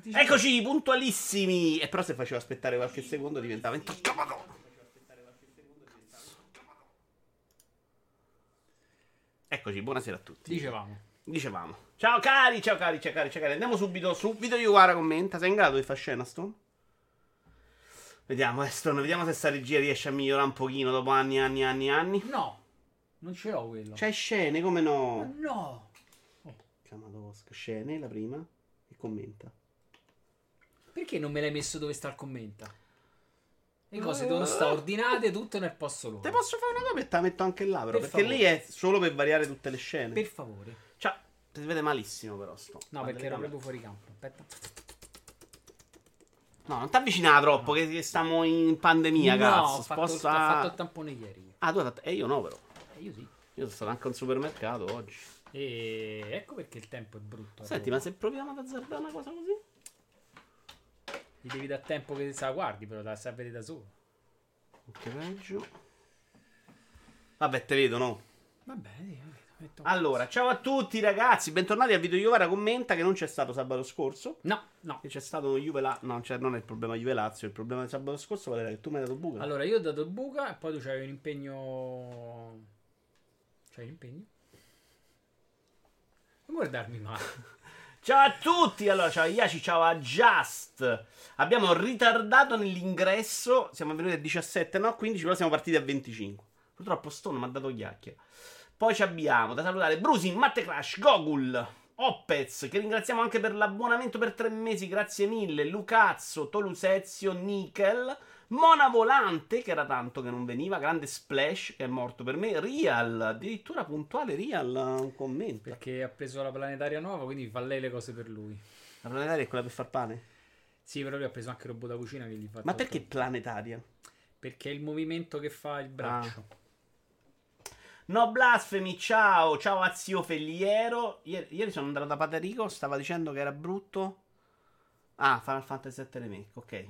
Eccoci, puntualissimi. E però se facevo aspettare qualche secondo diventava intoccabile. Eccoci, buonasera a tutti. Dicevamo. Ciao cari. Andiamo subito su Video Iwara commenta. Sei in grado di fare scena, Stone? Vediamo, Stone, vediamo se sta regia riesce a migliorare un pochino dopo anni. No, non ce l'ho quello. C'hai scene, come no? No. Camadosca, scene, la prima. E commenta. Perché non me l'hai messo dove sta il commenta? Le cose devono stare ordinate tutto nel posto loro. Te posso fare una copia e te la metto anche là, però. Per Perché favore. lì è solo per variare tutte le scene. Per favore. Cioè, si vede malissimo però sto. No, perché ero proprio fuori campo. Aspetta. No, non ti avvicinare troppo, che stiamo in pandemia, cazzo. Ho fatto il tampone ieri. Ah, tu hai fatto. E io no, però. Io sì. Io sono stato anche al supermercato oggi. E ecco perché il tempo è brutto. Senti, ma se proviamo ad azzardare una cosa così? Gli devi dar tempo che se la guardi, però te la sai vedere da solo. Che peggio. Vabbè, te vedo, no? Va bene, metto... Allora, ciao a tutti ragazzi, bentornati al video Iovara commenta che non c'è stato sabato scorso. No. Che c'è stato uno Juve Lazio. No, cioè non è il problema Juve Lazio, il problema di sabato scorso qual era? Che tu mi hai dato buca. Allora, io ho dato il buca e poi tu c'avevi un impegno... C'hai un impegno? Non guardarmi male. Ciao a tutti, allora ciao a Iaci, ciao a Just. Abbiamo ritardato nell'ingresso, siamo venuti a 17, no 15, però siamo partiti a 25. Purtroppo Stone mi ha dato chiacchiere. Poi ci abbiamo da salutare Brusi, Matte Crash, Gogul, Oppez, che ringraziamo anche per l'abbonamento per 3 mesi, grazie mille, Lucazzo, Tolusezio, Nickel, Mona Volante, che era tanto che non veniva, grande Splash, che è morto per me, Real, addirittura puntuale Real, un commento. Perché ha preso la planetaria nuova, quindi fa lei le cose per lui. La planetaria è quella per far pane? Sì, però lui ha preso anche il robot da cucina che gli fa... Ma perché planetaria? Perché è il movimento che fa il braccio. No blasfemi, ciao a zio Felliero. Ieri sono andato da Patarico, stava dicendo che era brutto. Ah, Final Fantasy VII Remake,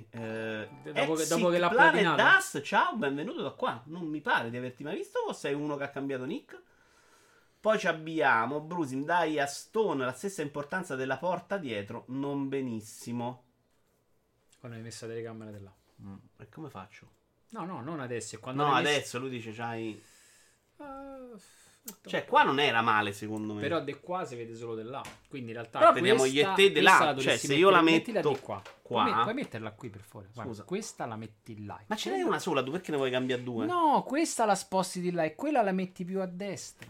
ok. Dopo che l'ha Planet platinato. Dust, ciao, benvenuto da qua. Non mi pare di averti mai visto o sei uno che ha cambiato nick? Poi ci abbiamo Brusim, dai a Stone la stessa importanza della porta dietro, non benissimo. Quando hai messo la telecamera di là. E come faccio? No, non adesso. Quando No, l'hai adesso lui dice c'hai... messo... Cioè, qua non era male, secondo me. Però di qua si vede solo di là. Quindi in realtà però vediamo io e te di là. Cioè, se io la metto di qua. Puoi metterla qui per fuori. Guarda, scusa, questa la metti là. ma ce n'hai una sola, tu perché ne vuoi cambiare due? No, questa la sposti di là e quella la metti più a destra.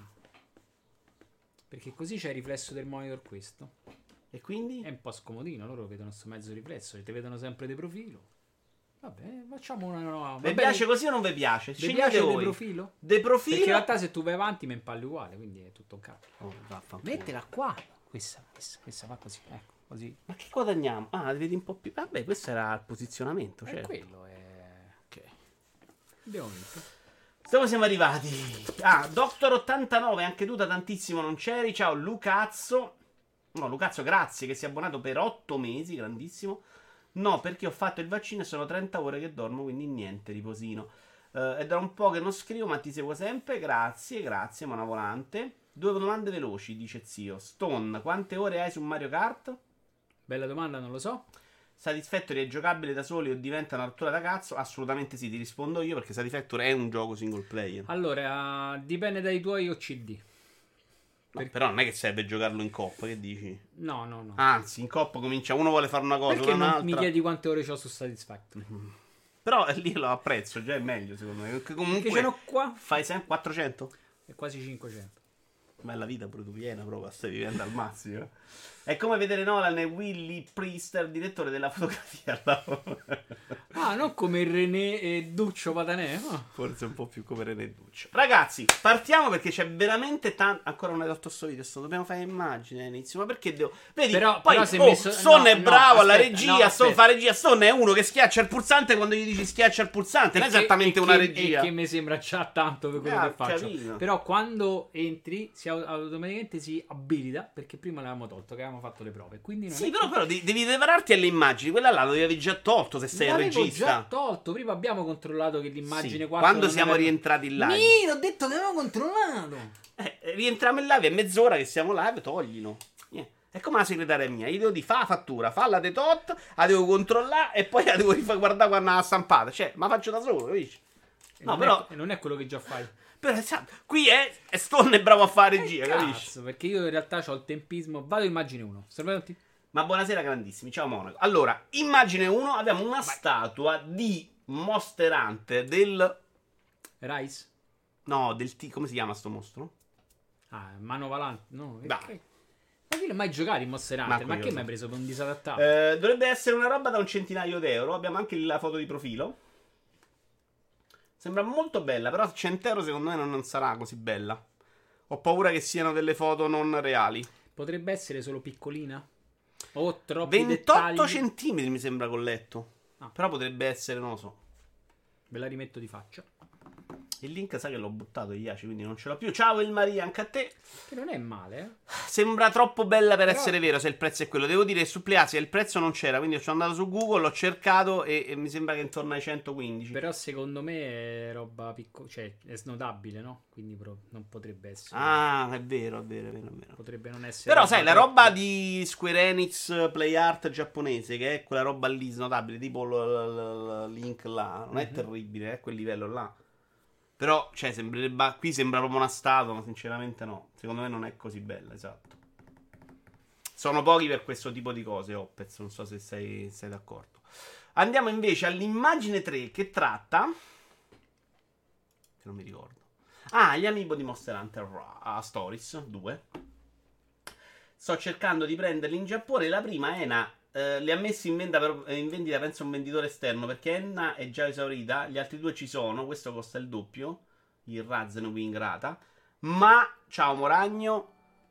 Perché così c'è il riflesso del monitor questo. E quindi? È un po' scomodino, loro vedono questo mezzo riflesso, ti vedono sempre di profilo. Vabbè, facciamo una nuova. Vi piace così o non vi piace? Vi piace voi. di profilo? De profilo? Perché in realtà se tu vai avanti mi impalli uguale, quindi è tutto un cazzo. Oh, vaffanculo. Mettila qua. Questa va così, ecco, così. Ma che guadagniamo? Ah, vedi un po' più. Vabbè, questo era il posizionamento, E certo. quello è... Ok. Abbiamo vinto. Dove siamo arrivati? Ah, Doctor89, anche tu da tantissimo non c'eri. Ciao Lucazzo. No, Lucazzo, grazie che si è abbonato per 8 mesi, grandissimo. No, perché ho fatto il vaccino e sono 30 ore che dormo, quindi niente, riposino. È da un po' che non scrivo, ma ti seguo sempre. Grazie, Mona Volante. 2 domande veloci, dice zio. Stone, quante ore hai su Mario Kart? Bella domanda, non lo so. Satisfactory è giocabile da soli o diventa una rottura da cazzo? Assolutamente sì, ti rispondo io perché Satisfactory è un gioco single player. Allora, dipende dai tuoi OCD. No, però non è che serve giocarlo in coppa, che dici? No. Anzi, in coppa comincia, uno vuole fare una cosa, Perché uno non un'altra. mi chiedi quante ore ho su Satisfactory? Però lì lo apprezzo, già è meglio secondo me. Perché comunque Perché ce n'ho qua? fai sempre 400? È quasi 500. Bella vita pure tu piena, proprio stai vivendo al massimo. È come vedere Nolan e Willy Priester, direttore della fotografia. Ah, non come il René e Duccio Patanè. Forse un po' più come René Duccio. Ragazzi, partiamo perché c'è veramente tanto. Ancora non hai fatto sto video. Dobbiamo fare immagine all'inizio. Ma perché devo. Vedi, però poi messo... Son è bravo alla aspetta, regia. Son fa regia. Son è uno che schiaccia il pulsante quando gli dici schiaccia il pulsante. Non è esattamente una regia. E che mi sembra già tanto per quello che faccio. Capito. Però quando entri, automaticamente si abilita. Perché prima l'avevamo tolto, che avevamo fatto le prove. Quindi non Sì, è però devi prepararti alle immagini. Quella là l'avevi già tolto se sei il regista. Già tolto. Prima abbiamo controllato che l'immagine Sì, 4 quando non siamo era... rientrati in live. Sì, ho detto che avevo controllato. Rientriamo in live, è mezz'ora che siamo live, toglino. È come la segretaria mia. Io devo dire, fa la fattura, fa la detot, la devo controllare e poi la devo rifare guardare quando l'ha stampata. Cioè, ma faccio da solo, capisci? No, però... non è quello che già fai. Però, esatto, qui è Stone è bravo a fare regia, capisci? Cazzo, perché io in realtà ho il tempismo. Vado immagine 1. Salve. Ma buonasera grandissimi, ciao Monaco. Allora, immagine 1, abbiamo una statua di Monster Hunter del... Rise? No, come si chiama sto mostro? Ah, mano valante. No, Dai. Ma chi l'ha mai giocato in Monster Hunter? Ma che mi hai preso per un disadattato? Dovrebbe essere una roba da un centinaio d'euro. Abbiamo anche la foto di profilo. Sembra molto bella, però 100 euro secondo me non sarà così bella. Ho paura che siano delle foto non reali. Potrebbe essere solo piccolina? O troppi 28 dettagli? centimetri mi sembra col letto. Ah. Però potrebbe essere, non lo so. Ve la rimetto di faccia. Il link sa che l'ho buttato Iaci, quindi non ce l'ho più. Ciao il Maria, anche a te. Che non è male, eh? Sembra troppo bella per Però... essere vero se il prezzo è quello. Devo dire che su PlayAsia il prezzo non c'era, quindi sono andato su Google, l'ho cercato e mi sembra che intorno ai 115. Però secondo me è roba piccola, cioè è snodabile, no? Quindi non potrebbe essere. Ah, è vero, è vero, è vero, è vero. Potrebbe non essere. Però sai, la roba di Square Enix Play Art giapponese, che è quella roba lì snodabile, tipo il link là, non è terribile, è quel livello là. Però, cioè, qui sembra proprio una statua, ma sinceramente no. Secondo me non è così bella, esatto. Sono pochi per questo tipo di cose, Opez, non so se sei d'accordo. Andiamo invece all'immagine 3 che tratta... che non mi ricordo. Ah, gli amiibo di Monster Hunter Stories 2. Sto cercando di prenderli in Giappone. La prima, Ena, li ha messi in vendita, penso un venditore esterno, perché Enna è già esaurita. Gli altri due ci sono. Questo costa il doppio, il Razen Wing Rata. Ma, ciao Moragno,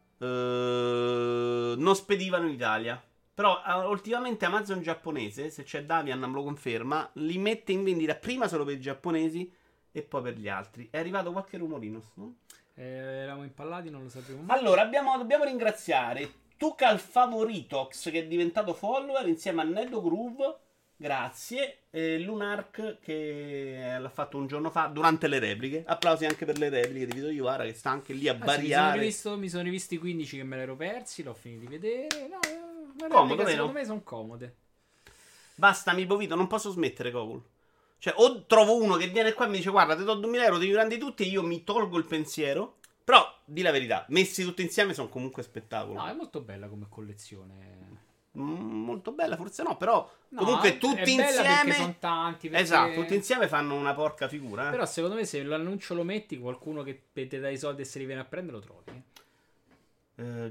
non spedivano in Italia. Però ultimamente Amazon giapponese, se c'è Davian me lo conferma, li mette in vendita prima solo per i giapponesi e poi per gli altri. È arrivato qualche rumorino, no? Eravamo impallati, non lo sapevo mai. Allora, dobbiamo ringraziare Tucal Favoritox, che è diventato follower, insieme a Nedo Groove, grazie, e Lunark, che l'ha fatto un giorno fa durante le repliche. Applausi anche per le repliche di Vito Iwara, che sta anche lì a variare. Mi sono rivisti 15 che me l'ero persi, l'ho finito di vedere. No, comodo, vero? Secondo me sono comode. Basta, amico Vito, non posso smettere, Cogul. Cioè, o trovo uno che viene qua e mi dice, guarda, ti do 2000 euro, devi prendi tutti, e io mi tolgo il pensiero. Però, di la verità, messi tutti insieme sono comunque spettacolo. No, è molto bella come collezione. Molto bella, forse no, però no, comunque tutti insieme sono tanti, perché... esatto, tutti insieme fanno una porca figura, Però secondo me se l'annuncio lo metti, qualcuno che ti dà i soldi e se li viene a prendere lo trovi.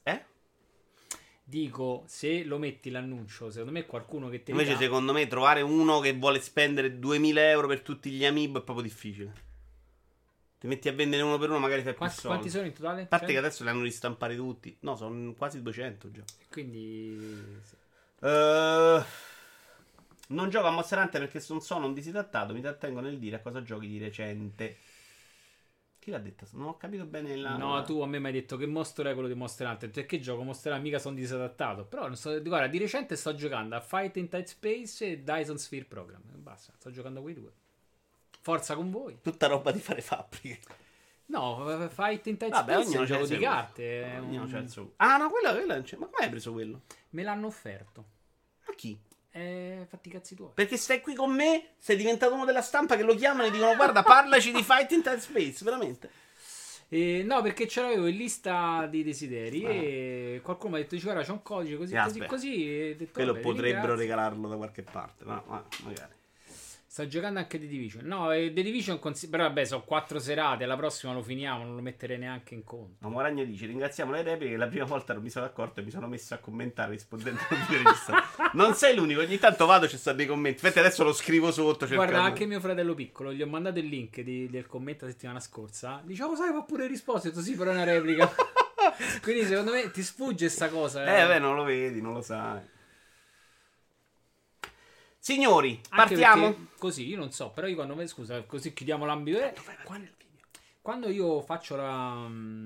Dico, se lo metti l'annuncio, secondo me qualcuno che te li invece dà... secondo me trovare uno che vuole spendere 2000 euro per tutti gli amiibo è proprio difficile. Ti metti a vendere uno per uno, magari fai più soldi. Quanti sono in totale? A parte che adesso li hanno ristampati tutti. No, sono quasi 200 già. Quindi... sì. Non gioco a Monster Hunter perché non sono un disadattato. Mi trattengo nel dire a cosa giochi di recente. Chi l'ha detto? Non ho capito bene la... No, tu a me mi hai detto che mostro è quello di Monster Hunter. Perché gioco Monster Hunter? Mica sono disadattato. Però, non so, guarda, di recente sto giocando a Fight in Tight Space e Dyson Sphere Program. Basta, sto giocando a quei due. Forza con voi. Tutta roba di fare fabbriche. No, Fight in Tight Vabbè, Space è un gioco di carte. Ah, no, quello non c'è. Ma come hai preso quello? Me l'hanno offerto. Ma chi? Fatti i cazzi tuoi. Perché stai qui con me, sei diventato uno della stampa che lo chiamano e dicono guarda, parlaci di Fight in Tight Space, veramente. No, perché ce l'avevo in lista di desideri e qualcuno mi ha detto, dice, guarda, c'è un codice così, così, e ho detto, quello vabbè, potrebbero regalarlo da qualche parte, ma magari. Sta giocando anche The Division. No, The Division però vabbè, sono 4 serate, la prossima lo finiamo, non lo metterei neanche in conto. Ma Moragno dice, ringraziamo le repliche, la prima volta non mi sono accorto e mi sono messo a commentare rispondendo al video registrato. Non sei l'unico, ogni tanto vado, ci stanno dei commenti. Infatti adesso lo scrivo sotto. Guarda, anche mio fratello piccolo, gli ho mandato il link del commento la settimana scorsa. Dicevo, sai, fa pure risposta. Ho detto, sì, però è una replica. Quindi secondo me ti sfugge sta cosa. Beh, non lo vedi, non lo sai. Signori, anche partiamo? Così, io non so, però io quando scusa, così chiudiamo l'ambito. Quando io faccio la...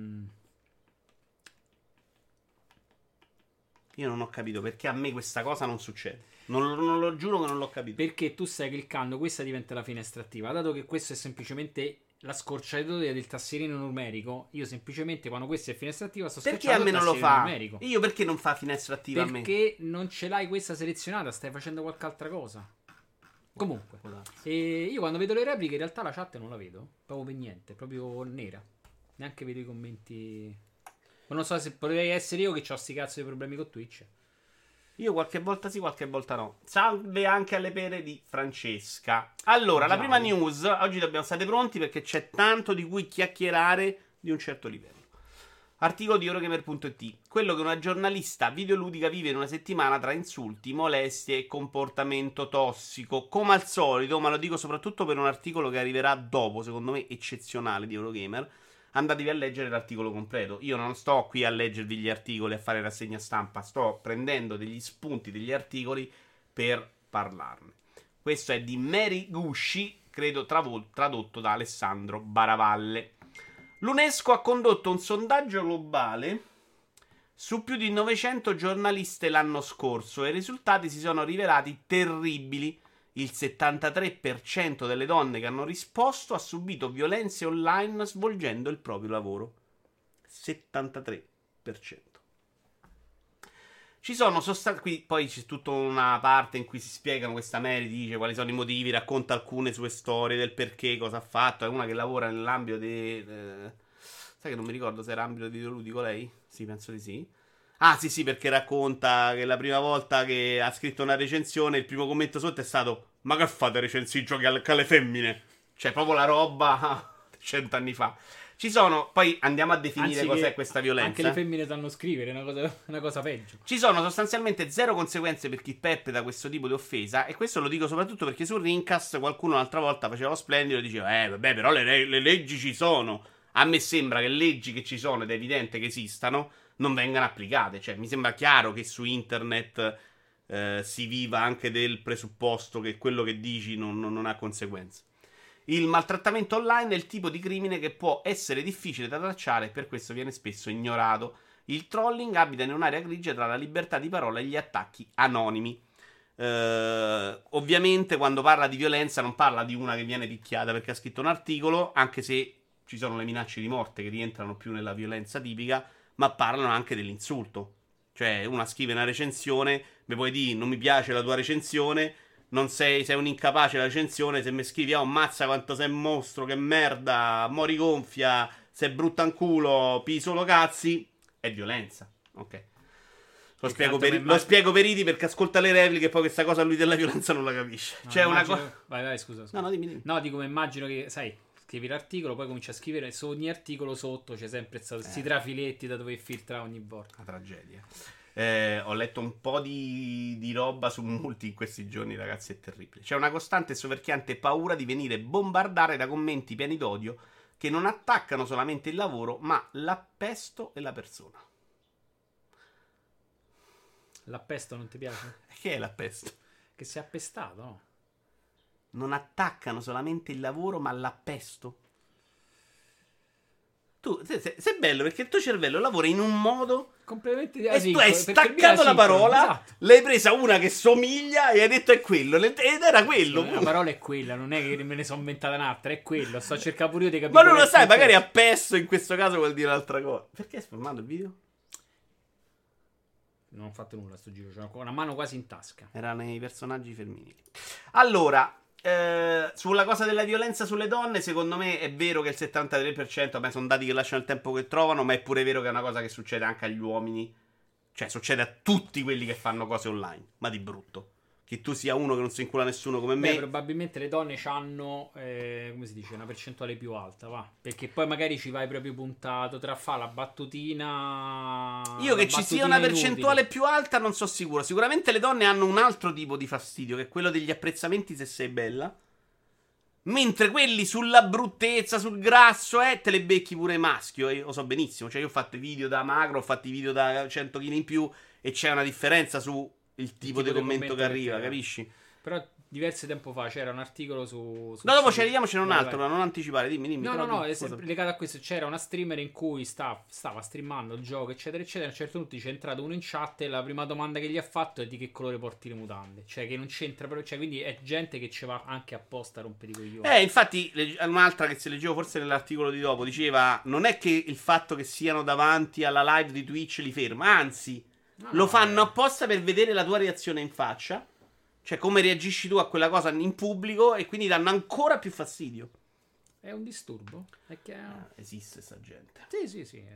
Io non ho capito perché a me questa cosa non succede. Non lo giuro che non l'ho capito. Perché tu stai cliccando, questa diventa la finestra attiva. Dato che questo è semplicemente la scorciatoia del tastierino numerico, io semplicemente quando questa è finestra attiva sto Perché schiacciando a me il non lo tastierino fa? numerico. Io perché non fa finestra attiva a me? Perché non ce l'hai questa selezionata, stai facendo qualche altra cosa. Comunque, io quando vedo le repliche in realtà la chat non la vedo, proprio per niente, proprio nera. Neanche vedo i commenti. Ma non so se potrei essere io che ho sti cazzo di problemi con Twitch. Io qualche volta sì, qualche volta no. Salve anche alle pere di Francesca. Allora, la prima news, oggi dobbiamo stare pronti perché c'è tanto di cui chiacchierare di un certo livello. Articolo di Eurogamer.it. Quello che una giornalista videoludica vive in una settimana tra insulti, molestie e comportamento tossico. Come al solito, ma lo dico soprattutto per un articolo che arriverà dopo, secondo me eccezionale, di Eurogamer. Andatevi a leggere l'articolo completo. Io non sto qui a leggervi gli articoli, a fare rassegna stampa. Sto prendendo degli spunti degli articoli per parlarne. Questo è di Mary Gusci, credo tradotto da Alessandro Baravalle. L'UNESCO ha condotto un sondaggio globale su più di 900 giornaliste l'anno scorso e i risultati si sono rivelati terribili. Il 73% delle donne che hanno risposto ha subito violenze online svolgendo il proprio lavoro. 73%. Ci sono qui poi c'è tutta una parte in cui si spiegano, questa Mary dice quali sono i motivi, racconta alcune sue storie del perché, cosa ha fatto. È una che lavora nell'ambito di... sai che non mi ricordo se era ambito videoludico lei? Sì, penso di sì. Ah, sì, perché racconta che la prima volta che ha scritto una recensione, il primo commento sotto è stato: ma che fate recensire i giochi alle femmine? Cioè, proprio la roba 100 anni fa. Ci sono, poi andiamo a definire cos'è questa violenza. Anche le femmine sanno scrivere, è una cosa peggio. Ci sono sostanzialmente zero conseguenze per chi perpetra questo tipo di offesa. E questo lo dico soprattutto perché su Rincast qualcuno l'altra volta faceva lo splendido e diceva: vabbè, però le leggi ci sono. A me sembra che leggi che ci sono ed è evidente che esistano non vengano applicate. Cioè, mi sembra chiaro che su internet si viva anche del presupposto che quello che dici non ha conseguenze. Il maltrattamento online è il tipo di crimine che può essere difficile da tracciare e per questo viene spesso ignorato. Il trolling abita in un'area grigia tra la libertà di parola e gli attacchi anonimi. Ovviamente quando parla di violenza non parla di una che viene picchiata perché ha scritto un articolo, anche se ci sono le minacce di morte che rientrano più nella violenza tipica, ma parlano anche dell'insulto. Cioè, una scrive una recensione, mi puoi dire non mi piace la tua recensione, non sei un incapace la recensione, se mi scrivi oh mazza quanto sei un mostro, che merda, mori gonfia, sei brutta in culo, pi solo cazzi, è violenza. Ok. Lo spiego per Idi perché ascolta le repliche e poi questa cosa lui della violenza non la capisce. No, cioè immagino... una cosa... Vai, scusa. No, dimmi. No, dico, immagino che, sai, scrivi l'articolo, poi cominci a scrivere su ogni articolo sotto c'è sempre questi trafiletti da dove filtrare ogni volta. Una tragedia. Ho letto un po' di roba su multi in questi giorni, ragazzi, è terribile. C'è una costante e soverchiante paura di venire bombardare da commenti pieni d'odio che non attaccano solamente il lavoro, ma l'appesto e la persona. L'appesto non ti piace? Che è l'appesto? Che sei appestato, no? Non attaccano solamente il lavoro, ma l'appesto. Tu sei bello perché il tuo cervello lavora in un modo completamente e tu hai staccato la parola, esatto. L'hai presa una che somiglia e hai detto è quello ed era quello. La parola è quella, non è che me ne sono inventata un'altra, è quello. Sto cercando pure io di capire. Ma non lo sai, magari appesto in questo caso vuol dire un'altra cosa. Perché hai sformato il video? Non ho fatto nulla sto giro, c'ho una mano quasi in tasca. Era nei personaggi femminili. Allora, sulla cosa della violenza sulle donne, secondo me è vero che il 73%, vabbè, sono dati che lasciano il tempo che trovano, ma è pure vero che è una cosa che succede anche agli uomini. Cioè, succede a tutti quelli che fanno cose online, ma di brutto. Che tu sia uno che non si incula nessuno come me. Probabilmente le donne hanno, come si dice, una percentuale più alta, va. Perché poi magari ci vai proprio puntato tra fa la battutina. Io che ci sia una percentuale più alta non so sicuro. Sicuramente le donne hanno un altro tipo di fastidio, che è quello degli apprezzamenti se sei bella. Mentre quelli sulla bruttezza, sul grasso, te le becchi pure maschio. Io lo so benissimo. Cioè, io ho fatto i video da magro, ho fatto i video da 100 kg in più, e c'è una differenza su il tipo di commento che arriva, capisci? Però diverso tempo fa c'era un articolo su No, dopo sito- ci arriviamo, c'era un vai, altro, vai. ma non anticipare, dimmi. No, però no, no, dimmi, è cosa- sempre legato a questo. C'era una streamer in cui stava streamando il gioco, eccetera, eccetera. A un certo punto c'è entrato uno in chat e la prima domanda che gli ha fatto è di che colore porti le mutande. Cioè, che non c'entra proprio. Cioè, quindi è gente che ci va anche apposta a rompere i coglioni. Infatti, un'altra che se leggevo forse nell'articolo di dopo diceva: non è che il fatto che siano davanti alla live di Twitch li ferma, anzi, No, lo no, fanno apposta per vedere la tua reazione in faccia. Cioè, come reagisci tu a quella cosa in pubblico, e quindi danno ancora più fastidio. È un disturbo. È che... Esiste sta gente. Sì, sì, sì.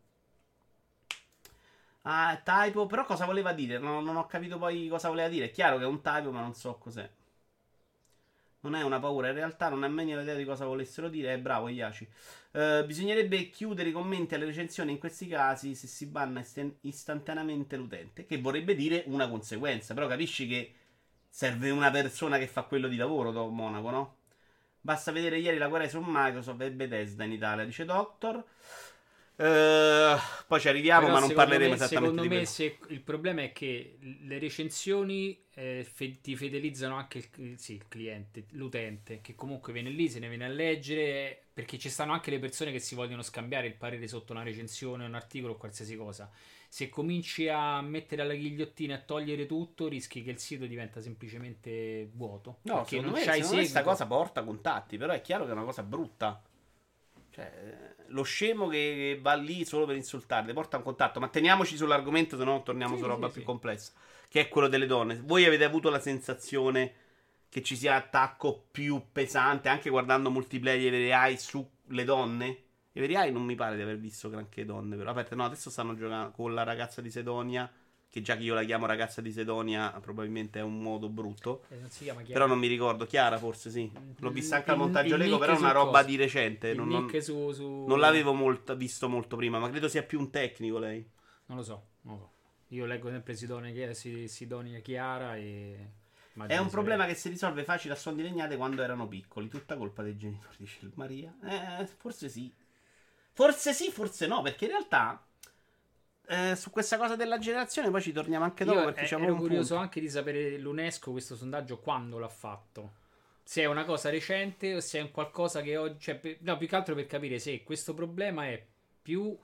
Ah, typo, però cosa voleva dire? Non ho capito poi cosa voleva dire. È chiaro che è un typo, ma non so cos'è. Non è una paura, in realtà non è meglio idea di cosa volessero dire. È bravo, Iaci. Bisognerebbe chiudere i commenti alle recensioni in questi casi se si banna istantaneamente l'utente. Che vorrebbe dire una conseguenza. Però capisci che serve una persona che fa quello di lavoro, Monaco, no? Basta vedere ieri la guerra su Microsoft e Bethesda in Italia, dice Doctor. Poi ci arriviamo, Però ma non parleremo esattamente secondo di me quello. il problema è che le recensioni ti fidelizzano anche il cliente, l'utente, che comunque viene lì, se ne viene a leggere, perché ci stanno anche le persone che si vogliono scambiare il parere sotto una recensione, un articolo o qualsiasi cosa. Se cominci a mettere alla ghigliottina e a togliere tutto, rischi che il sito diventa semplicemente vuoto. No, perché secondo non me, c'hai secondo me questa seguito. cosa porta contatti, però è chiaro che è una cosa brutta. Cioè, lo scemo che va lì solo per insultarle porta un contatto. Ma teniamoci sull'argomento, se no torniamo Sì, su roba sì, più sì. complessa, che è quello delle donne. Voi avete avuto la sensazione che ci sia attacco più pesante, anche guardando multiplayer di Every Eye sulle donne? Every Eye non mi pare di aver visto granché donne, però. Aspetta, no, adesso stanno giocando con la ragazza di Sedonia, che già che io la chiamo ragazza di Sedonia, probabilmente è un modo brutto. Non si chiama Però non mi ricordo, Chiara forse sì. L'ho vista anche al montaggio il Lego, nick però è una su roba cosa? di recente. Il Non, nick su... non l'avevo visto molto prima, ma credo sia più un tecnico lei. Non lo so, non lo so. Io leggo sempre Sidonia Chiara e... È un problema che si risolve facile a suon di legnate quando erano piccoli. Tutta colpa dei genitori, dice il Maria. Forse sì. Forse sì, forse no, perché in realtà su questa cosa della generazione poi ci torniamo anche dopo, Io perché c'è ero un curioso punto. anche di sapere l'UNESCO questo sondaggio quando l'ha fatto. Se è una cosa recente o se è un qualcosa che oggi... Cioè, no, più che altro per capire se questo problema è più...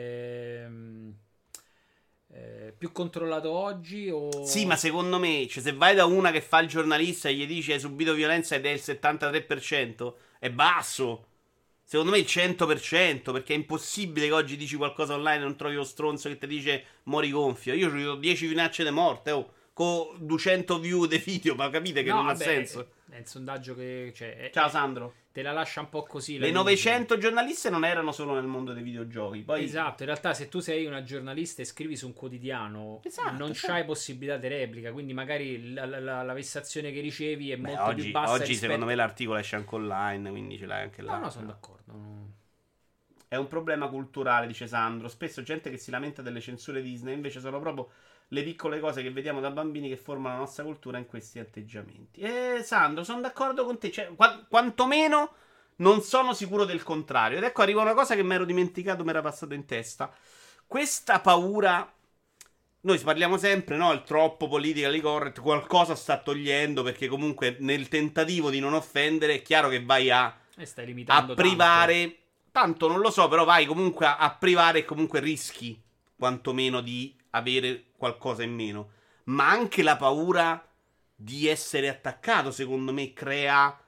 più controllato oggi o... Sì, ma secondo me, cioè, se vai da una che fa il giornalista e gli dici hai subito violenza ed è il 73%, è basso. Secondo me il 100%, perché è impossibile che oggi dici qualcosa online e non trovi lo stronzo che ti dice mori gonfio. Io ho 10 minacce di morte, con 200 view dei video, ma capite che No, non vabbè, ha senso. È un sondaggio che... Cioè, Ciao Sandro. te la lascia un po' così. Le 900 giornaliste non erano solo nel mondo dei videogiochi. Poi... Esatto, in realtà se tu sei una giornalista e scrivi su un quotidiano Esatto, non certo. c'hai possibilità di replica, quindi magari la vessazione che ricevi è Beh, molto più bassa oggi rispetto... secondo me l'articolo esce anche online, quindi ce l'hai anche là. No, sono d'accordo. No. È un problema culturale, dice Sandro. Spesso gente che si lamenta delle censure Disney, invece sono proprio le piccole cose che vediamo da bambini che formano la nostra cultura in questi atteggiamenti. Sandro, sono d'accordo con te. Cioè, quantomeno non sono sicuro del contrario. Ed ecco, arriva una cosa che mi ero dimenticato, mi era passato in testa. Questa paura... Noi parliamo sempre, no? Il troppo politically correct, qualcosa sta togliendo, perché comunque nel tentativo di non offendere è chiaro che vai a Stai limitando privare... Tanto non lo so, però vai comunque a privare e comunque rischi quantomeno di avere qualcosa in meno. Ma anche la paura di essere attaccato, secondo me, crea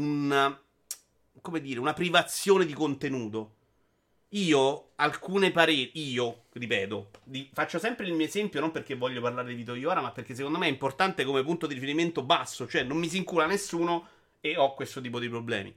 come dire, una privazione di contenuto. Alcune pareri, ripeto, faccio sempre il mio esempio, non perché voglio parlare di Vito Iovara, ma perché secondo me è importante come punto di riferimento basso, cioè non mi si incula nessuno e ho questo tipo di problemi.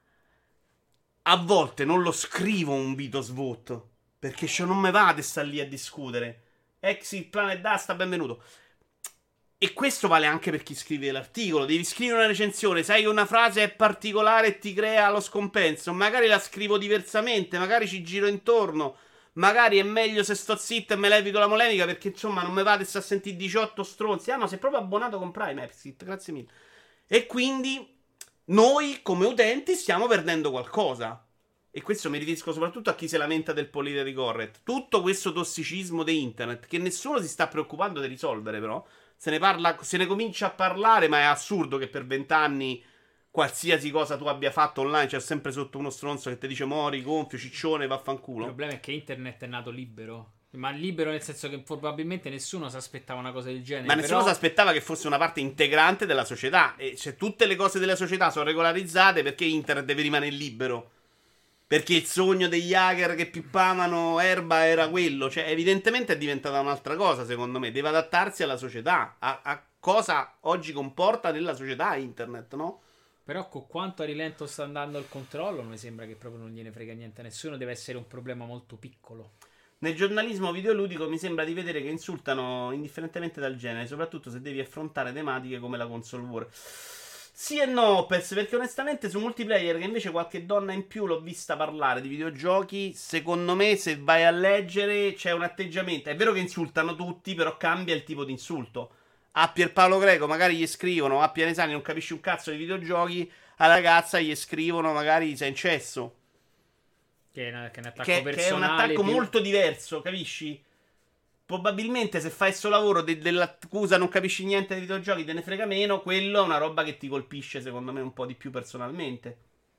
A volte non lo scrivo un Vito Svot, perché non me va di stare lì a discutere. Exit Planet Dasta, benvenuto. E questo vale anche per chi scrive l'articolo. Devi scrivere una recensione, sai che una frase è particolare e ti crea lo scompenso. Magari la scrivo diversamente, magari ci giro intorno. Magari è meglio se sto zitto e me la evito la polemica, perché insomma non mi va di stare a sentire 18 stronzi. Ah no, sei proprio abbonato con Prime, Exit, grazie mille. E quindi noi come utenti stiamo perdendo qualcosa. e questo mi riferisco soprattutto a chi si lamenta del politically correct, tutto questo tossicismo di internet che nessuno si sta preoccupando di risolvere, però se ne parla, se ne comincia a parlare, ma è assurdo che per 20 anni qualsiasi cosa tu abbia fatto online c'è sempre sotto uno stronzo che ti dice mori, gonfio, ciccione, Il vaffanculo. problema è che internet è nato libero. Ma libero nel senso che probabilmente nessuno si aspettava una cosa del genere. Ma nessuno però... si aspettava che fosse una parte integrante della società. E se tutte le cose della società sono regolarizzate, perché internet deve rimanere libero? Perché il sogno degli hacker che pippavano erba era quello. Cioè, evidentemente è diventata un'altra cosa, secondo me. Deve adattarsi alla società, a cosa oggi comporta nella società internet, no? Però con quanto a rilento sta andando il controllo, mi sembra che proprio non gliene frega niente a nessuno. Deve essere un problema molto piccolo. Nel giornalismo videoludico mi sembra di vedere che insultano indifferentemente dal genere, soprattutto se devi affrontare tematiche come la console war. Sì e no, perché onestamente su multiplayer, che invece qualche donna in più l'ho vista parlare di videogiochi, secondo me se vai a leggere c'è un atteggiamento. È vero che insultano tutti, però cambia il tipo di insulto. A Pierpaolo Greco magari gli scrivono, a Pianesani non capisci un cazzo di videogiochi, alla ragazza gli scrivono magari sei in cesso. Che è un attacco Che è un personale. attacco molto diverso, capisci? Probabilmente se fai sto lavoro dell'accusa non capisci niente dei videogiochi, te ne frega meno, quello è una roba che ti colpisce secondo me un po' di più personalmente.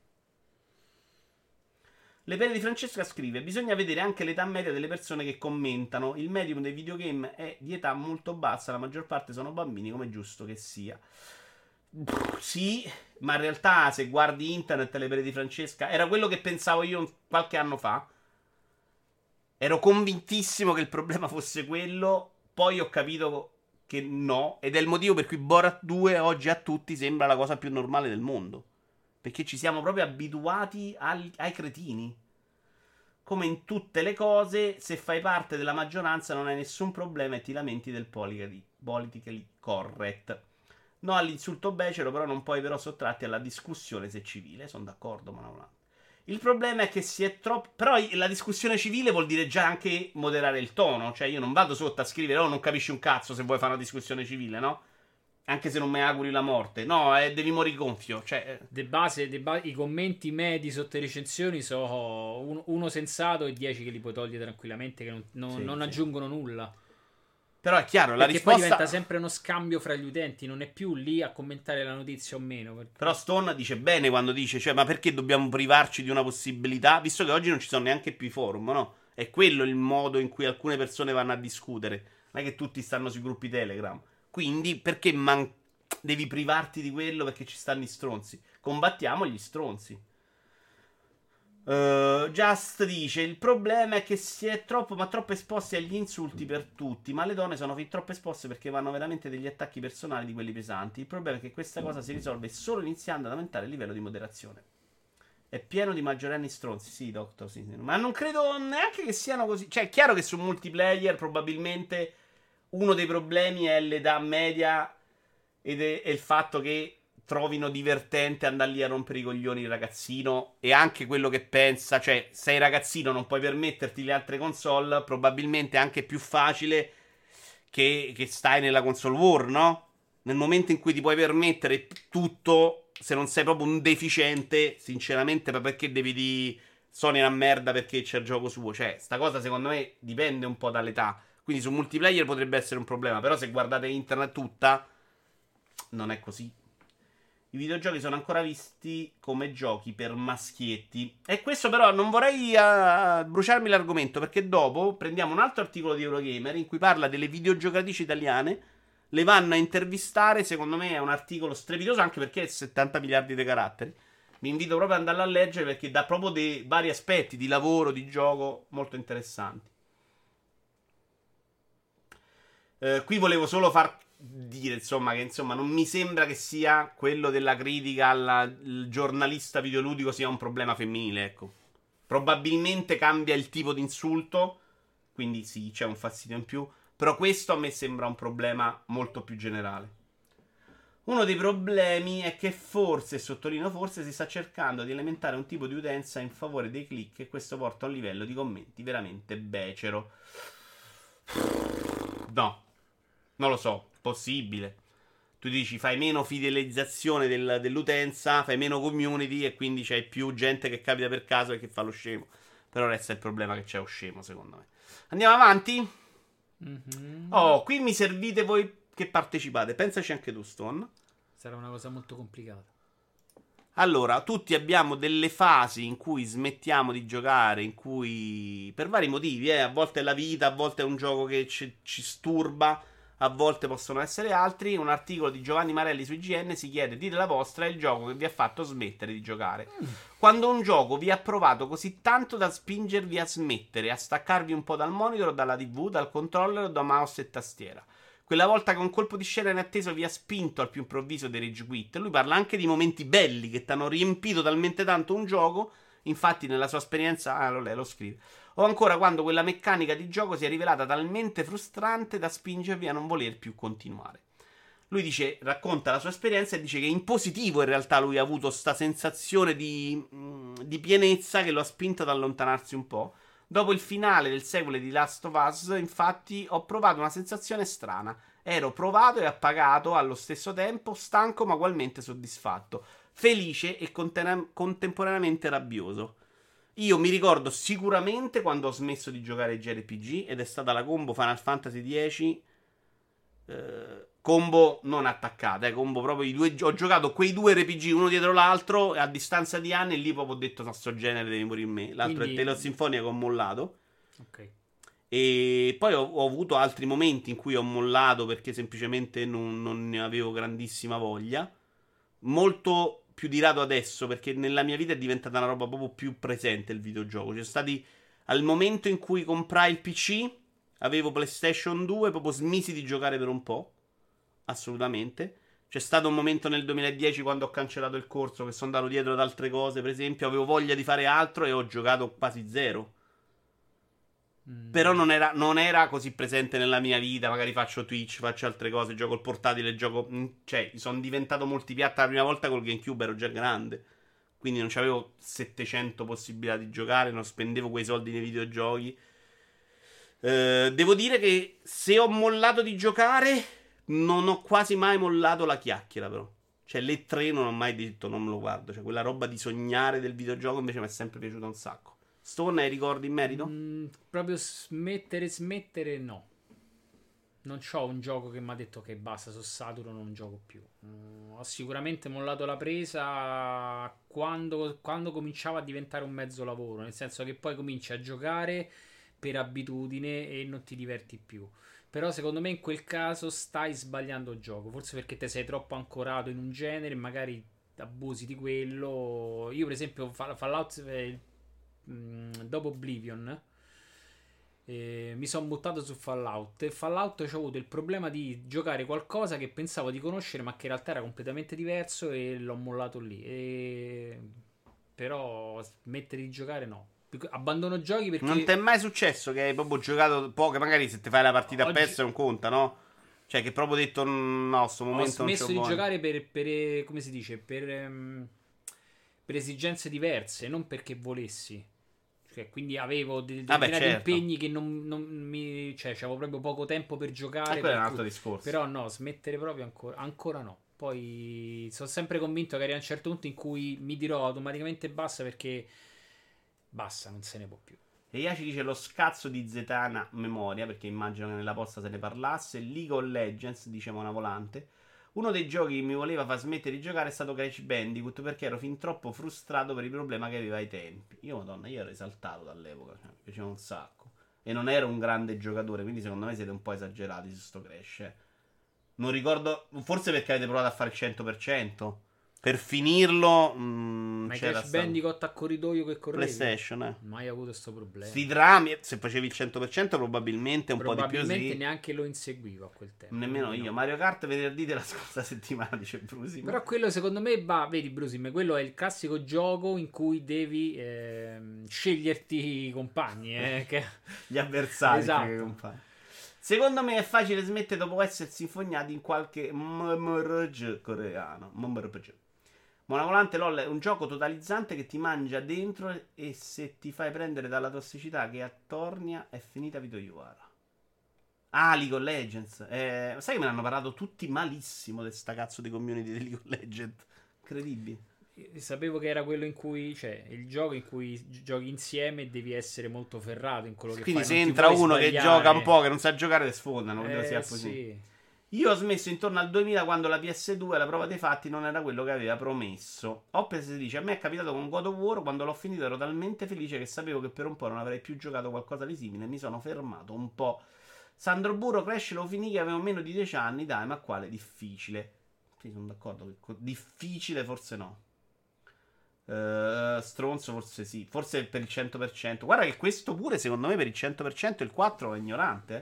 Le Pene di Francesca scrive: bisogna vedere anche l'età media delle persone che commentano. Il medium dei videogame è di età molto bassa, la maggior parte sono bambini, come è giusto che sia. Sì, ma in realtà se guardi internet, Le Pene di Francesca era quello che pensavo io qualche anno fa. Ero convintissimo che il problema fosse quello, poi ho capito che no, ed è il motivo per cui Borat 2 oggi a tutti sembra la cosa più normale del mondo. Perché ci siamo proprio abituati ai cretini. Come in tutte le cose, se fai parte della maggioranza non hai nessun problema e ti lamenti del politically correct. No all'insulto becero, però non puoi però sottratti alla discussione se civile. Sono d'accordo, ma non. Il problema è che si è troppo. Però la discussione civile vuol dire già anche moderare il tono. Cioè, io non vado sotto a scrivere, oh, non capisci un cazzo se vuoi fare una discussione civile, no? Anche se non mi auguri la morte. No, devi morire gonfio. Cioè. I commenti medi sotto le recensioni sono uno sensato e 10 che li puoi togliere tranquillamente, che non aggiungono nulla. Però è chiaro, la Perché risposta. poi diventa sempre uno scambio fra gli utenti, non è più lì a commentare la notizia o meno. Perché... Però Stone dice bene quando dice, cioè, ma perché dobbiamo privarci di una possibilità? Visto che oggi non ci sono neanche più i forum, no? È quello il modo in cui alcune persone vanno a discutere. Non è che tutti stanno sui gruppi Telegram. Quindi, perché devi privarti di quello perché ci stanno i stronzi? Combattiamo gli stronzi. Just dice: il problema è che si è troppo esposti agli insulti per tutti. Ma le donne sono fin troppo esposte perché vanno veramente degli attacchi personali di quelli pesanti. Il problema è che questa cosa si risolve solo iniziando ad aumentare il livello di moderazione. È pieno di maggiorenni stronzi. Sì, Doctor, sì. Ma non credo neanche che siano così. Cioè, è chiaro che su multiplayer probabilmente uno dei problemi è l'età media ed è il fatto che trovino divertente andare lì a rompere i coglioni il ragazzino, e anche quello che pensa, cioè sei ragazzino non puoi permetterti le altre console, probabilmente è anche più facile che stai nella console war, no? Nel momento in cui ti puoi permettere tutto, se non sei proprio un deficiente, sinceramente, perché devi di Sony è una merda perché c'è il gioco suo? Cioè, sta cosa secondo me dipende un po' dall'età. Quindi su multiplayer potrebbe essere un problema, però se guardate internet tutta non è così. I videogiochi sono ancora visti come giochi per maschietti. E questo però non vorrei bruciarmi l'argomento, perché dopo prendiamo un altro articolo di Eurogamer in cui parla delle videogiocatrici italiane. Le vanno a intervistare, secondo me è un articolo strepitoso, anche perché è 70 miliardi di caratteri. Vi invito proprio ad andarlo a leggere perché dà proprio dei vari aspetti di lavoro, di gioco molto interessanti. Qui volevo solo far dire, insomma, che insomma non mi sembra che sia quello della critica al giornalista videoludico sia un problema femminile, ecco. Probabilmente cambia il tipo di insulto, quindi sì, c'è un fastidio in più, però questo a me sembra un problema molto più generale. Uno dei problemi è che forse, e sottolineo forse, si sta cercando di alimentare un tipo di utenza in favore dei click, e questo porta a un livello di commenti veramente becero. No, non lo so, possibile. tu dici fai meno fidelizzazione dell'utenza, fai meno community e quindi c'hai più gente che capita per caso e che fa lo scemo. Però resta il problema che c'è lo scemo, secondo me. Andiamo avanti? Oh, qui mi servite voi che partecipate. Pensaci anche tu, Stone. Sarà una cosa molto complicata. Allora, tutti abbiamo delle fasi in cui smettiamo di giocare, in cui per vari motivi, a volte è la vita, a volte è un gioco che ci sturba, a volte possono essere altri. Un articolo di Giovanni Marelli su IGN si chiede: dite la vostra, è il gioco che vi ha fatto smettere di giocare. Quando un gioco vi ha provato così tanto da spingervi a smettere, a staccarvi un po' dal monitor, dalla TV, dal controller o da mouse e tastiera. Quella volta che un colpo di scena inatteso vi ha spinto al più improvviso dei rage quit. Lui parla anche di momenti belli che ti hanno riempito talmente tanto un gioco. Infatti, nella sua esperienza, lo scrive. O ancora quando quella meccanica di gioco si è rivelata talmente frustrante da spingervi a non voler più continuare. Lui dice, racconta la sua esperienza e dice che in positivo in realtà lui ha avuto sta sensazione di pienezza che lo ha spinto ad allontanarsi un po'. Dopo il finale del sequel di Last of Us, infatti, ho provato una sensazione strana. Ero provato e appagato allo stesso tempo, stanco ma ugualmente soddisfatto, felice e contemporaneamente rabbioso. Io mi ricordo sicuramente quando ho smesso di giocare ai JRPG ed è stata la combo Final Fantasy X, combo non attaccata, combo proprio i due. Ho giocato quei due RPG uno dietro l'altro a distanza di anni e lì proprio ho detto: no, sto genere deve morire in me. L'altro Quindi... è Tale of Symphonia che ho mollato. Ok. E poi ho avuto altri momenti in cui ho mollato perché semplicemente non ne avevo grandissima voglia. Molto più di rado adesso perché nella mia vita è diventata una roba proprio più presente il videogioco. C'è stati al momento in cui comprai il PC, avevo PlayStation 2, proprio smisi di giocare per un po'. Assolutamente. C'è stato un momento nel 2010 quando ho cancellato il corso che sono andato dietro ad altre cose, per esempio, avevo voglia di fare altro e ho giocato quasi zero. Però non era così presente nella mia vita. Magari faccio Twitch, faccio altre cose, gioco il portatile, gioco. Cioè, sono diventato multipiatta la prima volta col GameCube, ero già grande. Quindi non avevo 700 possibilità di giocare, non spendevo quei soldi nei videogiochi. Devo dire che se ho mollato di giocare, non ho quasi mai mollato la chiacchiera, però. Cioè, le 3 non ho mai detto non me lo guardo. Cioè, quella roba di sognare del videogioco invece mi è sempre piaciuta un sacco. Stone, hai ricordi in merito? Proprio smettere no. Non c'ho un gioco che mi ha detto che basta, sono saturo, non gioco più. Ho sicuramente mollato la presa quando cominciava a diventare un mezzo lavoro, nel senso che poi cominci a giocare per abitudine e non ti diverti più. Però secondo me in quel caso stai sbagliando il gioco, forse perché te sei troppo ancorato in un genere e magari abusi di quello. Io per esempio Fallout dopo Oblivion mi sono buttato su Fallout e Fallout c'ho avuto il problema di giocare qualcosa che pensavo di conoscere ma che in realtà era completamente diverso e l'ho mollato lì però smettere di giocare no, abbandono giochi perché non ti è mai successo che hai proprio giocato poco, magari se ti fai la partita a PES non conta, no? Cioè che proprio detto no, sto momento ho non smesso c'ho di voglia. giocare per come si dice per esigenze diverse, non perché volessi. Quindi avevo determinati certo. impegni che non mi. Cioè, c'avevo proprio poco tempo per giocare. Quello è un altro discorso. Però no, smettere proprio ancora no. Poi sono sempre convinto che arriva a un certo punto in cui mi dirò automaticamente basta perché basta, non se ne può più. E Iaci dice lo scazzo di Zetana memoria, perché immagino che nella posta se ne parlasse. League of Legends, diceva una volante. Uno dei giochi che mi voleva far smettere di giocare è stato Crash Bandicoot perché ero fin troppo frustrato per il problema che aveva ai tempi. Io, madonna, io ero esaltato dall'epoca, cioè, mi piaceva un sacco. E non ero un grande giocatore, quindi secondo me siete un po' esagerati su sto Crash. Non ricordo, forse perché avete provato a fare il 100%. Per finirlo, ma c'era Crash Bandicoot a corridoio che correvi? PlayStation, mai avuto questo problema. Sti drammi, se facevi il 100% probabilmente un po' di più probabilmente neanche lo inseguivo a quel tempo. Nemmeno io. No. Mario Kart venerdì della scorsa settimana, dice Brusim. Però quello secondo me vedi Brusim, quello è il classico gioco in cui devi sceglierti i compagni. Gli avversari. Esatto. Secondo me è facile smettere dopo essersi infognati in qualche MMORPG coreano. Ma una volante LOL è un gioco totalizzante che ti mangia dentro e se ti fai prendere dalla tossicità che attornia è finita Vito Iwara. Ah, League of Legends. Sai che me ne hanno parlato tutti malissimo di sta cazzo di community di League of Legends. Incredibile. Sapevo che era quello in cui, cioè, il gioco in cui giochi insieme e devi essere molto ferrato in quello che Quindi fai. se Non ti entra puoi uno che sbagliare. gioca un po', che non sa giocare, ti sfondano. Credo sia così. Sì. Io ho smesso intorno al 2000 quando la PS2, la prova dei fatti, non era quello che aveva promesso. Oppes dice: a me è capitato con God of War, quando l'ho finito ero talmente felice che sapevo che per un po' non avrei più giocato qualcosa di simile. Mi sono fermato un po'. Sandro Burro, Crash lo finì che avevo meno di 10 anni. Dai, ma quale difficile? Sì, sono d'accordo. Difficile forse no. Stronzo forse sì. Forse per il 100%. Guarda che questo pure secondo me per il 100% il 4 è ignorante.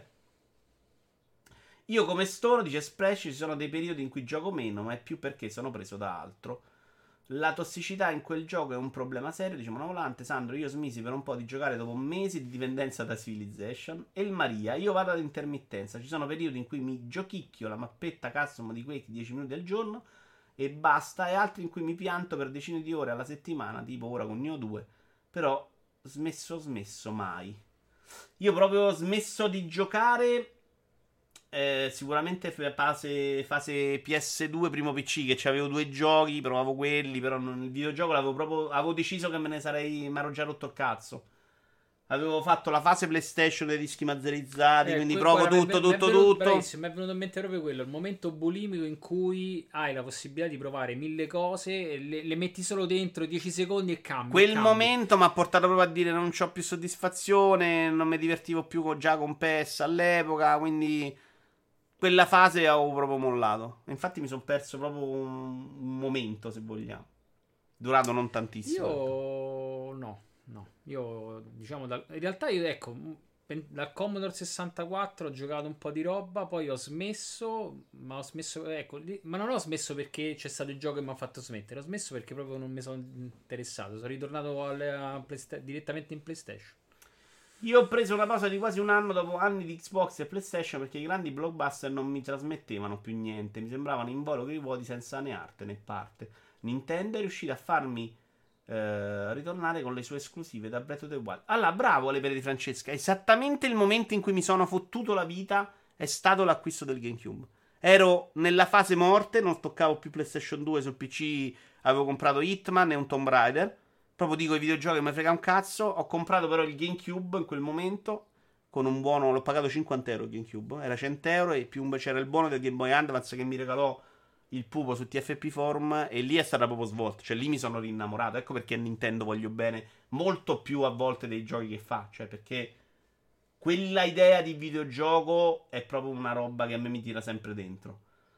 Io come Stone, dice Splash, ci sono dei periodi in cui gioco meno, ma è più perché sono preso da altro. La tossicità in quel gioco è un problema serio, dice Monovolante. Sandro, io smisi per un po' di giocare dopo mesi di dipendenza da Civilization. E il Maria, io vado ad intermittenza. Ci sono periodi in cui mi giochicchio la mappetta custom di Quake 10 minuti al giorno e basta, e altri in cui mi pianto per decine di ore alla settimana, tipo ora con Neo 2. Però smesso mai. Io proprio ho smesso di giocare. Sicuramente fase PS2 primo PC, che c'avevo due giochi, provavo quelli, però il videogioco l'avevo proprio, avevo deciso che mi ero già rotto il cazzo. Avevo fatto la fase PlayStation dei dischi masterizzati, quindi provo guarda, tutto. Bravissimo, mi è venuto in mente proprio quello, il momento bulimico in cui hai la possibilità di provare mille cose, le metti solo dentro 10 secondi e cambi. Momento mi ha portato proprio a dire non c'ho più soddisfazione, non mi divertivo più già con PES all'epoca, quindi quella fase avevo proprio mollato. Infatti mi sono perso proprio un momento, se vogliamo. Durato non tantissimo. Io no. Io diciamo in realtà io ecco dal Commodore 64 ho giocato un po' di roba, poi ho smesso, ma ho smesso ecco, ma non ho smesso perché c'è stato il gioco che mi ha fatto smettere, ho smesso perché proprio non mi sono interessato, sono ritornato direttamente in PlayStation. Io ho preso una pausa di quasi un anno dopo anni di Xbox e PlayStation perché i grandi blockbuster non mi trasmettevano più niente. Mi sembravano involucri vuoti senza né arte né parte. Nintendo è riuscita a farmi ritornare con le sue esclusive da Breath of the Wild. Allora, bravo le pere di Francesca. Esattamente il momento in cui mi sono fottuto la vita è stato l'acquisto del GameCube. Ero nella fase morte, non toccavo più PlayStation 2 sul PC, avevo comprato Hitman e un Tomb Raider. Proprio dico i videogiochi mi frega un cazzo. Ho comprato però il GameCube in quel momento con un buono, l'ho pagato 50 euro il GameCube. Era 100 euro e più c'era il buono del Game Boy Advance che mi regalò il pupo su TFP Forum. E lì è stata proprio svolta. Cioè lì mi sono rinnamorato. Ecco perché a Nintendo voglio bene molto più a volte dei giochi che fa. Cioè perché quella idea di videogioco è proprio una roba che a me mi tira sempre dentro.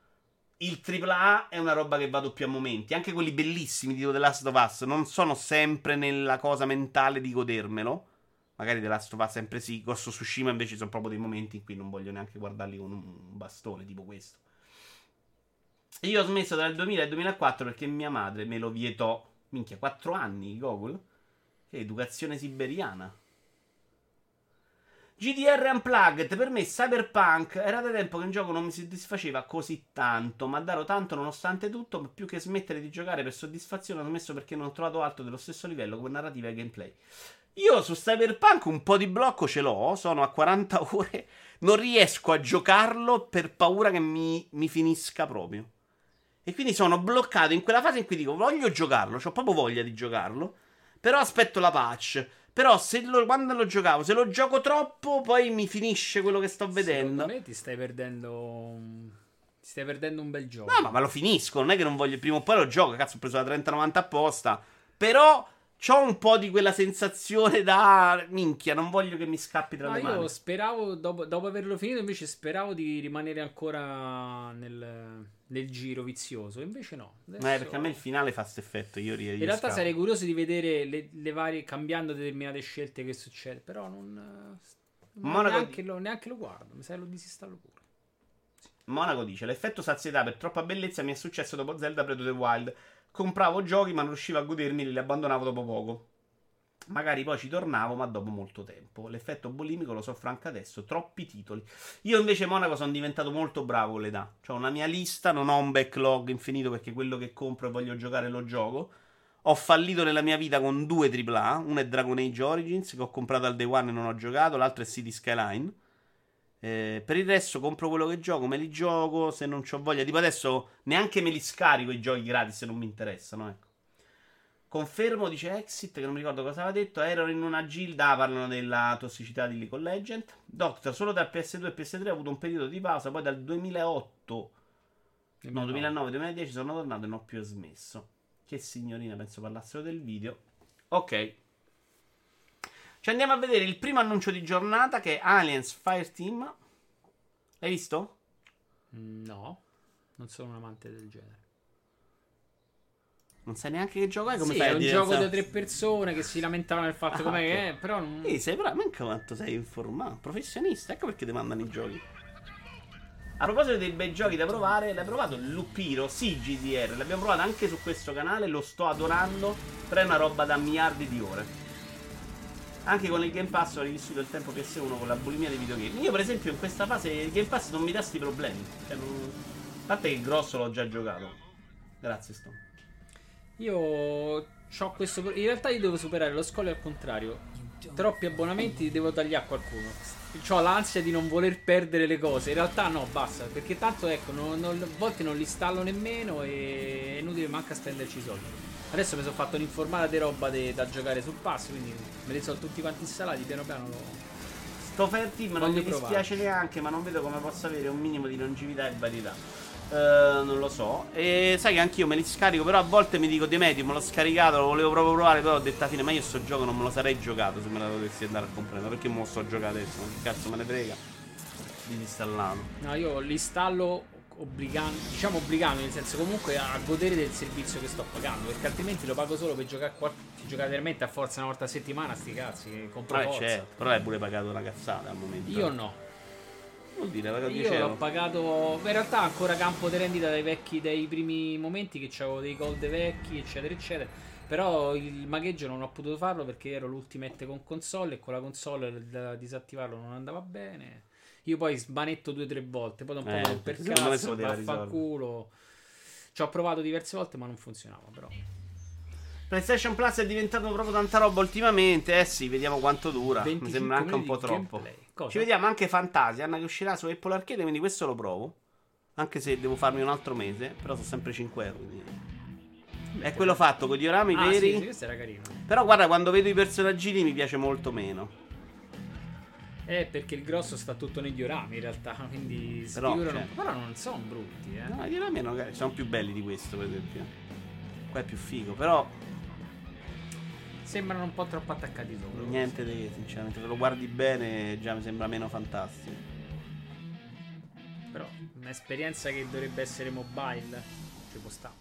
Il AAA è una roba che vado più a momenti. Anche quelli bellissimi tipo The Last of Us non sono sempre nella cosa mentale di godermelo. Magari The Last of Us sempre sì. Ghost of Tsushima invece sono proprio dei momenti in cui non voglio neanche guardarli con un bastone tipo questo. Io ho smesso dal 2000 al 2004 perché mia madre me lo vietò. Minchia, 4 anni, Gogol? Che educazione siberiana. GDR Unplugged, per me Cyberpunk era da tempo che un gioco non mi soddisfaceva così tanto, ma darò tanto nonostante tutto, ma più che smettere di giocare per soddisfazione ho smesso perché non ho trovato altro dello stesso livello come narrativa e gameplay. Io su Cyberpunk un po' di blocco ce l'ho, sono a 40 ore, non riesco a giocarlo per paura che mi finisca proprio. E quindi sono bloccato in quella fase in cui dico voglio giocarlo, ho proprio voglia di giocarlo, però aspetto la patch. Però quando lo giocavo, se lo gioco troppo, poi mi finisce quello che sto vedendo. Secondo me ti stai perdendo un bel gioco. No, ma lo finisco, non è che non voglio. Prima o poi lo gioco. Cazzo, ho preso la 3090 apposta. Però c'ho un po' di quella sensazione da minchia, non voglio che mi scappi tra le mani. Io speravo, dopo averlo finito, invece speravo di rimanere ancora nel giro vizioso. Invece no. Adesso... perché a me il finale fa questo effetto. Io in realtà sarei curioso di vedere le varie, cambiando determinate scelte, che succede. Però neanche lo guardo. Mi sa che lo disinstallo pure. Monaco dice: l'effetto sazietà per troppa bellezza mi è successo dopo Zelda Breath of the Wild. Compravo giochi ma non riuscivo a godermi, li abbandonavo dopo poco. Magari poi ci tornavo, ma dopo molto tempo. L'effetto bulimico lo soffro anche adesso. Troppi titoli. Io invece, Monaco, sono diventato molto bravo con l'età. Ho una mia lista, non ho un backlog infinito perché quello che compro e voglio giocare lo gioco. Ho fallito nella mia vita con 2 AAA. Uno è Dragon Age Origins, che ho comprato al Day One e non ho giocato. L'altro è City Skyline. Per il resto compro quello che gioco, me li gioco, se non c'ho voglia. Tipo adesso neanche me li scarico i giochi gratis se non mi interessano, ecco. Confermo, dice Exit, che non mi ricordo cosa aveva detto. Ero in una gilda, parlano della tossicità di League of Legends. Doctor, solo da PS2 e PS3 ho avuto un periodo di pausa, poi dal 2008, no, 2009-2010 sono tornato e non ho più smesso. Che signorina, penso parlassero del video. Ok. Ci andiamo a vedere il primo annuncio di giornata che è Aliens Fireteam. L'hai visto? No, non sono un amante del genere. Non sai neanche che gioco è? Come Sì, fai è a un dire gioco senza- da 3 persone che si lamentavano del fatto com'è ok. che è, però non... Sei bravo, manca quanto sei informato. Professionista, ecco perché ti mandano i giochi. A proposito dei bei giochi da provare, l'hai provato Lupiro? Sì, GDR. L'abbiamo provato anche su questo canale, lo sto adorando. Però è una roba da miliardi di ore. Anche con il Game Pass ho rivissuto il tempo PS1 con la bulimia dei videogame. Io, per esempio, in questa fase il Game Pass non mi dà sti problemi. Cioè, non... A parte che il grosso l'ho già giocato. Grazie, Stone. Io ho questo. In realtà io devo superare lo scoglio al contrario. Troppi abbonamenti devo tagliare a qualcuno. Ho l'ansia di non voler perdere le cose. In realtà no, basta. Perché tanto ecco, a volte non li installo nemmeno e è inutile manca spenderci i soldi. Adesso mi sono fatto un'informata di roba da giocare sul pass, quindi me li sono tutti quanti installati, piano piano lo... Sto Fair Team non Voglio mi provare. dispiace neanche, ma non vedo come possa avere un minimo di longevità e varietà. Non lo so. E sai che anch'io me li scarico, però a volte mi dico Medium, l'ho scaricato, lo volevo proprio provare, però ho detto alla fine, ma io sto gioco non me lo sarei giocato se me lo dovessi andare a comprare. Ma perché me lo sto giocando adesso? Che cazzo me ne frega? Disinstallato. No, io li installo obbligando, nel senso comunque a godere del servizio che sto pagando, perché altrimenti lo pago solo per giocare veramente a forza una volta a settimana, sti cazzi, che compro forza. Certo, però hai pure pagato una cazzata al momento. Io no. Vuol dire, pagato Io 10 l'ho euro. pagato. In realtà ancora campo di rendita dai primi momenti che c'avevo dei gold vecchi, eccetera, eccetera. Però il magheggio non ho potuto farlo perché ero l'ultimate con console e con la console da disattivarlo non andava bene. Io poi sbanetto 2 o 3 volte, poi da un po' per secondo me si cazzo, poteva vaffanculo. Ci ho provato diverse volte ma non funzionava però. PlayStation Plus è diventato proprio tanta roba ultimamente. Eh sì, vediamo quanto dura. Mi 25 sembra anche un minuti po' di troppo. gameplay. Cosa? Ci vediamo anche Fantasia, che uscirà su Apple Arcade, quindi questo lo provo. Anche se devo farmi un altro mese, però sono sempre 5 euro. Quindi... È quello fatto con gli orami veri. Sì, questo era carino. Però guarda, quando vedo i personaggini mi piace molto meno. Perché il grosso sta tutto negli orami in realtà, quindi Però, sfigurano cioè- un po', però non sono brutti, No, gli orami sono più belli di questo, per esempio. Qua è più figo, però Sembrano un po' troppo attaccati sopra. niente di che, sinceramente. Se lo guardi bene già mi sembra meno fantastico. Però un'esperienza che dovrebbe essere mobile ci può stare.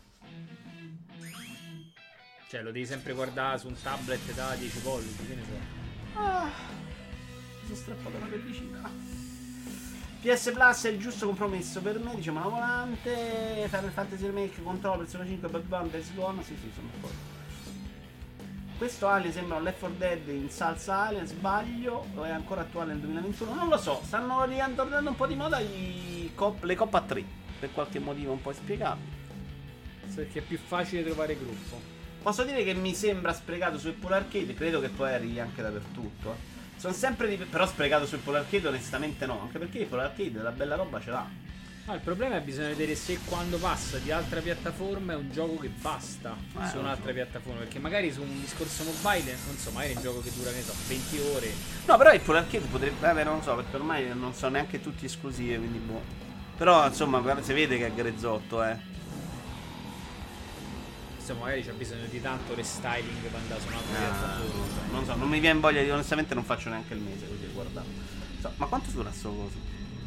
Cioè lo devi sempre guardare su un tablet da 10 pollici, che ne so. Mi sono strappato la pellicina. PS Plus è il giusto compromesso per me, diciamo la volante. Final Fantasy Remake, Control, Persona 5, Bad Band, Days Gone. Sì, sono d'accordo. Questo Alien sembra un Left 4 Dead in salsa Alien, sbaglio? O è ancora attuale nel 2021? Non lo so, stanno ritornando un po' di moda le Coppa 3. Per qualche motivo un po' inspiegabile. Perché è più facile trovare gruppo. Posso dire che mi sembra sprecato su Apple Arcade, credo che poi arrivi anche dappertutto. Sono sempre però sprecato su Apple Arcade onestamente no, anche perché Apple Arcade la bella roba ce l'ha. Il problema è che bisogna vedere se quando passa di altra piattaforma è un gioco che basta su un'altra piattaforma. Perché magari su un discorso mobile, non so, magari è un gioco che dura, che ne so, 20 ore. No, però Apple Arcade potrebbe, non so, perché ormai non sono neanche tutti esclusivi, quindi boh. Però insomma, guarda, si vede che è grezzotto, Insomma, magari c'è bisogno di tanto restyling per andare su un'altra piattaforma. Non so, non mi viene voglia di, onestamente non faccio neanche il mese così, guardate. Ma quanto dura sto coso?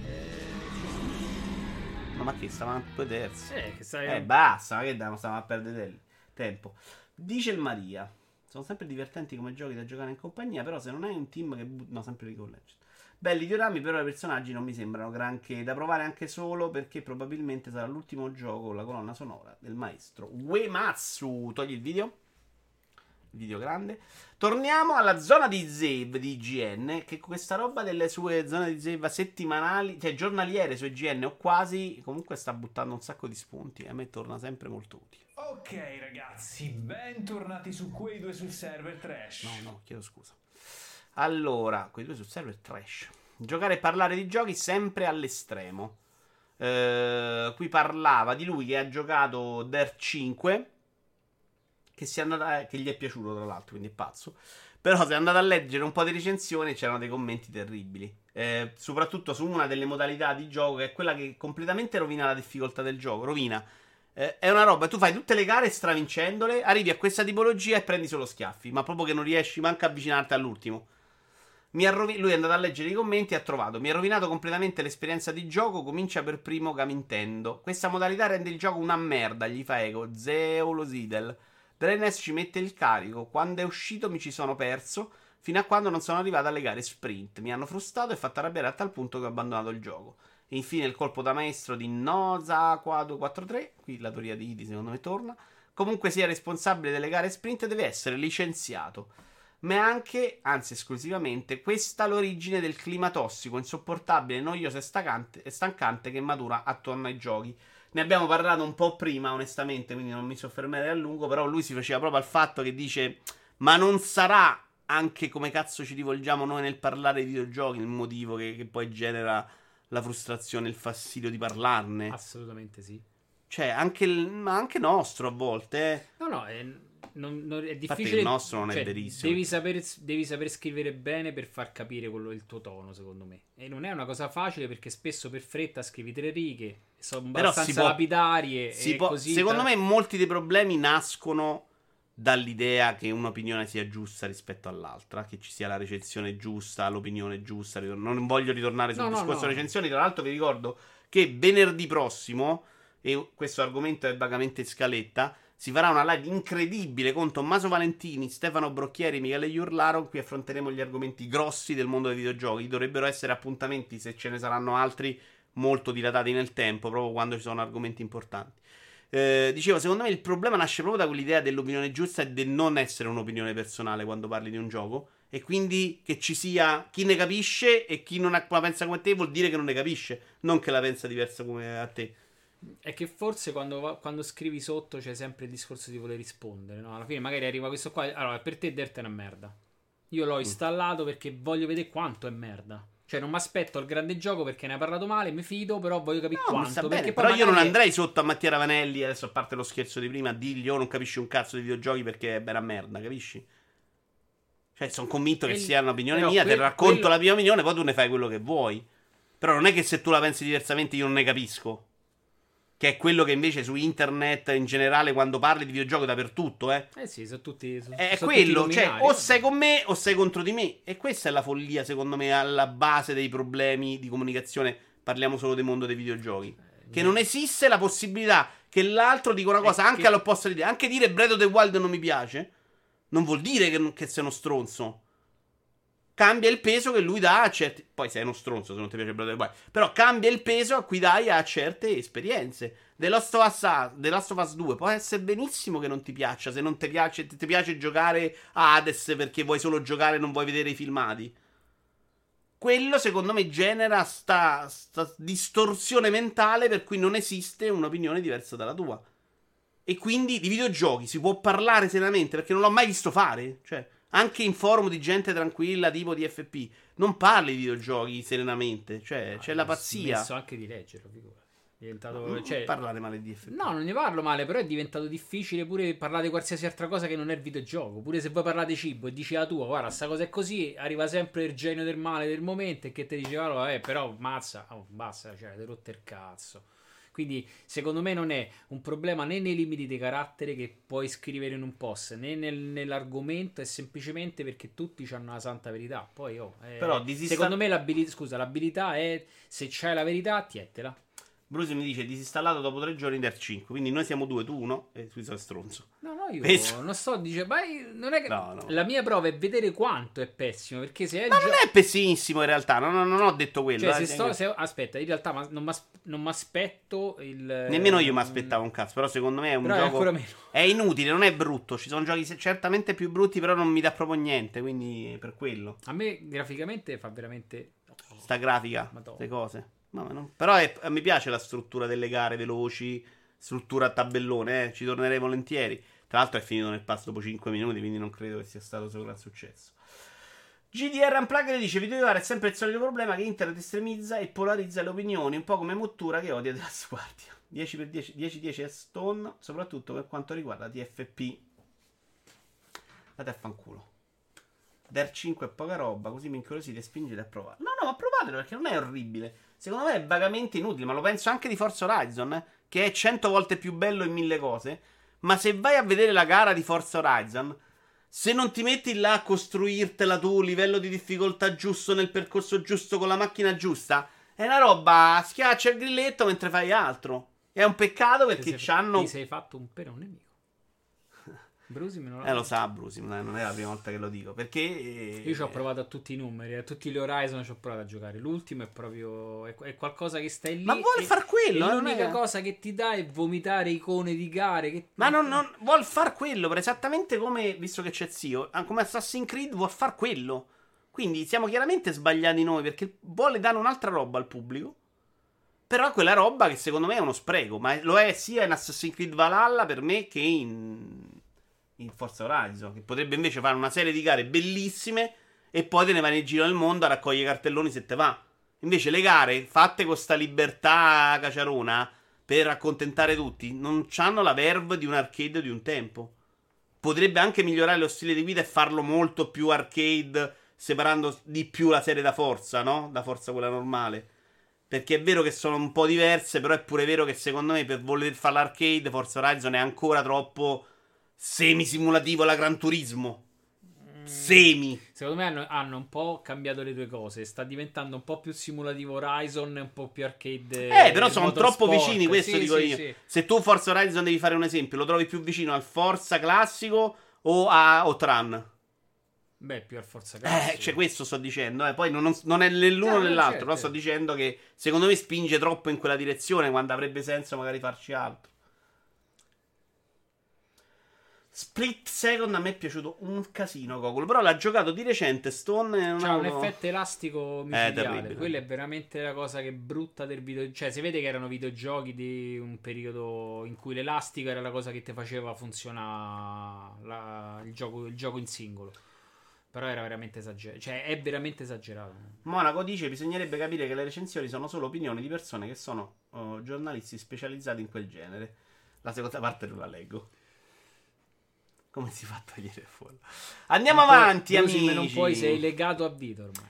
No, ma che stavamo a 2 terzi? Che stai... Basta, ma che stavamo a perdere tempo. Dice il Maria. Sono sempre divertenti come giochi da giocare in compagnia, però se non hai un team che no, sempre League of Legends. Belli diorami, però i personaggi non mi sembrano granché da provare anche solo perché probabilmente sarà l'ultimo gioco con la colonna sonora del maestro Uematsu. Togli il video grande. Torniamo alla zona di Zave di IGN, che questa roba delle sue zone di Zave settimanali, cioè giornaliere su IGN o quasi, comunque sta buttando un sacco di spunti e a me torna sempre molto utile. Ok ragazzi, bentornati su Quei 2 sul server Trash. No, chiedo scusa. Allora, quei due sul server trash. Giocare e parlare di giochi sempre all'estremo. Qui parlava di lui che ha giocato Dirt 5, che gli è piaciuto tra l'altro, quindi è pazzo. Però se andate a leggere un po' di recensioni c'erano dei commenti terribili. Soprattutto su una delle modalità di gioco, che è quella che completamente rovina la difficoltà del gioco. Rovina. È una roba, tu fai tutte le gare stravincendole, arrivi a questa tipologia e prendi solo schiaffi, ma proprio che non riesci manco a avvicinarti all'ultimo. Lui è andato a leggere i commenti e ha trovato: mi ha rovinato completamente l'esperienza di gioco, comincia per primo Gamintendo. Questa modalità rende il gioco una merda, gli fa eco Zeolosidel. Drenes ci mette il carico, quando è uscito mi ci sono perso, fino a quando non sono arrivato alle gare sprint. Mi hanno frustrato e fatto arrabbiare a tal punto che ho abbandonato il gioco. E infine il colpo da maestro di Nozawa 243. Qui la teoria di Idi secondo me torna. Comunque sia responsabile delle gare sprint deve essere licenziato. Ma è anche, anzi esclusivamente, questa l'origine del clima tossico, insopportabile, noioso e stancante che matura attorno ai giochi. Ne abbiamo parlato un po' prima, onestamente, quindi non mi soffermerei a lungo, però lui si faceva proprio al fatto che dice: ma non sarà anche come cazzo ci rivolgiamo noi nel parlare di videogiochi il motivo che poi genera la frustrazione, il fastidio di parlarne? Assolutamente sì. Cioè, ma anche nostro a volte. No, è A parte difficile. che il nostro non è Cioè, verissimo. devi saper scrivere bene per far capire il tuo tono, secondo me. E non è una cosa facile perché spesso per fretta scrivi 3 righe, sono Però abbastanza lapidarie così. Secondo me molti dei problemi nascono dall'idea che un'opinione sia giusta rispetto all'altra, che ci sia la recensione giusta, l'opinione giusta. Non voglio ritornare sul discorso recensioni. Tra l'altro vi ricordo che venerdì prossimo, e questo argomento è vagamente in scaletta, si farà una live incredibile con Tommaso Valentini, Stefano Brocchieri, Michele Iurlaro. In cui affronteremo gli argomenti grossi del mondo dei videogiochi. Dovrebbero essere appuntamenti, se ce ne saranno altri, molto dilatati nel tempo, proprio quando ci sono argomenti importanti. Dicevo, secondo me il problema nasce proprio da quell'idea dell'opinione giusta e del non essere un'opinione personale quando parli di un gioco. E quindi che ci sia chi ne capisce e chi non la pensa come te vuol dire che non ne capisce, non che la pensa diversa come a te. È che forse quando scrivi sotto c'è sempre il discorso di voler rispondere, no? Alla fine magari arriva questo qua. Allora, per te Dirt è una merda. Io l'ho installato perché voglio vedere quanto è merda. Cioè, non mi aspetto il grande gioco perché ne ha parlato male, mi fido, però voglio capire quanto. Perché Però poi io non andrei sotto a Mattia Ravanelli, adesso a parte lo scherzo di prima, a dirgli: oh, non capisci un cazzo di videogiochi perché è vera merda, capisci? Cioè, sono convinto che sia un'opinione mia, te racconto la mia opinione, poi tu ne fai quello che vuoi. Però non è che se tu la pensi diversamente io non ne capisco. Che è quello che invece su internet in generale quando parli di videogiochi dappertutto, sì, sono tutti. è sono quello, tutti cioè o sei con me o sei contro di me. E questa è la follia, secondo me, alla base dei problemi di comunicazione. Parliamo solo del mondo dei videogiochi. Che non esiste la possibilità che l'altro dica una cosa anche all'opposto di te. Anche dire Breath of the Wild non mi piace non vuol dire che sei uno stronzo. Cambia il peso che lui dà a certi. Poi sei uno stronzo se non ti piace Breath of the Wild. Però cambia il peso a cui dai a certe esperienze. The Last of Us 2 può essere benissimo che non ti piaccia. Se non ti piace giocare a Hades perché vuoi solo giocare e non vuoi vedere i filmati. Quello secondo me genera sta distorsione mentale per cui non esiste un'opinione diversa dalla tua. E quindi di videogiochi si può parlare serenamente perché non l'ho mai visto fare. Cioè, anche in forum di gente tranquilla tipo di FP non parli di videogiochi serenamente. Cioè, c'è la pazzia. Ho smesso anche di leggerlo, figurati. Non parlare male di FP. No, non ne parlo male, però è diventato difficile pure parlare di qualsiasi altra cosa che non è il videogioco. Pure se vuoi parlare di cibo e dici la tua, guarda, sta cosa è così, arriva sempre il genio del male del momento e che ti dice, allora, vabbè, però mazza, basta, cioè, ti rotto il cazzo. Quindi, secondo me, non è un problema né nei limiti di carattere che puoi scrivere in un post, né nell'argomento, è semplicemente perché tutti hanno la santa verità. Poi, però, secondo me, l'abilità è, se c'hai la verità, tietela. Bruce mi dice disinstallato dopo 3 giorni Dirt 5. Quindi noi siamo 2, tu 1 e tu sei stronzo. No, io non sto dicendo. Non è che no. La mia prova è vedere quanto è pessimo. Perché se è non è pessimissimo in realtà. Non ho detto quello. Cioè, aspetta, in realtà non mi aspetto il. Nemmeno io mi aspettavo un cazzo. Però secondo me è un gioco. È inutile, non è brutto. Ci sono giochi certamente più brutti, però non mi dà proprio niente. Quindi per quello. A me graficamente fa veramente. Sta grafica, queste cose. Però mi piace la struttura delle gare veloci, struttura a tabellone, ci tornerei volentieri. Tra l'altro è finito nel pass dopo 5 minuti, quindi non credo che sia stato solo un gran successo. GDR Unplugged dice: Videogiocare è sempre il solito problema che internet estremizza e polarizza le opinioni, un po' come Mottura che odia The Last Guardian. 10/10, 10/10 a Stone, soprattutto per quanto riguarda TFP. Date a fanculo. Der 5 è poca roba, così mi incuriosite e spingete a provare. No, ma provatelo perché non è orribile. Secondo me è vagamente inutile, ma lo penso anche di Forza Horizon, che è 100 volte più bello in 1000 cose. Ma se vai a vedere la gara di Forza Horizon, se non ti metti là a costruirtela tu, livello di difficoltà giusto nel percorso giusto con la macchina giusta, è una roba, schiaccia il grilletto mentre fai altro. È un peccato perché c'hanno... Ti sei fatto un perone nemico. Brusi me lo sa Brusi, non è la prima volta che lo dico. Perché io ci ho provato a tutti i numeri, a tutti gli Horizon ci ho provato a giocare. L'ultimo è proprio è qualcosa che stai lì. Ma vuole far quello? L'unica cosa che ti dà è vomitare icone di gare. Ma non vuol far quello, per esattamente come, visto che c'è Zio, come Assassin's Creed vuol far quello. Quindi siamo chiaramente sbagliati noi perché vuole dare un'altra roba al pubblico. Però quella roba che secondo me è uno spreco. Ma lo è sia in Assassin's Creed Valhalla per me che in Forza Horizon, che potrebbe invece fare una serie di gare bellissime e poi te ne vai in giro nel mondo a raccogliere cartelloni se te va. Invece le gare fatte con sta libertà caciarona per accontentare tutti non hanno la verve di un arcade di un tempo. Potrebbe anche migliorare lo stile di guida e farlo molto più arcade, separando di più la serie da Forza, no? Da Forza quella normale. Perché è vero che sono un po' diverse, però è pure vero che secondo me per voler fare l'arcade Forza Horizon è ancora troppo semi-simulativo alla Gran Turismo. Secondo me hanno un po' cambiato le due cose. Sta diventando un po' più simulativo Horizon e un po' più arcade. Però sono troppo vicini, questo sì, dico io. Se tu Forza Horizon devi fare un esempio, lo trovi più vicino al Forza classico o a Outrun? Beh, più al Forza classico. Cioè questo sto dicendo. Poi non è nell'uno né nell'altro. Però sto dicendo che secondo me spinge troppo in quella direzione quando avrebbe senso magari farci altro. Split Second a me è piaciuto un casino, Gogol. Però l'ha giocato di recente Stone. C'ha un effetto elastico micidiale. Terribile. Quella è veramente la cosa che è brutta del video. Cioè, si vede che erano videogiochi di un periodo in cui l'elastico era la cosa che ti faceva funzionare il gioco in singolo. Però era veramente esagerato. Cioè, è veramente esagerato. Monaco dice: bisognerebbe capire che le recensioni sono solo opinioni di persone che sono giornalisti specializzati in quel genere. La seconda parte non la leggo. Come si fa a togliere fuori? Andiamo avanti, amici. Non puoi, sei legato a vita ormai.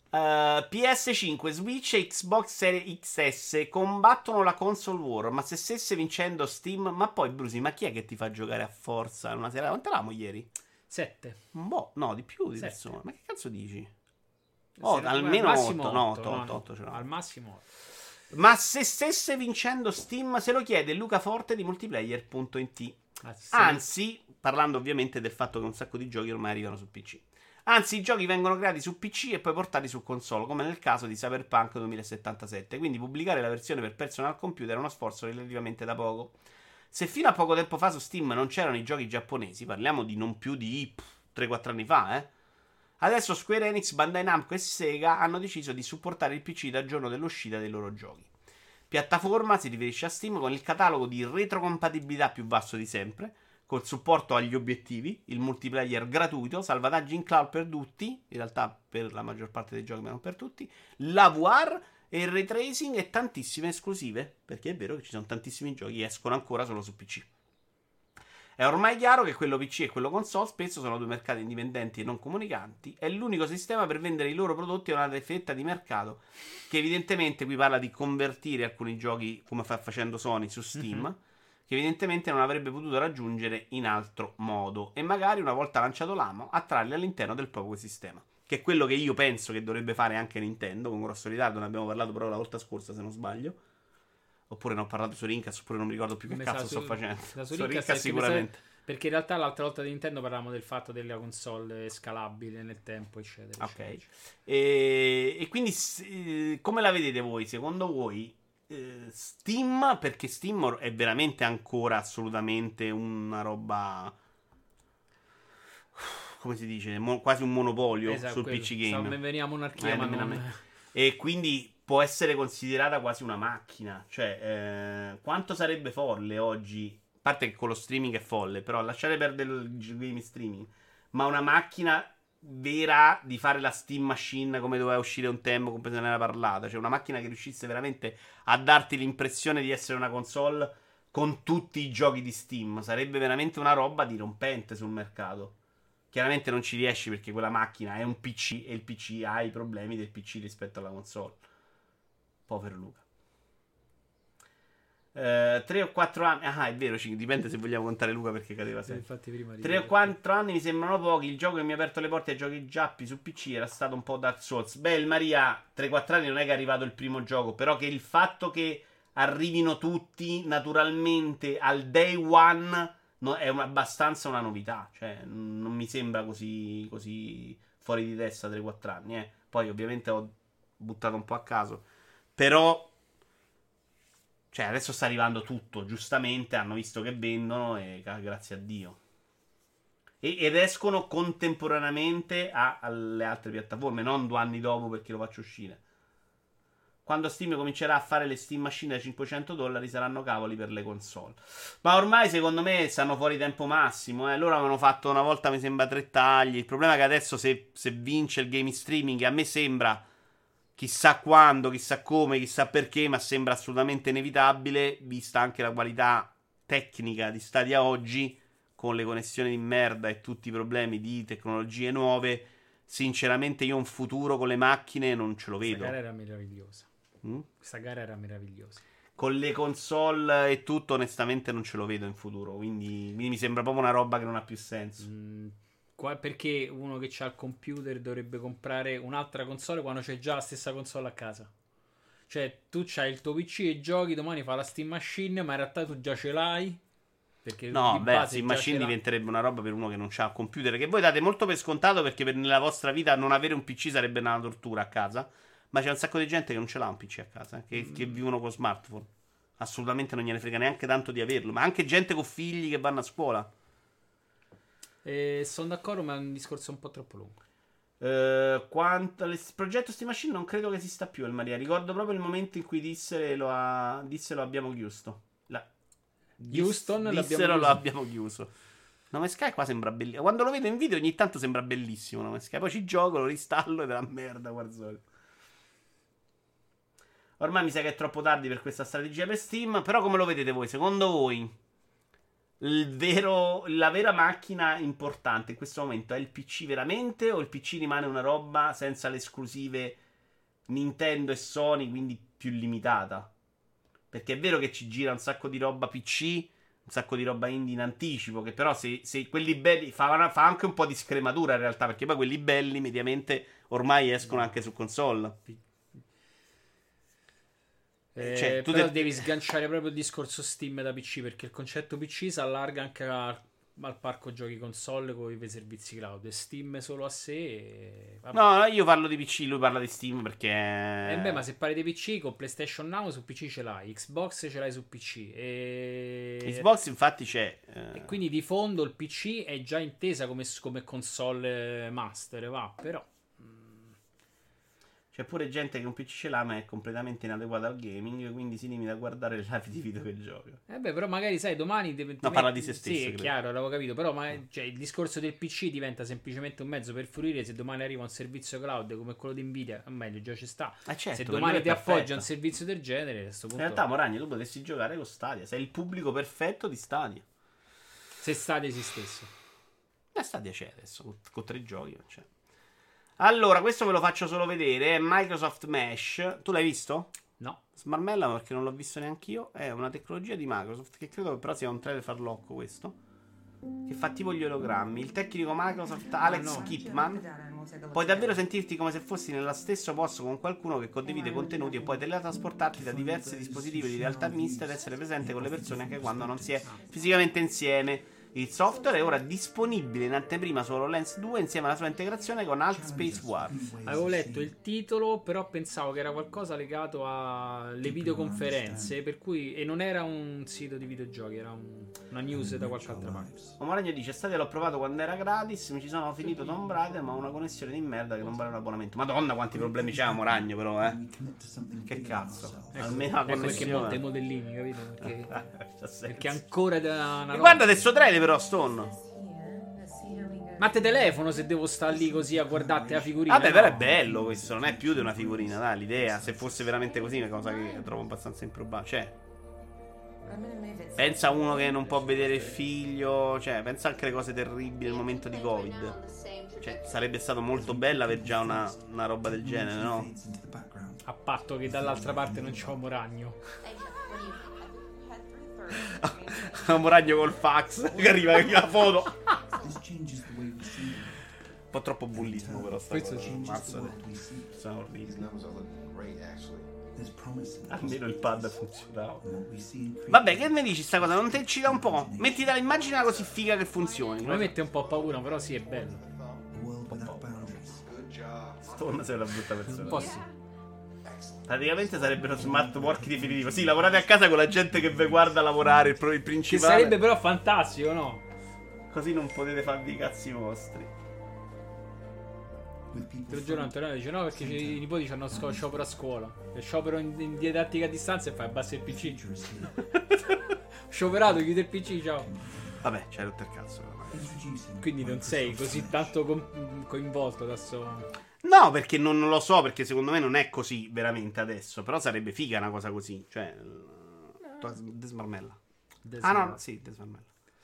PS5, Switch e Xbox Series XS combattono la console war. Ma se stesse vincendo Steam, ma poi Brusi, ma chi è che ti fa giocare a Forza in una serata? Quanto eravamo ieri? 7. No, di più di 7. persone. Ma che cazzo dici? Almeno 8. 8. Al massimo 8. Ma se stesse vincendo Steam, se lo chiede Luca Forte di multiplayer.it. Anzi, parlando ovviamente del fatto che un sacco di giochi ormai arrivano su PC. Anzi, i giochi vengono creati su PC e poi portati su console, come nel caso di Cyberpunk 2077. Quindi pubblicare la versione per personal computer è uno sforzo relativamente da poco. Se fino a poco tempo fa su Steam non c'erano i giochi giapponesi, parliamo di non più di 3-4 anni fa, adesso Square Enix, Bandai Namco e Sega hanno deciso di supportare il PC dal giorno dell'uscita dei loro giochi. Piattaforma si riferisce a Steam con il catalogo di retrocompatibilità più vasto di sempre, col supporto agli obiettivi, il multiplayer gratuito, salvataggi in cloud per tutti, in realtà per la maggior parte dei giochi ma non per tutti, la VR e il ray tracing e tantissime esclusive, perché è vero che ci sono tantissimi giochi che escono ancora solo su PC. È ormai chiaro che quello PC e quello console spesso sono due mercati indipendenti e non comunicanti. È l'unico sistema per vendere i loro prodotti a una fetta di mercato che evidentemente qui parla di convertire alcuni giochi come sta facendo Sony su Steam, che evidentemente non avrebbe potuto raggiungere in altro modo e magari una volta lanciato l'amo attrarli all'interno del proprio sistema, che è quello che io penso che dovrebbe fare anche Nintendo con grosso ritardo. Ne abbiamo parlato però la volta scorsa se non sbaglio. Oppure ne ho parlato su Rincast, oppure non mi ricordo più che cazzo sto facendo. Su Rincast sicuramente. Perché in realtà l'altra volta di Nintendo parlavamo del fatto della console scalabile nel tempo, eccetera. Ok. Eccetera. E quindi come la vedete voi? Secondo voi Steam, perché Steam è veramente ancora assolutamente una roba, come si dice, quasi un monopolio sul PC game. Veniamo monarchia, ma non... E quindi può essere considerata quasi una macchina. Cioè, quanto sarebbe folle oggi, a parte che con lo streaming è folle, però lasciare perdere il game streaming, ma una macchina vera di fare la Steam Machine come doveva uscire un tempo, come se ne era parlata. Cioè una macchina che riuscisse veramente a darti l'impressione di essere una console con tutti i giochi di Steam. Sarebbe veramente una roba dirompente sul mercato. Chiaramente non ci riesci perché quella macchina è un PC e il PC ha i problemi del PC rispetto alla console. Povero Luca. 3 o 4 anni. Ah, è vero, dipende se vogliamo contare Luca perché cadeva sempre. Infatti prima 3 o 4 anni mi sembrano pochi. Il gioco che mi ha aperto le porte ai giochi giappi su PC era stato un po' Dark Souls. Beh, il Maria, 3-4 anni non è che è arrivato il primo gioco, però che il fatto che arrivino tutti naturalmente al day one è abbastanza una novità. Cioè, non mi sembra così fuori di testa 3-4 anni. Poi ovviamente ho buttato un po' a caso. Però, cioè, adesso sta arrivando tutto. Giustamente hanno visto che vendono e grazie a Dio. Ed escono contemporaneamente alle altre piattaforme, non 2 anni dopo perché lo faccio uscire. Quando Steam comincerà a fare le Steam Machine da $500 saranno cavoli per le console. Ma ormai secondo me stanno fuori tempo massimo. Loro avevano fatto una volta, mi sembra, 3 tagli. Il problema è che adesso se vince il game streaming, a me sembra, chissà quando, chissà come, chissà perché, ma sembra assolutamente inevitabile, vista anche la qualità tecnica di Stadia oggi, con le connessioni di merda e tutti i problemi di tecnologie nuove. Sinceramente io un futuro con le macchine non ce lo vedo. Questa gara era meravigliosa. Questa gara era meravigliosa. Con le console e tutto, onestamente non ce lo vedo in futuro. Quindi mi sembra proprio una roba che non ha più senso. Perché uno che ha il computer dovrebbe comprare un'altra console quando c'è già la stessa console a casa? Cioè, tu c'hai il tuo PC e giochi, domani fa la Steam Machine, ma in realtà tu già ce l'hai. Perché no, beh, Steam Machine diventerebbe una roba per uno che non c'ha il computer, che voi date molto per scontato perché nella vostra vita non avere un PC sarebbe una tortura a casa. Ma c'è un sacco di gente che non ce l'ha un PC a casa, che vivono con smartphone. Assolutamente non gliene frega neanche tanto di averlo. Ma anche gente con figli che vanno a scuola. Sono d'accordo, ma è un discorso un po' troppo lungo. Il progetto Steam Machine non credo che esista più, il Maria. Ricordo proprio il momento in cui disse lo abbiamo chiuso. Lo abbiamo chiuso. Nome Sky qua sembra bellissimo. Quando lo vedo in video ogni tanto sembra bellissimo Nome Sky. Poi ci gioco, lo ristallo ed è una merda, Warzone. Ormai mi sa che è troppo tardi per questa strategia per Steam. Però come lo vedete voi? Secondo voi la vera macchina importante in questo momento è il PC veramente? O il PC rimane una roba senza le esclusive Nintendo e Sony, quindi più limitata? Perché è vero che ci gira un sacco di roba PC, un sacco di roba indie in anticipo, che però se quelli belli fa anche un po' di scrematura in realtà, perché poi quelli belli mediamente ormai escono anche su console. Cioè, però devi sganciare proprio il discorso Steam da PC, perché il concetto PC si allarga anche al parco giochi console con i servizi cloud, e Steam solo a sé. No, io parlo di PC, lui parla di Steam perché beh, ma se parli di PC, con PlayStation Now su PC ce l'hai, Xbox ce l'hai su PC Xbox infatti c'è, e quindi di fondo il PC è già intesa come console master, va, però c'è pure gente che un PC ce l'ha ma è completamente inadeguata al gaming, quindi si limita a guardare le live di video che gioca. Beh, però magari sai, domani parla di se stesso. Sì, è chiaro, l'avevo capito, però cioè, il discorso del PC diventa semplicemente un mezzo per fruire. Se domani arriva un servizio cloud come quello di Nvidia, o meglio, già ci sta. Certo, se domani ti appoggia un servizio del genere, a questo punto in realtà Moragno, tu potresti giocare con Stadia, sei il pubblico perfetto di Stadia. Se Stadia esistesse. Stadia c'è adesso, con 3 giochi non c'è. Allora, questo ve lo faccio solo vedere. È Microsoft Mesh. Tu l'hai visto? No. Smarmella perché non l'ho visto neanche io. È una tecnologia di Microsoft che credo però sia un trailer farlocco questo, che fa tipo gli ologrammi. Il tecnico Microsoft Alex Kipman puoi davvero sentirti come se fossi nello stesso posto con qualcuno che condivide contenuti e puoi teletrasportarti da diversi dispositivi di realtà mista ed essere presente con le persone anche quando non si è fisicamente insieme. Il software è ora disponibile in anteprima su HoloLens 2 insieme alla sua integrazione con Alt Space War. Avevo letto il titolo, però pensavo che era qualcosa legato alle videoconferenze, per cui, e non era un sito di videogiochi, era una news da qualche altra parte. Omoragno dice: Stadia l'ho provato quando era gratis, mi ci sono finito Tomb Raider, ma ho una connessione di merda che non vale un abbonamento. Madonna quanti problemi c'è Omoragno però, Che cazzo. Almeno la connessione. Perché monta i modellini, capito? Perché ancora da una guarda adesso trailer però Stone. Ma te telefono se devo stare lì così a guardarti la figurina. Vabbè, no? però è bello questo, non è più di una figurina, dai, l'idea. Se fosse veramente così, è una cosa che trovo abbastanza improbabile. Cioè, pensa a uno che non può vedere il figlio, cioè, pensa anche alle cose terribili nel momento di Covid. Cioè, sarebbe stato molto bello avere già una roba del genere, no? A patto che dall'altra parte non c'è Uomo Ragno. Un ragno col fax che arriva con la foto. Un po' troppo bullismo, però sta Questo cosa. sì. Mazzate. Sono orribili. Almeno il pad funzionava. Vabbè, che ne dici sta cosa? Non ti eccita un po'? Metti dall'immagine così figa che funzioni. Mi mette un po' paura, però sì, è bello. Stone sei una brutta persona. Un po' sì. Praticamente sarebbero smart work definitivo. Sì, lavorate a casa con la gente che vi guarda lavorare, il Che principale. sarebbe però fantastico, no? Così non potete farvi i cazzi vostri. L'altro giorno Antonio dice no perché i nipoti hanno sciopero a scuola. E sciopero in didattica a distanza e fai abbassa il PC. Scioperato, chiude il PC, ciao. Vabbè, c'hai rotto il cazzo. Quindi non sei così tanto coinvolto da sto... No, perché non lo so, perché secondo me non è così veramente adesso. Però sarebbe figa una cosa così. Cioè, desmarmella. Ah no, sì, desmarmella.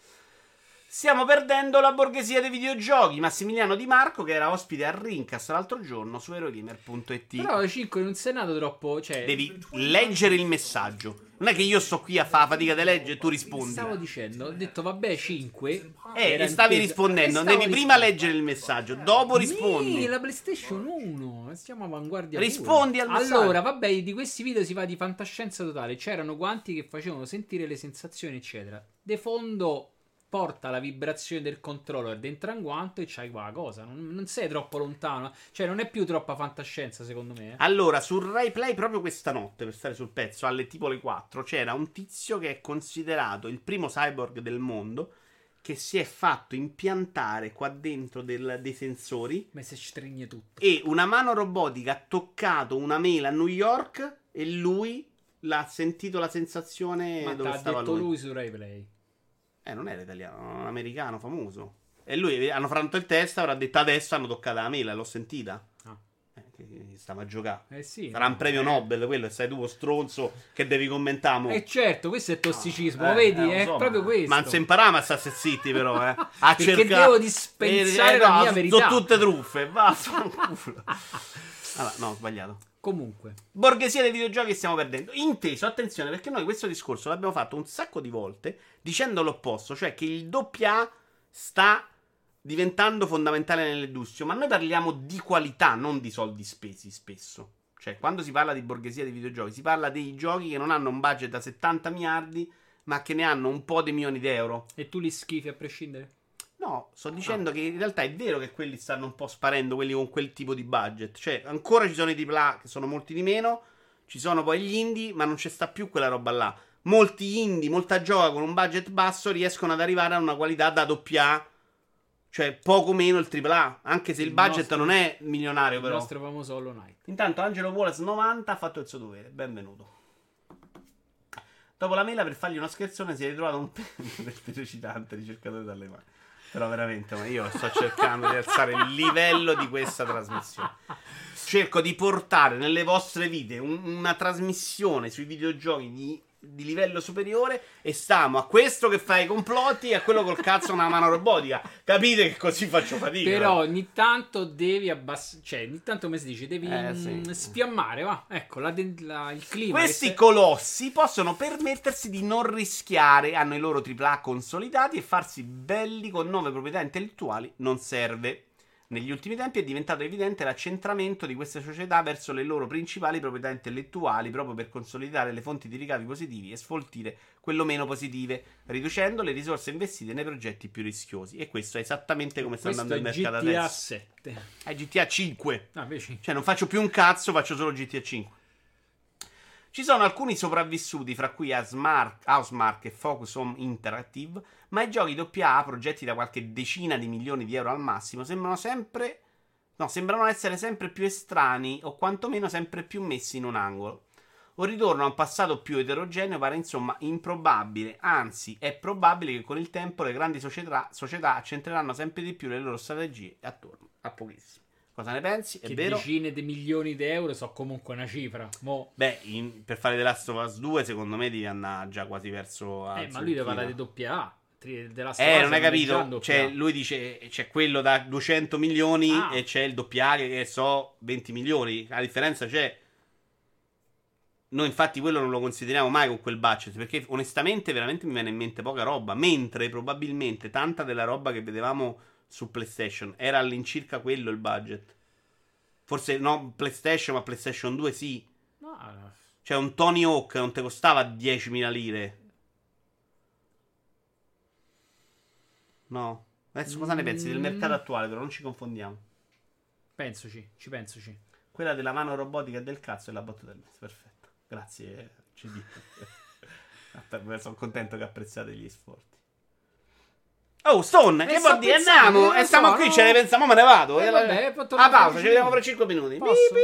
Stiamo perdendo la borghesia dei videogiochi. Massimiliano Di Marco, che era ospite a Rincast l'altro giorno su erogamer.it. Però 5 non sei nato troppo, cioè... Devi leggere il messaggio. Non è che io sto qui a fare fatica di leggere e tu rispondi. Stavo dicendo, ho detto vabbè 5. E stavi rispondendo. Devi prima leggere il messaggio, dopo rispondi. La PlayStation 1, stiamo avanguardia. Rispondi pure. al messaggio. Allora, vabbè, di questi video si va di fantascienza totale. C'erano guanti che facevano sentire le sensazioni, eccetera. De fondo porta la vibrazione del controller dentro un guanto e c'hai qua la cosa. Non sei troppo lontano. Cioè, non è più troppa fantascienza, secondo me. Allora, sul Rai Play proprio questa notte, per stare sul pezzo, alle tipo le 4, c'era un tizio che è considerato il primo cyborg del mondo che si è fatto impiantare qua dentro dei sensori. Ma si strigne tutto. E una mano robotica ha toccato una mela a New York e lui l'ha sentito la sensazione Ma dove t'ha stava detto lui. lui su Rai Play. Non era italiano, era un americano famoso. E lui hanno franto il test, avrà detto adesso hanno toccato la mela, l'ho sentita. Ah. Che stava a giocare. Sì. Sarà un premio Nobel quello, e sei tu stronzo che devi commentare. Certo, questo è tossicismo, vedi? È so, proprio questo. Ma non si impariamo a stare zitti però, A Perché cercare... devo dispensare la mia verità. Sono tutte truffe, vaffanculo. Allora, no, ho sbagliato. Comunque, Borghesia dei videogiochi stiamo perdendo. Inteso, attenzione, perché noi questo discorso l'abbiamo fatto un sacco di volte dicendo l'opposto, cioè che il AA sta diventando fondamentale nell'industria, ma noi parliamo di qualità, non di soldi spesi spesso. Cioè, quando si parla di borghesia dei videogiochi, si parla dei giochi che non hanno un budget da 70 miliardi, ma che ne hanno un po' di milioni di euro. e tu li schifi a prescindere? No, sto dicendo che in realtà è vero che quelli stanno un po' sparendo, quelli con quel tipo di budget. Cioè, ancora ci sono i AAA che sono molti di meno, ci sono poi gli indie, ma non c'è sta più quella roba là. Molti indie, molta gioca con un budget basso riescono ad arrivare a una qualità da AA, cioè poco meno il AAA, anche se il budget nostro- non è milionario Il però. nostro famoso Hollow Knight. Intanto Angelo Wallace 90 ha fatto il suo dovere, benvenuto. Dopo la mela per fargli uno scherzone si è ritrovato un del velocitante ricercatore dalle mani. Però veramente, ma io sto cercando di alzare il livello di questa trasmissione. Cerco di portare nelle vostre vite una trasmissione sui videogiochi di livello superiore e stiamo a questo che fa i complotti e a quello col cazzo una mano robotica. Capite che così faccio fatica? Però ogni tanto devi abbassare, cioè ogni tanto come si dice, devi sì. sfiammare, va. Ecco, il clima. Questi colossi possono permettersi di non rischiare, hanno i loro AAA consolidati e farsi belli con nuove proprietà intellettuali non serve. Negli ultimi tempi è diventato evidente l'accentramento di queste società verso le loro principali proprietà intellettuali proprio per consolidare le fonti di ricavi positivi e sfoltire quello meno positive, riducendo le risorse investite nei progetti più rischiosi. E questo è esattamente come sta andando il mercato GTA adesso. 7. È GTA 5. Ah, invece. Cioè non faccio più un cazzo, faccio solo GTA 5. Ci sono alcuni sopravvissuti, fra cui Housemarque e Focus Home Interactive, ma i giochi AA, progetti da qualche decina di milioni di euro al massimo, sembrano essere sempre più estranei o quantomeno sempre più messi in un angolo. Un ritorno a un passato più eterogeneo pare insomma improbabile, anzi è probabile che con il tempo le grandi società accentreranno sempre di più le loro strategie attorno a pochissimi. Cosa ne pensi? È Che vero? decine di milioni di euro so comunque una cifra. Beh, per fare The Last of Us 2 secondo me devi andare già quasi verso... Ma lui deve parlare di doppia A. Non hai capito? Cioè, lui dice c'è quello da 200 milioni e c'è il doppia A che so 20 milioni. La differenza c'è. Noi infatti quello non lo consideriamo mai con quel budget, perché onestamente veramente mi viene in mente poca roba, mentre probabilmente tanta della roba che vedevamo su PlayStation era all'incirca quello il budget. Forse no PlayStation, ma PlayStation 2 sì. No. Cioè un Tony Hawk non ti costava 10.000 lire. No. Adesso cosa ne pensi del mercato attuale, però non ci confondiamo. Ci pensoci. Quella della mano robotica e del cazzo è la botta del mese, perfetto. Grazie, CD. Sono contento che apprezzate gli sforzi. Oh, Stone, che vuol dire? Andiamo e stiamo qui, ce ne pensiamo, me ne vado. Vabbè, pausa, ci vediamo fra 5 minuti.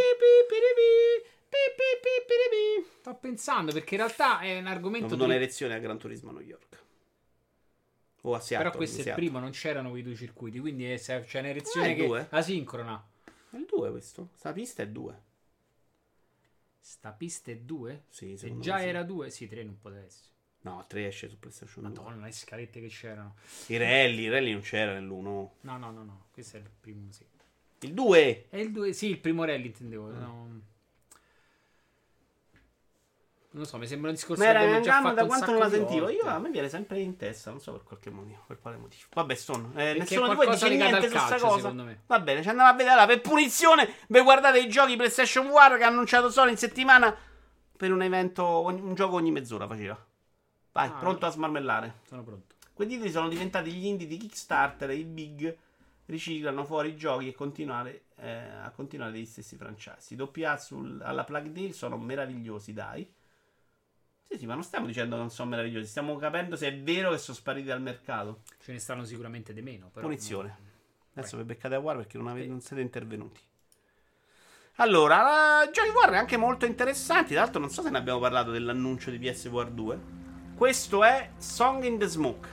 Sto pensando, perché in realtà è un Ho argomento... avuto un'erezione a Gran Turismo a New York. O a Seattle. Però questo è il primo, non c'erano quei due circuiti, quindi c'è un'erezione il due. asincrona. È il 2 questo. Sta pista è 2. Sta pista è 2? Sì, Se secondo già me sì. era 2, sì, 3 non poteva essere. No, 3 esce su PlayStation 2. Madonna, le scalette che c'erano. I rally non c'era nell'1. No. Questo è il primo, sì. Il 2. È il 2, sì, il primo rally intendevo. No. Non lo so, mi sembra un discorso Ma che era abbiamo in già gamma fatto da un quanto non sacco la di sentivo. volte. A me viene sempre in testa, non so per qualche motivo. Per quale motivo. Vabbè, Stone. Perché Nessuno è di voi qualcosa dice legato niente al su sta calcio, cosa. secondo me. Va bene, ci andiamo a vedere là. Per punizione, vi guardate i giochi PlayStation War che ha annunciato Sony in settimana per un evento, un gioco ogni mezz'ora faceva. Vai, pronto a smarmellare. Sono pronto. Quei titoli sono diventati gli indie di Kickstarter e i big riciclano fuori i giochi e a continuare degli stessi franchise. I doppia alla Plug Deal sono meravigliosi, dai. Sì, ma non stiamo dicendo che non sono meravigliosi, stiamo capendo se è vero che sono spariti dal mercato. Ce ne stanno sicuramente di meno, però. Punizione. Adesso vi beccate a War perché non siete intervenuti. Allora, giochi War anche molto interessanti. Tra l'altro non so se ne abbiamo parlato dell'annuncio di PS War 2. Questo è Song in the Smoke.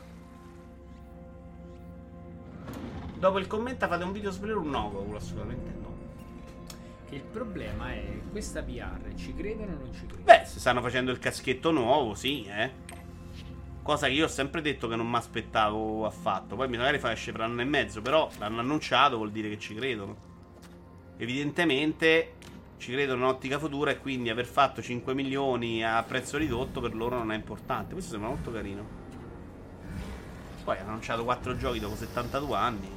Dopo il commento fate un video spoiler un no, quello assolutamente no. Che il problema è questa VR, ci credono o non ci credono? Beh, se stanno facendo il caschetto nuovo, sì, Cosa che io ho sempre detto che non mi aspettavo affatto. Poi magari esce per anno e mezzo, però l'hanno annunciato, vuol dire che ci credono. Evidentemente ci credono in ottica futura e quindi aver fatto 5 milioni a prezzo ridotto per loro non è importante. Questo sembra molto carino. Poi hanno annunciato 4 giochi dopo 72 anni.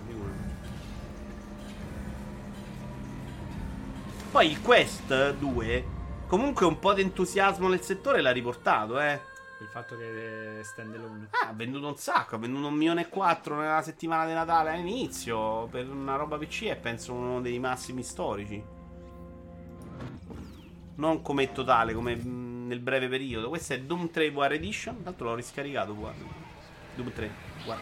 Poi il Quest 2 comunque un po' di entusiasmo nel settore l'ha riportato, Il fatto che è stand alone. Ha venduto un sacco, ha venduto 1,4 milioni nella settimana di Natale all'inizio. Per una roba PC è penso uno dei massimi storici. Non come totale, come nel breve periodo. Questo è Doom 3 War Edition. Tanto l'ho riscaricato, guarda. Doom 3 War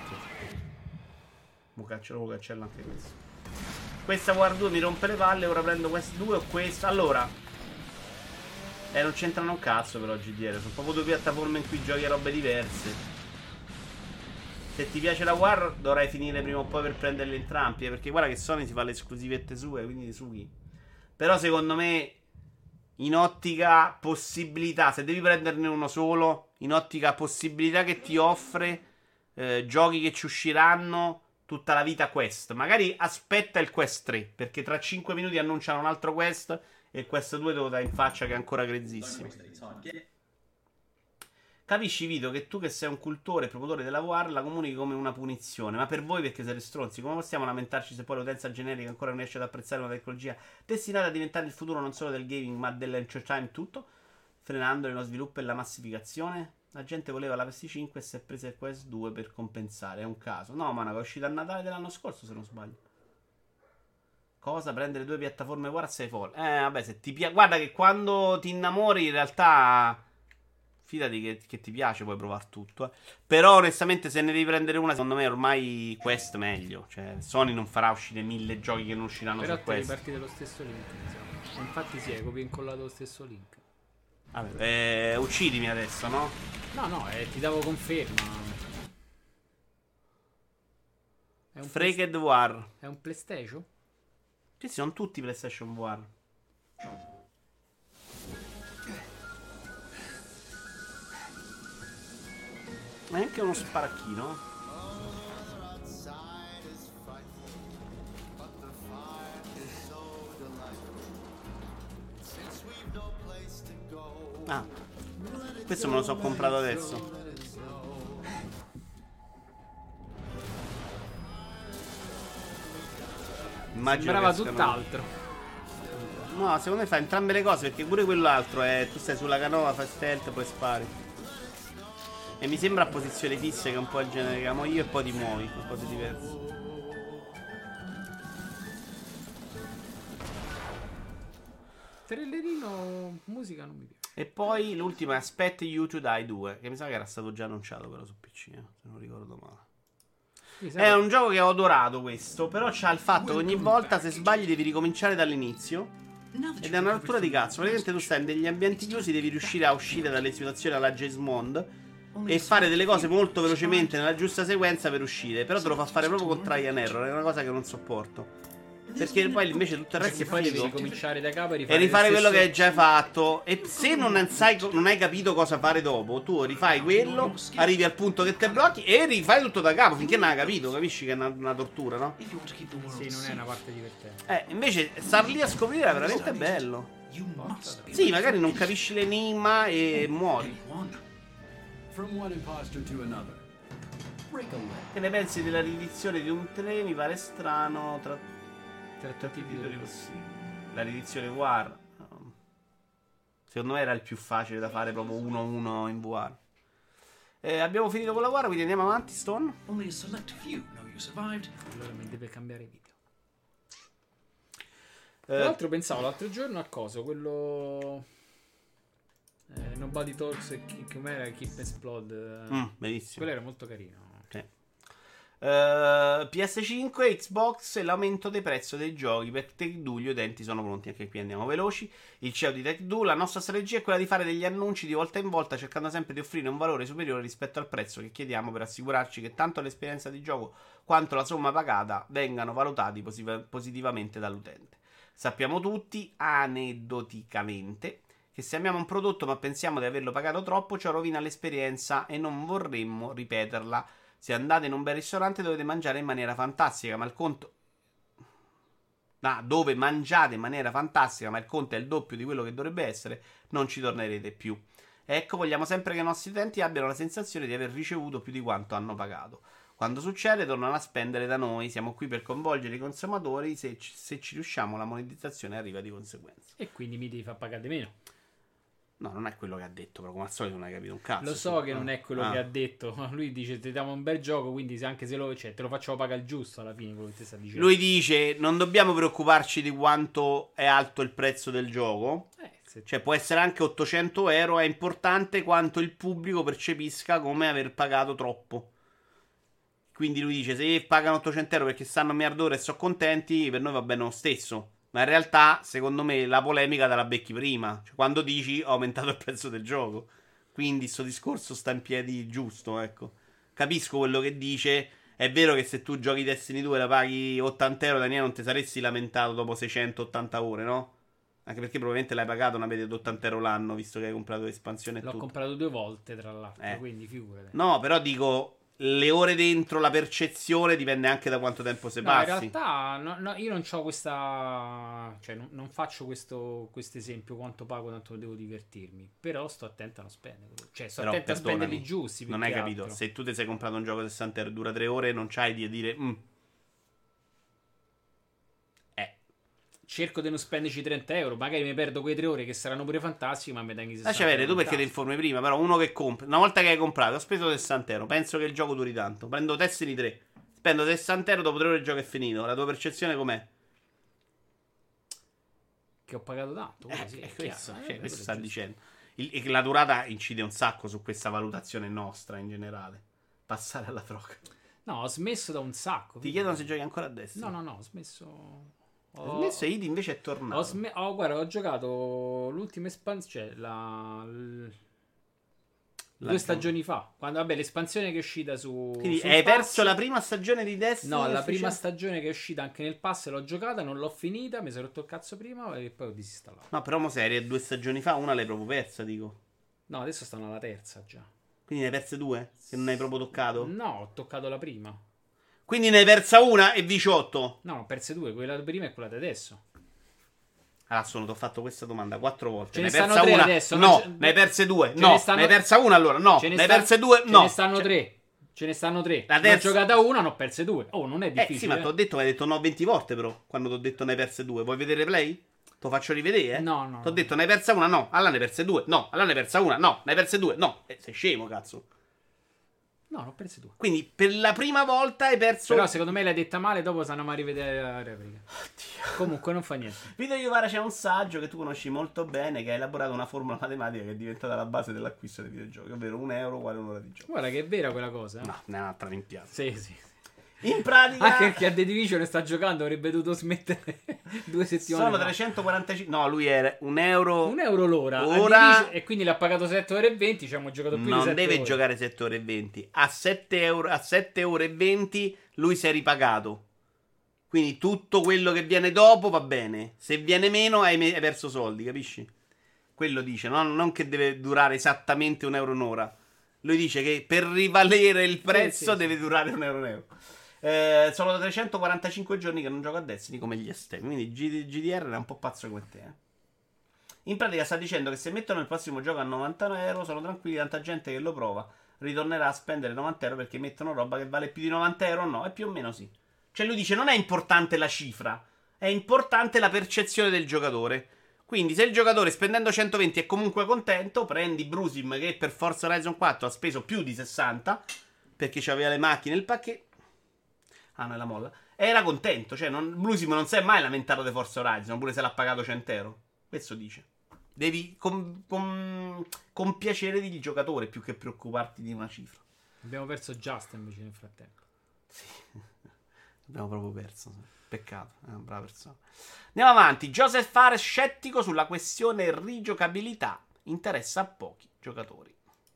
3. Lo cancello anche questo. Questa War 2 mi rompe le palle. Ora prendo Quest 2 o questo. Allora non c'entrano un cazzo però GDR. Sono proprio due piattaforme in cui giochi a robe diverse. Se ti piace la War dovrai finire prima o poi per prenderle entrambi, perché guarda che Sony si fa le esclusivette sue, quindi sughi. Però secondo me in ottica possibilità, se devi prenderne uno solo, in ottica possibilità che ti offre, giochi che ci usciranno tutta la vita Quest. Magari aspetta il Quest 3, perché tra 5 minuti annunciano un altro Quest e il Quest 2 te lo dai in faccia che è ancora grezzissimo. Capisci, Vito, che tu che sei un cultore e promotore della VR la comunichi come una punizione, ma per voi perché siete stronzi. Come possiamo lamentarci se poi l'utenza generica ancora non riesce ad apprezzare una tecnologia destinata a diventare il futuro non solo del gaming ma dell'entertainment tutto, frenandone lo sviluppo e la massificazione? La gente voleva la PS5 e si è presa il Quest 2 per compensare, è un caso. No, Monaco, è uscita a Natale dell'anno scorso se non sbaglio. Cosa? Prendere due piattaforme War a 6 fall. Vabbè, se ti piace. Guarda che quando ti innamori in realtà fidati che ti piace, puoi provare tutto. Però onestamente se ne devi prendere una, secondo me ormai Quest meglio. Cioè Sony non farà uscire 1000 giochi che non usciranno però su Quest. Però te riparti dallo stesso link, diciamo. Infatti sì, hai copia e incollato lo stesso link. Vabbè, uccidimi adesso, no? No, ti davo conferma. È un Fraked War. È un PlayStation? Sì, sono tutti PlayStation War. È anche uno sparacchino. Ah, questo me lo so comprato adesso. Immagino Sembrava che escano- tutt'altro. No, secondo me fa entrambe le cose, perché pure quell'altro è tu stai sulla canoa, fai stealth, poi spari. E mi sembra a posizione fissa, che è un po' il genere che amo io, e poi ti muovi, sono cose diverse. Trailerino, musica non mi piace. E poi l'ultimo è Expect You to Die 2, che mi sa che era stato già annunciato però su PC, se non ricordo male. È un gioco che ho adorato questo, però c'ha il fatto che ogni volta se sbagli devi ricominciare dall'inizio. Ed è una rottura di cazzo. Praticamente tu stai in degli ambienti chiusi, devi riuscire a uscire dalle situazioni alla James Bond e fare delle cose molto velocemente nella giusta sequenza per uscire. Però te lo fa fare proprio con try and error, è una cosa che non sopporto. Perché poi invece tutto il resto Perché è poi devi figo. ricominciare da capo E rifare quello che hai già fatto. E se non hai capito cosa fare dopo, tu rifai quello, arrivi al punto che te blocchi e rifai tutto da capo finché non hai capito. Capisci che è una tortura, no? Sì, non è una parte divertente. Invece star lì a scoprire è veramente bello. Sì, magari non capisci l'enigma e muori. Che ne pensi della riedizione di un 3? Mi pare strano tra tutti i titoli possibili. La riedizione VR, secondo me era il più facile da fare, proprio 1-1 in VR. Abbiamo finito con la guerra, quindi andiamo avanti, Stone. Allora mi deve cambiare video. Tra l'altro pensavo l'altro giorno a cosa, quello Nobody Talks e com'era Keep Explode. Benissimo. Quello era molto carino. PS5, Xbox e l'aumento dei prezzi dei giochi per Take-Two. Gli utenti sono pronti, anche qui andiamo veloci. Il CEO di Take-Two: la nostra strategia è quella di fare degli annunci di volta in volta, cercando sempre di offrire un valore superiore rispetto al prezzo che chiediamo, per assicurarci che tanto l'esperienza di gioco quanto la somma pagata vengano valutati positivamente dall'utente. Sappiamo tutti, aneddoticamente, che se amiamo un prodotto ma pensiamo di averlo pagato troppo, ciò rovina l'esperienza e non vorremmo ripeterla. Se andate in un bel ristorante dovete mangiare in maniera fantastica, ma il conto... dove mangiate in maniera fantastica, ma il conto è il doppio di quello che dovrebbe essere, non ci tornerete più. Ecco, vogliamo sempre che i nostri utenti abbiano la sensazione di aver ricevuto più di quanto hanno pagato. Quando succede, tornano a spendere da noi. Siamo qui per coinvolgere i consumatori. Se ci riusciamo, la monetizzazione arriva di conseguenza. E quindi mi devi far pagare di meno. No, non è quello che ha detto, però come al solito non hai capito un cazzo. Lo so che non è quello che ha detto. Lui dice ti diamo un bel gioco, quindi anche se te lo facciamo pagare il giusto alla fine, quello che ti sta dicendo. Lui dice non dobbiamo preoccuparci di quanto è alto il prezzo del gioco. Cioè può essere anche 800 euro, è importante quanto il pubblico percepisca come aver pagato troppo. Quindi lui dice se pagano 800 euro perché stanno a miliard'ora e sono contenti, per noi va bene lo stesso. Ma in realtà, secondo me, la polemica te la becchi prima. Cioè, quando dici ho aumentato il prezzo del gioco. Quindi sto discorso sta in piedi giusto, ecco. Capisco quello che dice. È vero che se tu giochi Destiny 2 la paghi 80 euro, Daniele, non ti saresti lamentato dopo 680 ore, no? Anche perché probabilmente l'hai pagato una media di 80 euro l'anno, visto che hai comprato l'espansione e tutto. L'ho comprato 2 volte, tra l'altro, quindi figurati. No, però dico... Le ore dentro, la percezione dipende anche da quanto tempo se passi. In realtà no, io non ho questa... Cioè non faccio questo esempio quanto pago tanto devo divertirmi. Però sto attento a non spendere. Cioè sto attento a spenderli giusti. Non hai capito. Altro. Se tu ti sei comprato un gioco da 60 euro dura 3 ore, non c'hai di dire cerco di non spenderci 30 euro. Magari mi perdo quei 3 ore che saranno pure fantastiche, ma mi tengo i 60 lascia vedere, tu perché ti informi prima. Però uno che compra, una volta che hai comprato, ho speso 60 euro, penso che il gioco duri tanto. Prendo Destiny 3, spendo 60 euro, dopo 3 ore il gioco è finito. La tua percezione com'è? Che ho pagato tanto. Sì, questo sta dicendo. La durata incide un sacco su questa valutazione nostra in generale. Passare alla droga. No, ho smesso da un sacco. Ti chiedono se giochi ancora a destra. No, ho smesso. Smesso e Id invece è tornato. Guarda, ho giocato l'ultima espansione, cioè 2 stagioni fa. Quando, vabbè, l'espansione che è uscita su. Quindi sul hai pass. perso la prima stagione di Destiny? No, la prima stagione che è uscita anche nel pass l'ho giocata, non l'ho finita, mi sono rotto il cazzo prima e poi ho disinstallato. No, però mo serie 2 stagioni fa, una l'hai proprio persa, dico. No, adesso stanno alla terza già. Quindi ne hai perse 2? Che non hai proprio toccato? No, ho toccato la prima. Quindi ne hai persa una e 18? No, ho perse 2, quella di prima e quella di adesso. Allora, ti ho fatto questa domanda 4 volte. Ce Ne ne hai stanno persa 3 una? adesso, No, non ne hai perse 2. ce No, ne stanno- ne hai persa una allora? No, Ce ne hai perse 2? Ce No. ne stanno 3. Ce ne stanno 3. La Ne ho terza- giocata una, ne ho perse 2. Oh, non è difficile. Sì, ma ti ho detto, mi hai detto no 20 volte però, quando ti ho detto ne hai perse 2. Vuoi vedere play? Te lo faccio rivedere? No, no. Ti ho detto ne hai persa una? No. Allora ne hai perse 2. No. Allora ne hai persa una? No. Ne hai perse 2? No. Sei scemo, cazzo. No, ne ho perse 2. Quindi per la prima volta hai perso... Però secondo me l'hai detta male, dopo sanno mai rivedere la replica. Oddio. Comunque non fa niente. Vito Iovara c'è un saggio che tu conosci molto bene che ha elaborato una formula matematica che è diventata la base dell'acquisto dei videogiochi, ovvero €1 uguale un'ora di gioco. Guarda che è vera quella cosa. No, ne è un'altra rimpiazza. Sì. In pratica Anche perché a The Division sta giocando, avrebbe dovuto smettere 2 settimane sono fa. 345. No, lui era €1. €1 l'ora. A Ora Division- e quindi l'ha pagato 7,20 €. Ci abbiamo giocato più di non 7 deve ore. giocare 7 ore e 20. A 7,20 € lui si è ripagato. Quindi tutto quello che viene dopo va bene. Se viene meno hai perso soldi, capisci? Quello dice, no? Non che deve durare esattamente €1 un'ora. Lui dice che per rivalere il prezzo sì. deve durare €1 un euro. Sono da 345 giorni che non gioco a Destiny come gli esterni. Quindi GDR è un po' pazzo come te. In pratica sta dicendo che se mettono il prossimo gioco a €90 sono tranquilli. Tanta gente che lo prova ritornerà a spendere €90 perché mettono roba che vale più di €90. No, è più o meno sì. Cioè lui dice non è importante la cifra, è importante la percezione del giocatore. Quindi se il giocatore spendendo 120 è comunque contento, prendi Brusim che per Forza Horizon 4 ha speso più di 60 perché c'aveva le macchine e il pacchetto. Ah, no, è la molla. Era contento, cioè Brusim non si è mai lamentato di Forza Horizon, pure se l'ha pagato €100. Questo dice. Devi compiacere il giocatore più che preoccuparti di una cifra. Abbiamo perso Just invece nel frattempo. Abbiamo proprio perso. Peccato, è una brava persona. Andiamo avanti. Joseph Fares scettico sulla questione rigiocabilità. Interessa a pochi giocatori.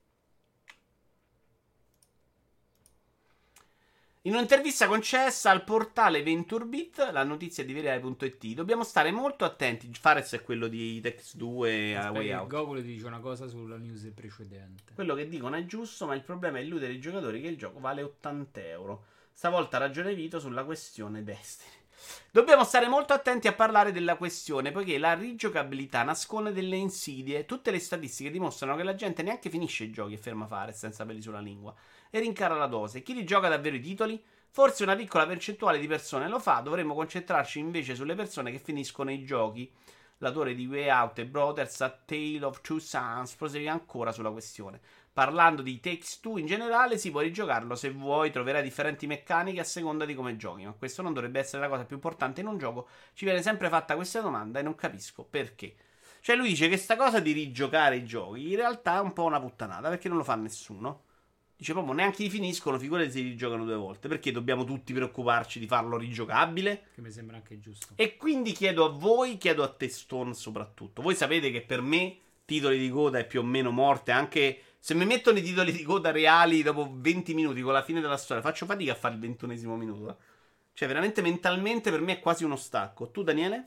In un'intervista concessa al portale VentureBeat, la notizia di Verità.it, dobbiamo stare molto attenti. Fares è quello di Tex 2 a Way Out. Google dice una cosa sulla news precedente. Quello che dicono è giusto, ma il problema è illudere i giocatori che il gioco vale €80. Stavolta ha ragione Vito sulla questione Destiny. Dobbiamo stare molto attenti a parlare della questione, poiché la rigiocabilità nasconde delle insidie. Tutte le statistiche dimostrano che la gente neanche finisce i giochi e ferma Fares senza peli sulla lingua e rincara la dose. Chi li gioca davvero i titoli? Forse una piccola percentuale di persone lo fa, dovremmo concentrarci invece sulle persone che finiscono i giochi. L'autore di Way Out e Brothers A Tale of Two Sons prosegue ancora sulla questione. Parlando di Takes Two in generale, si può rigiocarlo se vuoi, troverai differenti meccaniche a seconda di come giochi, ma questo non dovrebbe essere la cosa più importante in un gioco. Ci viene sempre fatta questa domanda e non capisco perché. Cioè lui dice che sta cosa di rigiocare i giochi in realtà è un po' una puttanata, perché non lo fa nessuno. Dice proprio neanche li finiscono, figurati se li rigiocano 2 volte. Perché dobbiamo tutti preoccuparci di farlo rigiocabile? Che mi sembra anche giusto. E quindi chiedo a voi, chiedo a te Stone soprattutto. Voi sapete che per me titoli di coda è più o meno morte. Anche se mi mettono i titoli di coda reali dopo 20 minuti con la fine della storia, faccio fatica a fare il 21esimo minuto. Cioè veramente mentalmente per me è quasi uno stacco. Tu Daniele?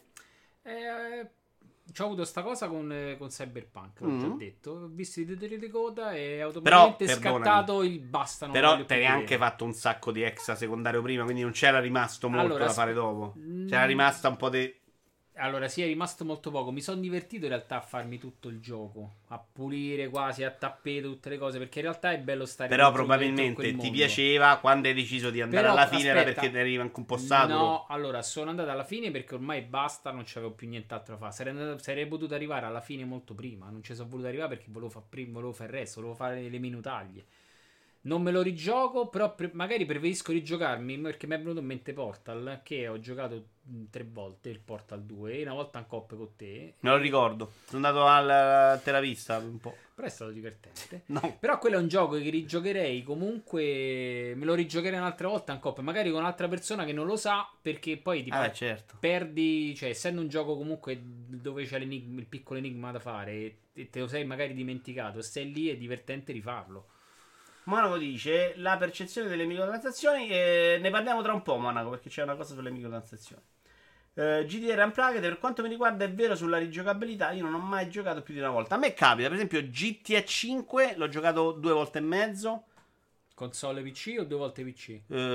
C'ho avuto sta cosa con Cyberpunk, l'ho già detto. Ho visto i titoli di coda e Però, automaticamente perdonami, scattato il basta. Non però voglio te più ne hai anche vedere. fatto un sacco di extra secondario prima, quindi non c'era rimasto molto Allora, da fare dopo. C'era rimasta un po' di... Allora, sì, è rimasto molto poco. Mi sono divertito in realtà a farmi tutto il gioco, a pulire quasi, a tappeto tutte le cose, perché in realtà è bello stare Però dentro probabilmente quel ti mondo. piaceva quando hai deciso di andare Però, alla fine, era aspetta, perché eri anche un po' saturo. No, allora sono andato alla fine perché ormai basta, non c'avevo più nient'altro da fare. Sarei potuto arrivare alla fine molto prima. Non ci sono voluto arrivare perché volevo fare il resto, volevo fare le minutaglie. Non me lo rigioco, però magari preferisco rigiocarmi perché mi è venuto in mente Portal, che ho giocato 3 volte, il Portal 2, e una volta in coppia con te. Me lo ricordo. Sono andato al terapista un po'. Però è stato divertente. No. Però quello è un gioco che rigiocherei comunque. Me lo rigiocherei un'altra volta in coppia, magari con un'altra persona che non lo sa, perché poi ti Certo. perdi. Cioè, essendo un gioco comunque dove c'è il piccolo enigma da fare e te lo sei magari dimenticato, sei lì, è divertente rifarlo. Monaco dice la percezione delle microtransazioni. Ne parliamo tra un po', Monaco, perché c'è una cosa sulle microtransazioni. GDR Unplugged, per quanto mi riguarda, è vero sulla rigiocabilità. Io non ho mai giocato più di una volta. A me capita, per esempio, GTA 5 l'ho giocato 2 volte e mezzo. Console PC o 2 volte PC?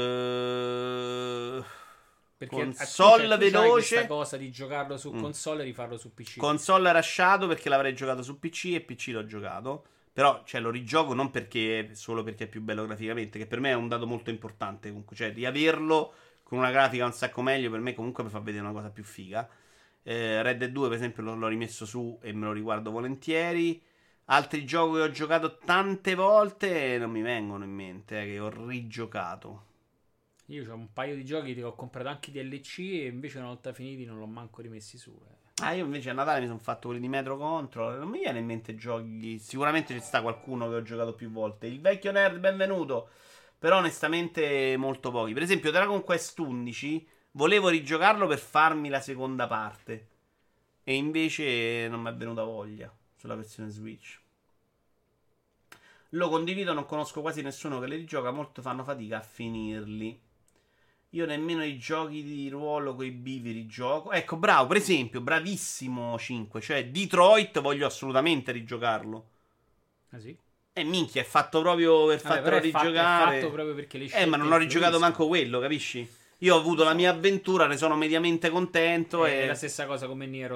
Perché console tu c'hai veloce. questa cosa di giocarlo su console e rifarlo su PC. Console rasciato perché l'avrei giocato su PC e PC l'ho giocato. Però, cioè, lo rigioco non perché solo perché è più bello graficamente, che per me è un dato molto importante comunque. Cioè, riaverlo con una grafica un sacco meglio, per me comunque mi fa vedere una cosa più figa. Red Dead 2, per esempio, l'ho rimesso su e me lo riguardo volentieri. Altri giochi che ho giocato tante volte non mi vengono in mente, che ho rigiocato. Io ho un paio di giochi che ho comprato anche DLC e invece una volta finiti non l'ho manco rimessi su. Io invece a Natale mi sono fatto quelli di Metro Control. Non mi viene in mente giochi. Sicuramente ci sta qualcuno che ho giocato più volte. Il vecchio nerd, benvenuto. Però onestamente molto pochi. Per esempio Dragon Quest 11 volevo rigiocarlo per farmi la seconda parte. E invece non mi è venuta voglia sulla versione Switch. Lo condivido, non conosco quasi nessuno che li rigioca. Molto fanno fatica a finirli. Io nemmeno i giochi di ruolo coi bivi rigioco. Ecco, bravo, per esempio, bravissimo 5. Cioè, Detroit voglio assolutamente rigiocarlo. Ah sì? Minchia, è fatto proprio per fartelo rigiocare. È fatto proprio perché Ma non ho rigiocato manco quello, capisci? Io ho avuto la mia avventura, ne sono mediamente contento. È la stessa cosa come Nier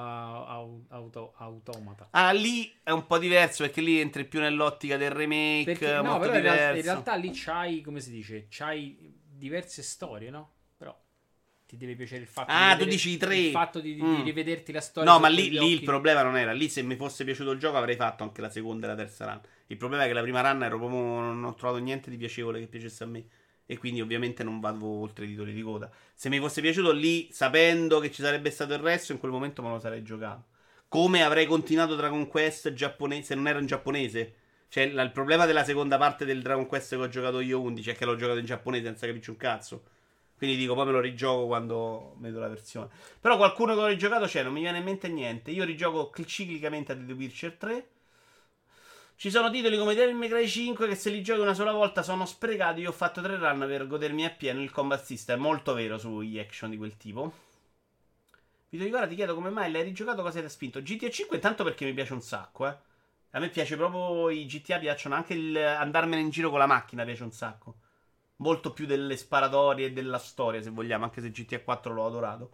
Automata. Lì è un po' diverso perché lì entri più nell'ottica del remake. Perché, no, molto però diverso. in realtà lì c'hai, come si dice, c'hai diverse storie, no? Però ti deve piacere il fatto tu dici i 3. il fatto di rivederti la storia. No, ma lì il problema non era. Lì se mi fosse piaciuto il gioco avrei fatto anche la seconda e la terza run. Il problema è che la prima run non ho trovato niente di piacevole che piacesse a me. E quindi ovviamente non vado oltre i titoli di coda. Se mi fosse piaciuto lì, sapendo che ci sarebbe stato il resto, in quel momento me lo sarei giocato. Come avrei continuato Dragon Quest giapponese se non era in giapponese. Cioè, il problema della seconda parte del Dragon Quest che ho giocato io 11 è che l'ho giocato in giapponese senza capirci un cazzo. Quindi dico, poi me lo rigioco quando vedo la versione. Però qualcuno che ho rigiocato c'è, non mi viene in mente niente. Io rigioco ciclicamente a The Witcher 3. Ci sono titoli come Devil May Cry 5 che se li giochi una sola volta sono sprecati. Io ho fatto 3 run per godermi appieno il combat system. È molto vero sugli action di quel tipo. Vito Ivara, ti chiedo come mai l'hai rigiocato, cosa ti ha spinto? GTA 5 intanto perché mi piace un sacco, A me piace proprio, i GTA piacciono, anche il andarmene in giro con la macchina piace un sacco. Molto più delle sparatorie e della storia, se vogliamo, anche se GTA 4 l'ho adorato.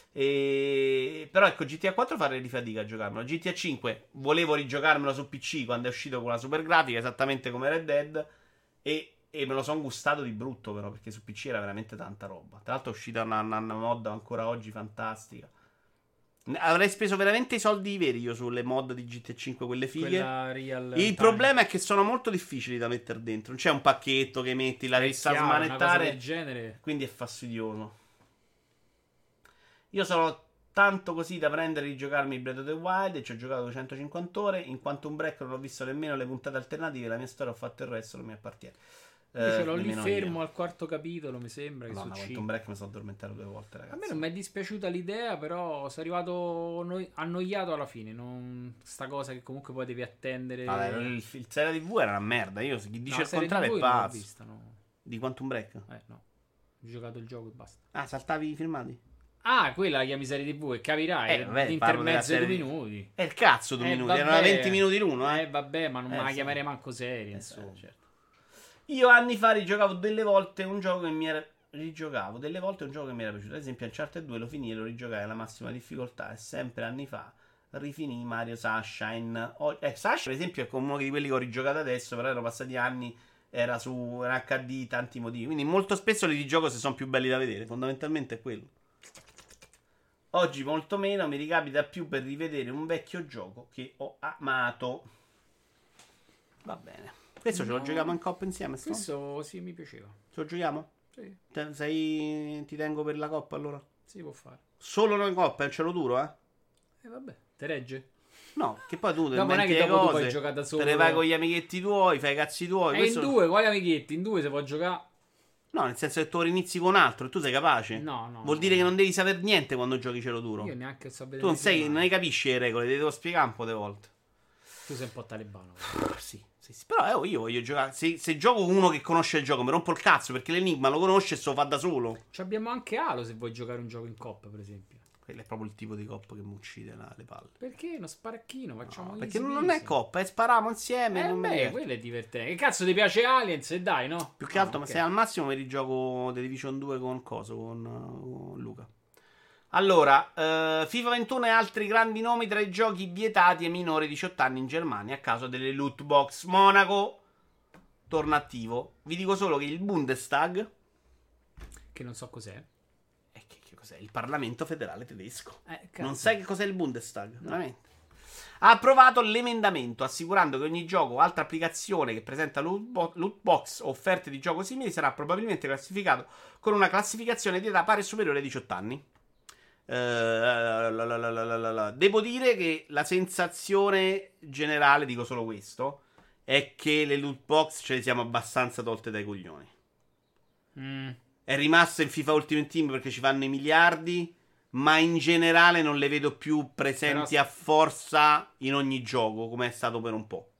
Però ecco, GTA 4 farei di fatica a giocarmelo. GTA 5 volevo rigiocarmelo su PC quando è uscito con la super grafica, esattamente come Red Dead, e me lo sono gustato di brutto però, perché su PC era veramente tanta roba. Tra l'altro è uscita una mod ancora oggi fantastica. Avrei speso veramente i soldi veri io sulle mod di GTA 5, quelle fighe. Il problema è che sono molto difficili da mettere dentro. Non c'è un pacchetto che metti, la devi smanettare del genere. Quindi è fastidioso. Io sono tanto così da prendere di giocarmi Breath of the Wild e ci ho giocato 250 ore. In Quantum Break non ho visto nemmeno le puntate alternative. La mia storia ho fatto il resto, non mi appartiene. Io ce l'ho lì fermo al quarto capitolo, mi sembra. Che Quantum Break mi sono addormentato 2 volte, ragazzi. A me non mi è dispiaciuta l'idea, però sono arrivato annoiato alla fine. Sta cosa che comunque poi devi attendere. Vabbè, il serie TV era una merda. Io chi dice il contrario è pazzo. Vista, no. Di Quantum Break? No. Ho giocato il gioco e basta. Saltavi i filmati? Quella la chiami serie TV e capirai. Intermezzo di 2 minuti. È il cazzo 2 minuti. Erano 20 minuti l'uno, vabbè, ma non me la chiamerei manco serie. Insomma. Certo. Io anni fa rigiocavo delle volte un gioco che mi era. Rigiocavo delle volte un gioco che mi era piaciuto. Ad esempio, Uncharted 2 lo finì e lo rigiocai alla massima difficoltà. E sempre anni fa rifinì Mario Sunshine. Sunshine, per esempio, è uno di quelli che ho rigiocato adesso. Però erano passati anni. Era su HD, tanti motivi. Quindi molto spesso li rigioco se sono più belli da vedere. Fondamentalmente è quello. Oggi molto meno, mi ricapita più per rivedere un vecchio gioco che ho amato. Va bene. Questo ce lo No. giochiamo in coppa insieme, Stone? Questo sì, mi piaceva. Ce lo giochiamo? Sì, Ti tengo per la coppa allora? si può fare. Solo noi in coppa, è un cielo duro, eh? E vabbè, te regge. No, che poi tu te Dopo non è inventi che le dopo tu cose, puoi giocare da solo. te ne vai con gli amichetti tuoi, fai i cazzi tuoi. E questo- in due, quali amichetti? In due si può giocare. No, nel senso che tu inizi con altro e tu sei capace. No. Vuol dire che non devi sapere niente quando giochi cielo duro. Io neanche so vedere. Tu non ne capisci le regole, te le devo spiegare un po' di volte. Tu sei un po' talebano. Sì. Però io voglio giocare. Se gioco con uno che conosce il gioco, mi rompo il cazzo perché l'enigma lo conosce e se lo fa da solo. Ci abbiamo anche Halo se vuoi giocare un gioco in coppa, per esempio. Quello è proprio il tipo di coppa che mi uccide le palle. Perché uno sparacchino? Facciamo No, easy perché non è peasy. coppa, è spariamo insieme. non mi Beh, diverto. quello è divertente. Che cazzo ti piace Aliens? E dai, no? Più che altro, Ah, ma ok. se al massimo mi rigioco The Division 2 con con Luca. Allora, FIFA 21 e altri grandi nomi tra i giochi vietati ai minori di 18 anni in Germania a causa delle loot box. Monaco torna attivo. Vi dico solo che il Bundestag, Che non so cos'è. che cos'è? Il Parlamento federale tedesco. Cazzo. Non sai che cos'è il Bundestag? Veramente. Ha approvato l'emendamento assicurando che ogni gioco o altra applicazione che presenta loot box o offerte di gioco simili sarà probabilmente classificato con una classificazione di età pari o superiore ai 18 anni. Devo dire che la sensazione generale, dico solo questo, è che le loot box ce le siamo abbastanza tolte dai coglioni. È rimasto in FIFA Ultimate Team perché ci fanno i miliardi, ma in generale non le vedo più presenti Però- a forza in ogni gioco, come è stato per un po'.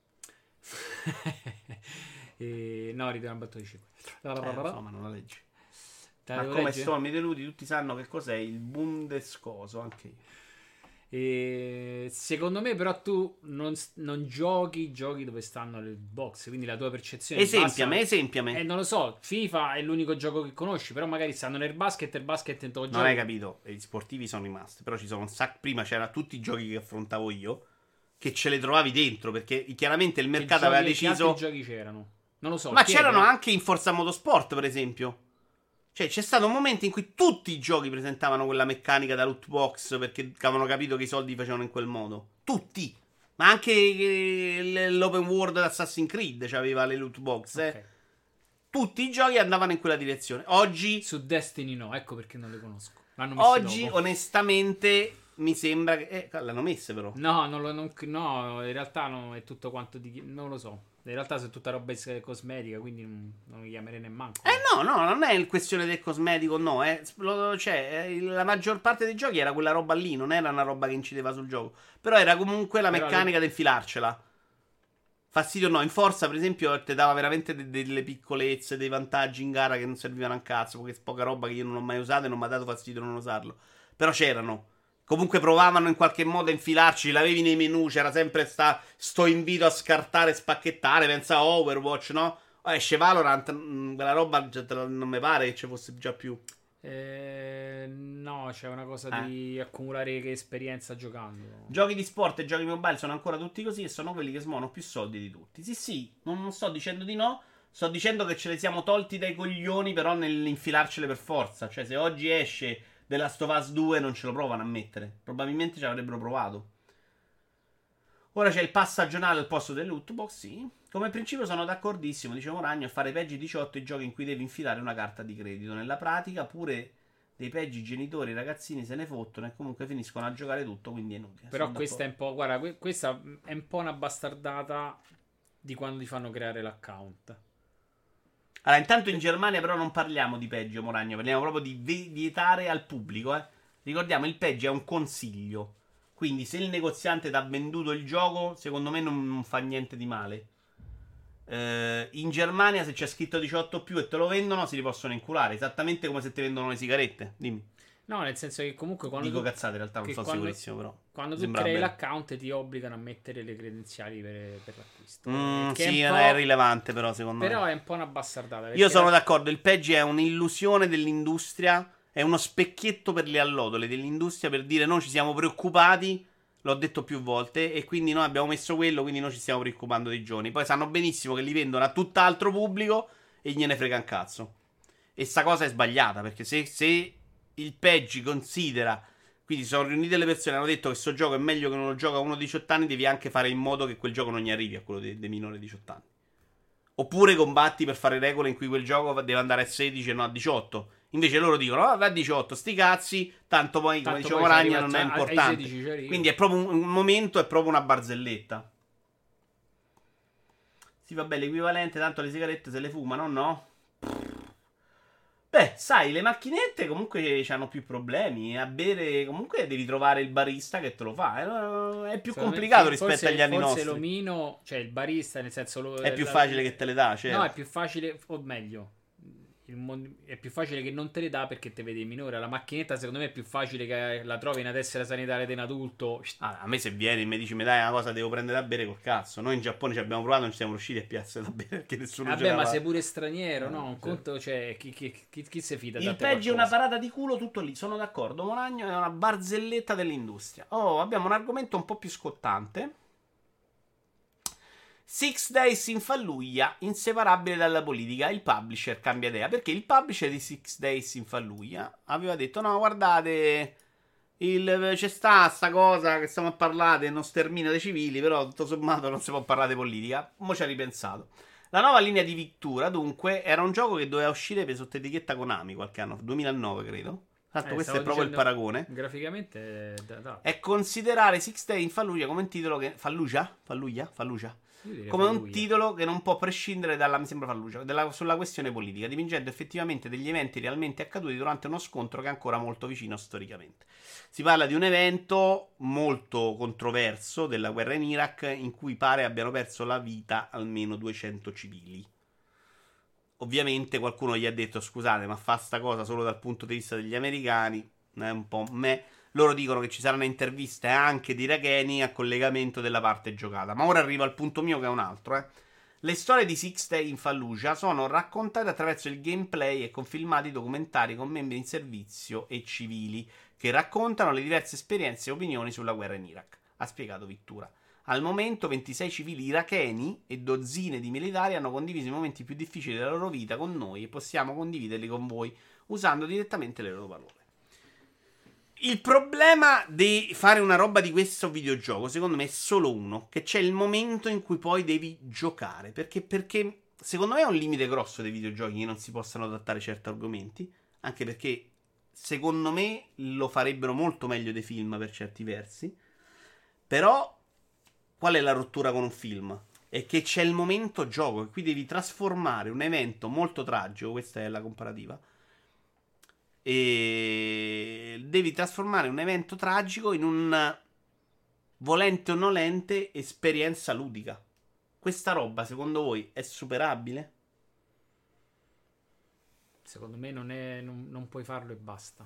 No, ritorno a battuta di 5. Insomma, non la leggi. Te la Ma devo come leggere? sto, mi deludi, tutti sanno che cos'è il Bundescoso, anche io. Secondo me, però, tu non giochi dove stanno le box. Quindi la tua percezione. Esempiame. Non lo so. FIFA è l'unico gioco che conosci. Però magari stanno nel basket. E il basket in tuo Non gioco. hai capito, gli sportivi sono rimasti, però ci sono un sacco. Prima c'era tutti i giochi che affrontavo io, che ce le trovavi dentro, perché chiaramente il mercato aveva Che deciso. altri giochi c'erano? Non lo so. Ma chiedo. c'erano anche in Forza Motorsport, per esempio. Cioè, c'è stato un momento in cui tutti i giochi presentavano quella meccanica da loot box perché avevano capito che i soldi facevano in quel modo. Tutti. Ma anche l'open world di Assassin's Creed aveva le loot box. Ok. Tutti i giochi andavano in quella direzione. Oggi, Su Destiny no. Ecco perché non le conosco. L'hanno messe dopo. onestamente, mi sembra che. L'hanno messe però. No, no, in realtà no, è tutto quanto non lo so. In realtà è tutta roba cosmetica, quindi non mi chiamerei nemmeno. No, non è questione del cosmetico, no. La maggior parte dei giochi era quella roba lì, non era una roba che incideva sul gioco. Però era comunque la Però meccanica del filarcela. Fastidio no, in Forza per esempio ti dava veramente delle piccolezze, dei vantaggi in gara che non servivano a un cazzo, perché è poca roba che io non ho mai usato e non mi ha dato fastidio non usarlo. Però c'erano. Comunque provavano in qualche modo a infilarci, l'avevi nei menu, c'era sempre sto invito a scartare e spacchettare, pensa a Overwatch, no? Esce Valorant, quella roba non mi pare che ci fosse già più. No, c'è una cosa di accumulare che esperienza giocando. Giochi di sport e giochi mobile sono ancora tutti così e sono quelli che smono più soldi di tutti. Sì, non sto dicendo di no, sto dicendo che ce le siamo tolti dai coglioni però nell'infilarcele per forza. Cioè se oggi esce The Last of Us 2 non ce lo provano a mettere. Probabilmente ci avrebbero provato. Ora c'è il pass stagionale al posto del loot box, sì. Come principio sono d'accordissimo, dicevo Ragno, a fare peggi 18 i giochi in cui devi infilare una carta di credito. Nella pratica pure dei peggi genitori e ragazzini se ne fottono e comunque finiscono a giocare tutto, quindi è inutile. Però Sono questa è d'accordo. un po', guarda, questa è un po' una bastardata di quando ti fanno creare l'account. Allora, intanto in Germania però non parliamo di peggio, Moragno, parliamo proprio di vietare al pubblico, eh. Ricordiamo, il peggio è un consiglio. Quindi se il negoziante ti ha venduto il gioco, secondo me non fa niente di male. In Germania se c'è scritto 18 più e te lo vendono, si li possono inculare, esattamente come se ti vendono le sigarette. Dimmi. No, nel senso che comunque quando Dico tu, cazzate, in realtà non che sono quando- sicurissimo però. quando tu Sembra crei bene. l'account ti obbligano a mettere le credenziali per l'acquisto. Che Sì, è un è po', rilevante però secondo però me. è un po' una bastardata. Io perché sono d'accordo, il peggio è un'illusione dell'industria, è uno specchietto per le allodole dell'industria per dire noi ci siamo preoccupati, l'ho detto più volte, e quindi noi abbiamo messo quello, quindi noi ci stiamo preoccupando dei giovani. Poi sanno benissimo che li vendono a tutt'altro pubblico e gliene frega un cazzo. E sta cosa è sbagliata, perché se il PEGI considera, quindi sono riunite le persone e hanno detto che questo gioco è meglio che non lo gioca uno di 18 anni, devi anche fare in modo che quel gioco non gli arrivi a quello dei minori di 18 anni. Oppure combatti per fare regole in cui quel gioco deve andare a 16 e non a 18. Invece loro dicono, va a 18, sti cazzi, tanto poi, come diceva Moragna, non è importante. 16, quindi è proprio un momento, è proprio una barzelletta. Sì, vabbè, l'equivalente, tanto le sigarette se le fumano, no? Beh, sai, le macchinette comunque hanno più problemi. A bere comunque devi trovare il barista che te lo fa. È più complicato rispetto agli anni nostri. Forse l'omino, cioè il barista, nel senso... È più facile che te le dà, certo. No, è più facile, o meglio, è più facile che non te le dà perché te vedi minore. La macchinetta secondo me è più facile che la trovi in una tessera sanitaria di un adulto. A me se vieni e mi dici mi dai una cosa devo prendere da bere, col cazzo. Noi in Giappone ci abbiamo provato, non ci siamo riusciti a piazzare da bere perché nessuno Vabbè, giocava. ma sei pure straniero, no? Un conto, cioè, chi si fida da Il te peggio è una qualcosa? parata di culo, tutto lì. Sono d'accordo. Moragno è una barzelletta dell'industria. Oh, abbiamo un argomento un po' più scottante. Six Days in Fallujah, inseparabile dalla politica. Il publisher cambia idea perché il publisher di Six Days in Fallujah aveva detto: no, guardate, c'è sta cosa che stiamo a parlare del non sterminio dei civili, però tutto sommato non si può parlare di politica. Mo' ci ha ripensato. La nuova linea di Victura, dunque, era un gioco che doveva uscire per sotto etichetta Konami qualche anno, 2009 credo. Esatto, questo è proprio il paragone. Graficamente È considerare Six Days in Fallujah come un titolo che... Fallujah? Come un titolo che non può prescindere dalla, mi sembra Fallujah, sulla questione politica, dipingendo effettivamente degli eventi realmente accaduti durante uno scontro che è ancora molto vicino storicamente. Si parla di un evento molto controverso della guerra in Iraq in cui pare abbiano perso la vita almeno 200 civili. Ovviamente qualcuno gli ha detto: scusate, ma fa sta cosa solo dal punto di vista degli americani, è un po' me. Loro dicono che ci saranno interviste anche di iracheni a collegamento della parte giocata. Ma ora arrivo al punto mio che è un altro. Le storie di Six Days in Fallujah sono raccontate attraverso il gameplay e con filmati documentari con membri in servizio e civili che raccontano le diverse esperienze e opinioni sulla guerra in Iraq, ha spiegato Victura. Al momento 26 civili iracheni e dozzine di militari hanno condiviso i momenti più difficili della loro vita con noi e possiamo condividerli con voi usando direttamente le loro parole. Il problema di fare una roba di questo videogioco, secondo me, è solo uno: che c'è il momento in cui poi devi giocare. Perché secondo me è un limite grosso dei videogiochi che non si possano adattare certi argomenti. Anche perché, secondo me, lo farebbero molto meglio dei film per certi versi. Però, qual è la rottura con un film? È che c'è il momento gioco, e qui devi trasformare un evento molto tragico, questa è la comparativa, e devi trasformare un evento tragico in un, volente o nolente, esperienza ludica. Questa roba, secondo voi, è superabile? Secondo me non puoi farlo e basta.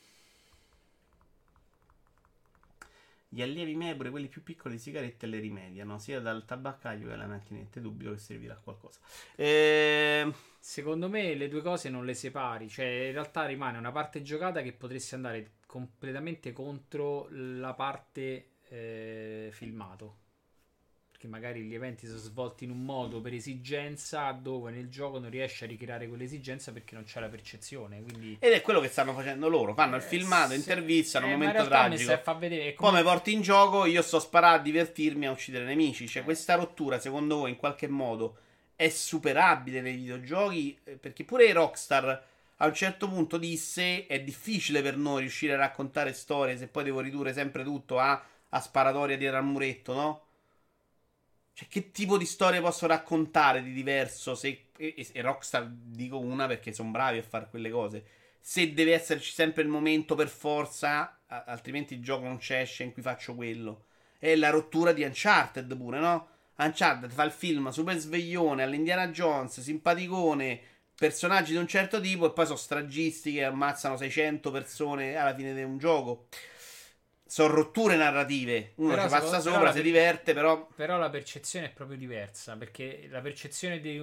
Gli allievi miei, pure quelli più piccoli, di sigarette le rimediano sia dal tabaccaio che alle macchinette. Dubito che servirà a qualcosa. Secondo me le due cose non le separi. Cioè, in realtà rimane una parte giocata che potresti andare completamente contro la parte filmato. Perché magari gli eventi sono svolti in un modo per esigenza, dove nel gioco non riesci a ricreare quell'esigenza perché non c'è la percezione. Quindi... Ed è quello che stanno facendo loro. Fanno il filmato, intervistano, un momento tragico. Fa vedere come porti in gioco, io sto a sparare, a divertirmi, a uccidere nemici. Cioè, questa rottura, secondo voi, in qualche modo è superabile nei videogiochi? Perché pure Rockstar a un certo punto disse: è difficile per noi riuscire a raccontare storie se poi devo ridurre sempre tutto a sparatoria dietro al muretto, no? Cioè, che tipo di storie posso raccontare di diverso se... E Rockstar dico una perché sono bravi a fare quelle cose. Se deve esserci sempre il momento per forza, altrimenti il gioco non ci esce in cui faccio quello. È la rottura di Uncharted pure, no? Uncharted fa il film super sveglione all'Indiana Jones, simpaticone, personaggi di un certo tipo, e poi sono stragisti che ammazzano 600 persone alla fine di un gioco. Sono rotture narrative. Uno ci passa sopra, si diverte, però la percezione è proprio diversa. Perché la percezione di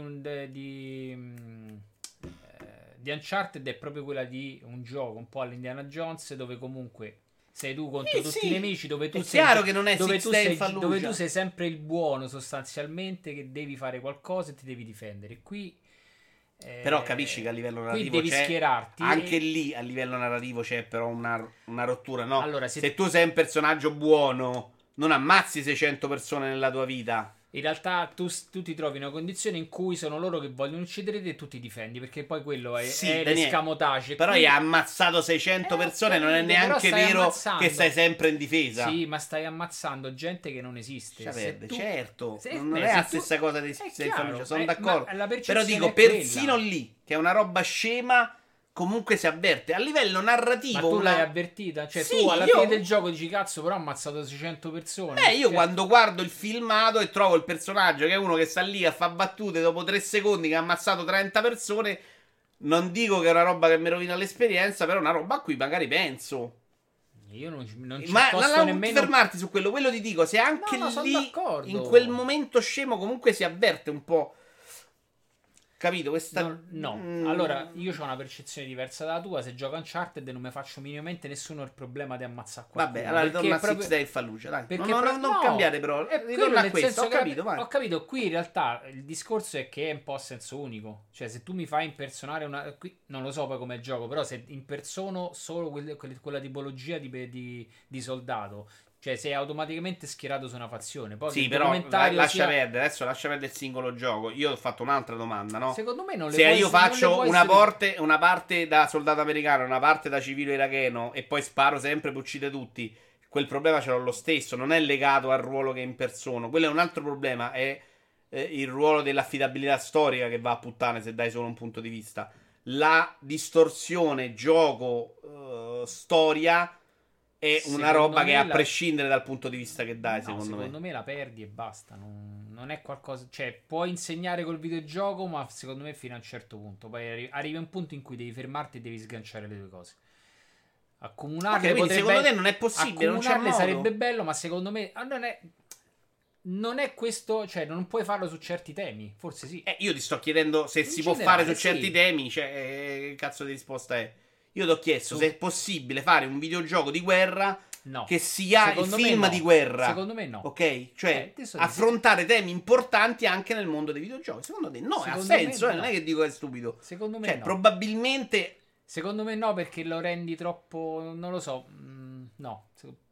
Uncharted è proprio quella di un gioco un po' all'Indiana Jones, dove comunque sei tu contro tutti i nemici, dove tu sei chiaro che non è dove tu sei sempre il buono, sostanzialmente, che devi fare qualcosa e ti devi difendere. Qui però capisci che a livello narrativo devi schierarti anche lì a livello narrativo c'è però una rottura, no? Allora, se tu sei un personaggio buono non ammazzi 600 persone nella tua vita, in realtà tu ti trovi in una condizione in cui sono loro che vogliono uccidere te e tu ti difendi, perché poi quello è, Sì, è Daniele, l'escamotage. Però Qui- hai ammazzato 600 persone, non è capito, però neanche stai vero ammazzando. che stai sempre in difesa. Sì, ma stai ammazzando gente che non esiste. Lascia Se perdere, tu- certo, se- non beh, è se la tu- stessa cosa di è Senza chiaro, Luce, sono ma d'accordo. la percezione Però dico, è quella. persino lì, che è una roba scema, comunque si avverte. A livello narrativo... Ma tu una- l'hai avvertita? Cioè, Sì, tu alla io- fine del gioco dici cazzo, però ho ammazzato 600 persone. Io Cioè, quando guardo il filmato e trovo il personaggio che è uno che sta lì a fa battute dopo 3 secondi che ha ammazzato 30 persone, non dico che è una roba che mi rovina l'esperienza, però è una roba a cui magari penso. io non ci Ma posso non nemmeno fermarti su quello ti dico, se anche No, sono lì, d'accordo. in quel momento scemo, comunque si avverte un po'. Capito? Questa... No. Allora, io ho una percezione diversa dalla tua. Se gioco Uncharted non mi faccio minimamente nessuno il problema di ammazzare qualcuno. Vabbè, allora ritorna a proprio- Six Day e Fallujah, dai. perché Non no, cambiare però, è quello ritorna a nel questo, senso ho che- capito, vai. Ho capito, qui in realtà il discorso è che è un po' a senso unico. Cioè, se tu mi fai impersonare una... Qui, non lo so poi come gioco, però se impersono solo quella tipologia di soldato, cioè sei automaticamente schierato su una fazione. Poi che Sì, il però documentario lascia sia- perdere, adesso lascia perdere il singolo gioco. Io ho fatto un'altra domanda, no? Secondo me non le Se puoi- io non le faccio puoi una parte da soldato americano, una parte da civile iracheno e poi sparo sempre per uccidere tutti, quel problema ce l'ho lo stesso, non è legato al ruolo che impersono. Quello è un altro problema, è il ruolo dell'affidabilità storica che va a puttane se dai solo un punto di vista. La distorsione gioco-storia è una Secondo roba me che a la- prescinde dal punto di vista che dai, No, secondo me. la perdi e basta. Non è qualcosa. Cioè, puoi insegnare col videogioco, ma secondo me fino a un certo punto. Poi arrivi a un punto in cui devi fermarti e devi sganciare le due cose. Accomunarle Ok, quindi potrebbe- secondo te non è possibile, non c'è accomunarle modo? sarebbe bello, ma secondo me non è questo. Cioè, non puoi farlo su certi temi. Forse sì. Io ti sto chiedendo se In si può generale, fare su certi sì. temi, cioè, che cazzo di risposta è? Io ti ho chiesto Su- se è possibile fare un videogioco di guerra No. che sia il Secondo me film no. di guerra. Secondo me no. Ok? Cioè, adesso ti- affrontare temi importanti anche nel mondo dei videogiochi. Secondo te no, ha Secondo senso, me non no. è che dico che è stupido. Secondo me Cioè, no. probabilmente... Secondo me no, perché lo rendi troppo. Non lo so. No.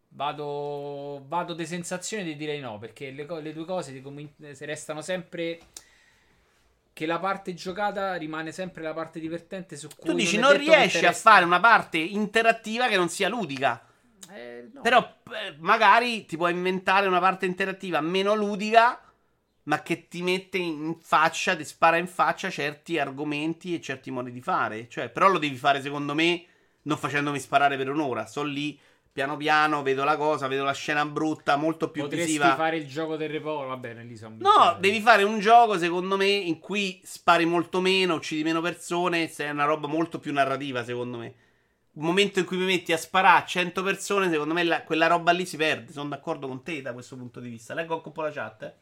Vado di sensazione di dire no. Perché le due cose se restano sempre. Che la parte giocata rimane sempre la parte divertente su cui Tu dici è non detto che riesci a interessa- fare una parte interattiva che non sia ludica. No. Però magari ti puoi inventare una parte interattiva meno ludica, ma che ti mette in faccia, ti spara in faccia certi argomenti e certi modi di fare. Cioè, però lo devi fare, secondo me, non facendomi sparare per un'ora. Sto lì, piano piano, vedo la cosa, vedo la scena brutta, molto più Potresti visiva. fare il gioco del repolo. Va bene, lì sono No, devi fare un gioco, secondo me, in cui spari molto meno, uccidi meno persone, se è una roba molto più narrativa, secondo me. Un momento in cui mi metti a sparare a 100 persone, secondo me quella roba lì si perde. Sono d'accordo con te da questo punto di vista. Leggo anche un po' la chat.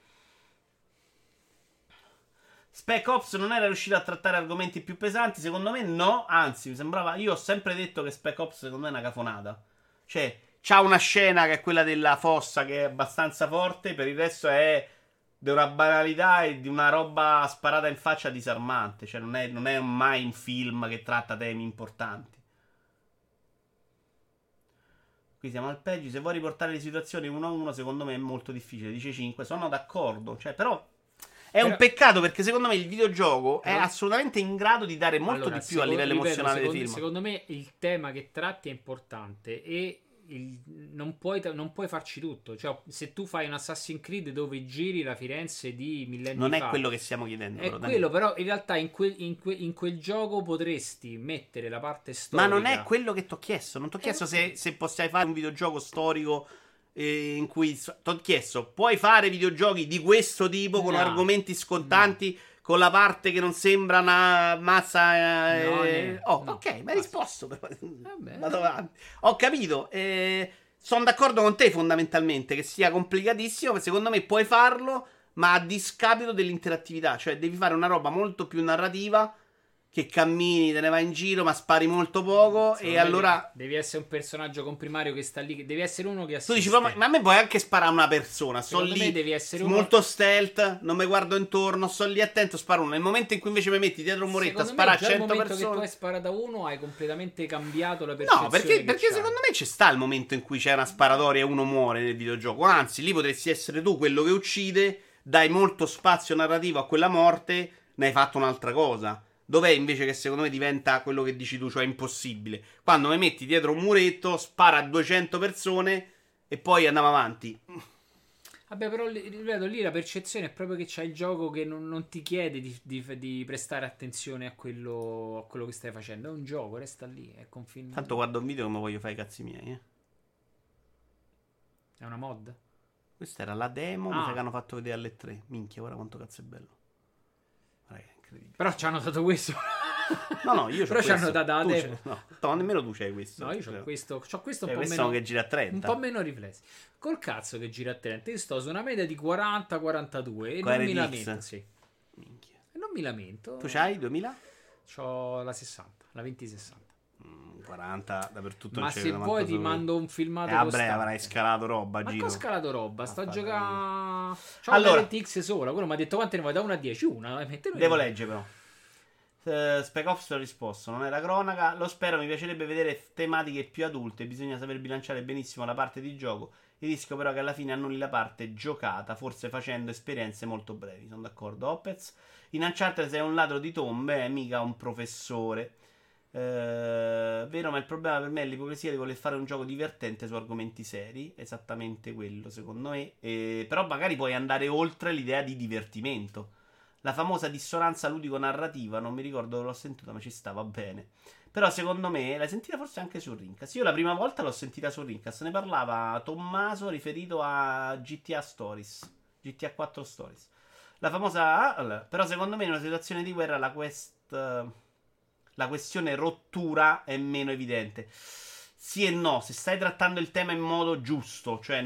Spec Ops non era riuscito a trattare argomenti più pesanti? Secondo me no, anzi, mi sembrava... Io ho sempre detto che Spec Ops secondo me è una cafonata. Cioè, c'ha una scena che è quella della fossa che è abbastanza forte, per il resto è di una banalità e di una roba sparata in faccia disarmante. Cioè, non è mai un film che tratta temi importanti. Qui siamo al peggio. Se vuoi riportare le situazioni 1-1, secondo me è molto difficile. Dice 5. Sono d'accordo. Cioè, però è un peccato perché secondo me il videogioco è assolutamente in grado di dare molto Allora, di più a livello emozionale dei film. Secondo me il tema che tratti è importante e non puoi farci tutto. Cioè, se tu fai un Assassin's Creed dove giri la Firenze di millenni Non fa, è quello che stiamo chiedendo. è però, quello, però in realtà in quel gioco potresti mettere la parte storica. Ma non è quello che ti ho chiesto. Non ti ho chiesto se possiamo fare un videogioco storico in cui ti ho chiesto, puoi fare videogiochi di questo tipo con No. argomenti scontanti, con la parte che non sembra una mazza. No, no. Ok, ma hai risposto. Però. Vabbè. Vado avanti. Ho capito. Sono d'accordo con te fondamentalmente che sia complicatissimo. Secondo me puoi farlo, ma a discapito dell'interattività. Cioè, devi fare una roba molto più narrativa. Che cammini, te ne vai in giro, ma spari molto poco. Secondo E me allora. devi essere un personaggio comprimario che sta lì. Devi essere uno che Tu assiste. dici, ma a me puoi anche sparare una persona. Sto Secondo lì, me devi essere uno- molto stealth, non mi guardo intorno, sto lì attento, sparo uno. Nel momento in cui invece mi metti dietro un muretto a Secondo sparare a me, già 100 il momento che tu persone. hai sparato a uno hai completamente cambiato la percezione. No, perché che c'hai. secondo me ci sta il momento in cui c'è una sparatoria e uno muore nel videogioco. Anzi, lì potresti essere tu quello che uccide, dai molto spazio narrativo a quella morte, ne hai fatto un'altra cosa. Dov'è invece che secondo me diventa quello che dici tu, cioè impossibile? Quando mi metti dietro un muretto, spara a 200 persone e poi andiamo avanti. Vabbè, però ripeto, lì la percezione è proprio che c'è il gioco che non ti chiede di prestare attenzione a quello che stai facendo. È un gioco, resta lì, è confine. Tanto guardo un video come voglio fare i cazzi miei, È una mod? Questa era la demo, mi Ah. sa che hanno fatto vedere alle 3. Minchia, guarda quanto cazzo è bello. Guarda che è incredibile. Però ci hanno dato questo. No, io c'ho Però ci questo. hanno dato la Tu demo. no, nemmeno tu c'hai questo. No, io c'ho questo un po' questo meno. che gira a 30. Un po' meno riflessi. Col cazzo che gira a 30. Io sto su una media di 40-42 e Con non mi RTX? lamento. Sì. Minchia. E non mi lamento. Tu c'hai 2000? C'ho la 60, la 2060. 40 dappertutto. Ma non c'è se manco vuoi ti su- mando un filmato vabbè, costante. avrai scalato roba, Ma giro. che ho scalato roba? Sto a Affatto giocare. C'ho Allora. una RTX sola. Quello mi ha detto quante ne vuoi da 1 a 10. Una. Devo leggere però. Spec Ops ha risposto, non era cronaca. Lo spero, mi piacerebbe vedere tematiche più adulte. Bisogna saper bilanciare benissimo la parte di gioco. Il rischio però che alla fine annulli la parte giocata, forse facendo esperienze molto brevi. Sono d'accordo, Opez. In Uncharted sei un ladro di tombe, mica un professore. Vero, ma il problema per me è l'ipocrisia di voler fare un gioco divertente su argomenti seri. Esattamente quello, secondo me. Però magari puoi andare oltre l'idea di divertimento. La famosa dissonanza ludico-narrativa, non mi ricordo dove l'ho sentita, ma ci stava bene. Però secondo me, l'hai sentita forse anche su Rincast. Io la prima volta l'ho sentita su Rincast, ne parlava Tommaso riferito a GTA Stories, GTA 4 Stories. La famosa... però secondo me in una situazione di guerra la questione rottura è meno evidente. Sì e no, se stai trattando il tema in modo giusto, cioè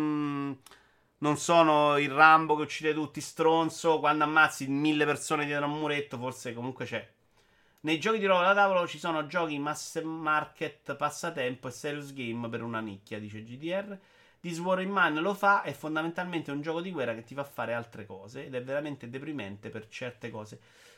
non sono il Rambo che uccide tutti stronzo. Quando ammazzi 1000 persone dietro a un muretto, forse comunque c'è. Nei giochi di ruolo da tavolo ci sono giochi mass market, passatempo e serious game per una nicchia, dice GDR. This War in Man lo fa, è fondamentalmente un gioco di guerra che ti fa fare altre cose ed è veramente deprimente per certe cose.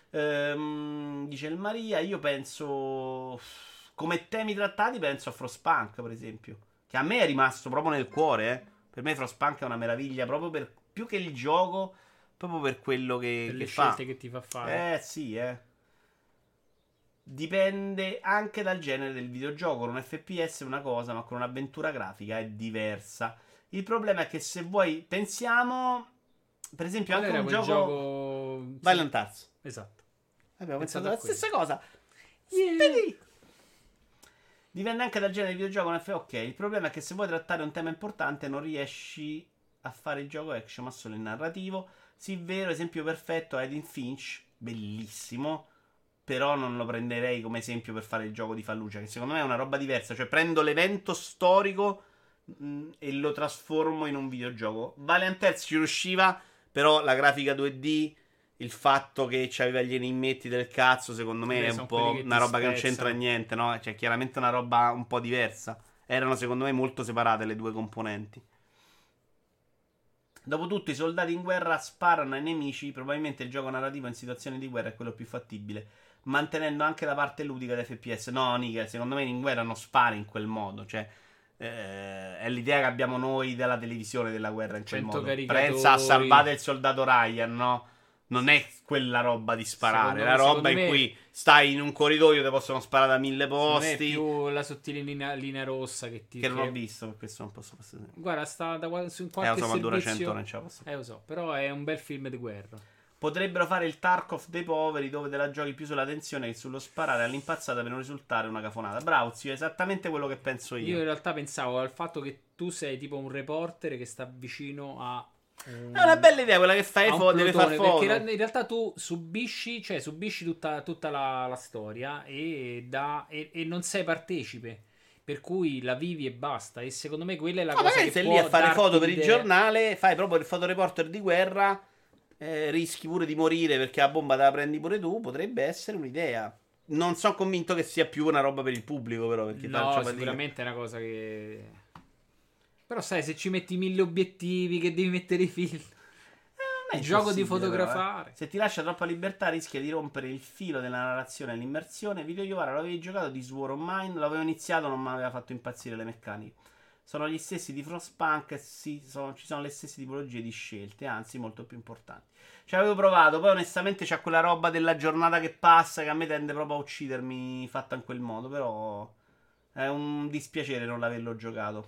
Dice il Maria, io penso come temi trattati, penso a Frostpunk per esempio, che a me è rimasto proprio nel cuore. Per me Frostpunk è una meraviglia, proprio per più che il gioco, proprio per quello che le fa. scelte che ti fa fare. Sì. Dipende anche dal genere del videogioco. Con un FPS è una cosa, ma con un'avventura grafica è diversa. Il problema è che se vuoi, pensiamo, per esempio, Qual anche era un quel gioco gioco... Violent Arts. Esatto. Abbiamo pensato a la quello. stessa cosa. Dipende anche dal genere di videogioco. Ok, il problema è che se vuoi trattare un tema importante non riesci a fare il gioco action, ma solo il narrativo. Sì, vero, esempio perfetto è Edin Finch, bellissimo. Però non lo prenderei come esempio per fare il gioco di Fallujah, che secondo me è una roba diversa. Cioè prendo l'evento storico e lo trasformo in un videogioco. Valiant Hearts ci riusciva, però la grafica 2D, il fatto che c'aveva gli enigmetti del cazzo, secondo me è un po' una roba che non c'entra niente, no? Cioè chiaramente una roba un po' diversa. Erano secondo me molto separate le due componenti. Dopotutto i soldati in guerra sparano ai nemici. Probabilmente il gioco narrativo in situazioni di guerra è quello più fattibile, mantenendo anche la parte ludica di FPS. No, Nika, secondo me in guerra non spari in quel modo. Cioè è l'idea che abbiamo noi della televisione della guerra in quel 100 modo. caricatori. Pensa a Salvate il soldato Ryan, no? Non è quella roba di sparare. Secondo La me- roba secondo in me- cui stai in un corridoio, ti possono sparare da 1000 Non è posti. più la sottile linea rossa che ti... Che non ho visto, per questo non posso passare. Guarda, sta su Lo qualche so, ma dura 100 servizio... ore, non ce la posso. Lo so, però è un bel film di guerra. Potrebbero fare il Tarkov dei poveri, dove te la giochi più sulla tensione che sullo sparare all'impazzata per non risultare una cafonata. Bravo, zio, è esattamente quello che penso Io in realtà pensavo al fatto che tu sei tipo un reporter che sta vicino a... È una bella idea quella che fai, a un deve far plotone, foto. perché in realtà tu subisci tutta la storia e non sei partecipe. Per cui la vivi e basta. E secondo me quella è la cosa Magari che sei può lì a fare darti foto per il l'idea. giornale, fai proprio il fotoreporter di guerra, rischi pure di morire perché la bomba te la prendi pure tu. Potrebbe essere un'idea. Non sono convinto che sia più una roba per il pubblico, però. Perché No, faccio fatica. sicuramente è una cosa che... Però sai, se ci metti 1000 obiettivi che devi mettere i film... È Il gioco di impossibile, fotografare. però, Se ti lascia troppa libertà rischia di rompere il filo della narrazione e l'immersione. Video Iovara, l'avevi giocato di Sword of Mine? L'avevo iniziato, non mi aveva fatto impazzire le meccaniche. sono gli stessi di Frostpunk e ci sono le stesse tipologie di scelte, anzi molto più importanti. Ci avevo provato, poi onestamente c'è quella roba della giornata che passa che a me tende proprio a uccidermi fatta in quel modo, però è un dispiacere non averlo giocato.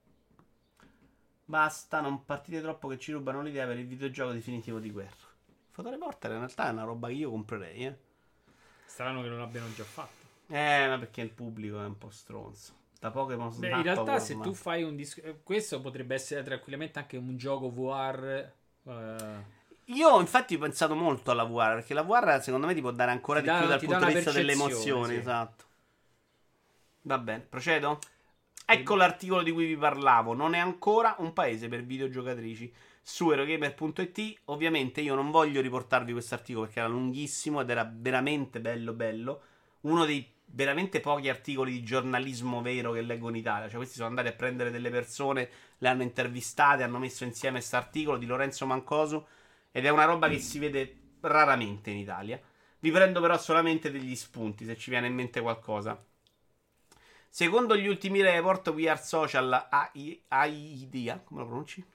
Basta, non partite troppo che ci rubano l'idea per il videogioco definitivo di guerra. Fotoreporter in realtà è una roba che io comprerei, eh. Strano che non l'abbiano già fatto. Ma perché il pubblico è un po' stronzo. Da Pokémon Beh, Snap in realtà a se World tu Map. fai un questo potrebbe essere tranquillamente anche un gioco VR. Io infatti ho pensato molto alla VR, perché la VR secondo me ti può dare ancora Ti di dà- più dal ti dà punto di una vista delle percezione, emozioni, sì. esatto. Va bene, procedo? Ecco l'articolo di cui vi parlavo. Non è ancora un paese per videogiocatrici. Su Eurogamer.it, ovviamente io non voglio riportarvi questo articolo perché era lunghissimo ed era veramente bello. Uno dei veramente pochi articoli di giornalismo vero che leggo in Italia. Cioè, questi sono andati a prendere delle persone, le hanno intervistate, hanno messo insieme questo articolo di Lorenzo Mancosu. Ed è una roba che si vede raramente in Italia. Vi prendo però solamente degli spunti, se ci viene in mente qualcosa. Secondo gli ultimi report, We Are Social idea, come lo pronunci?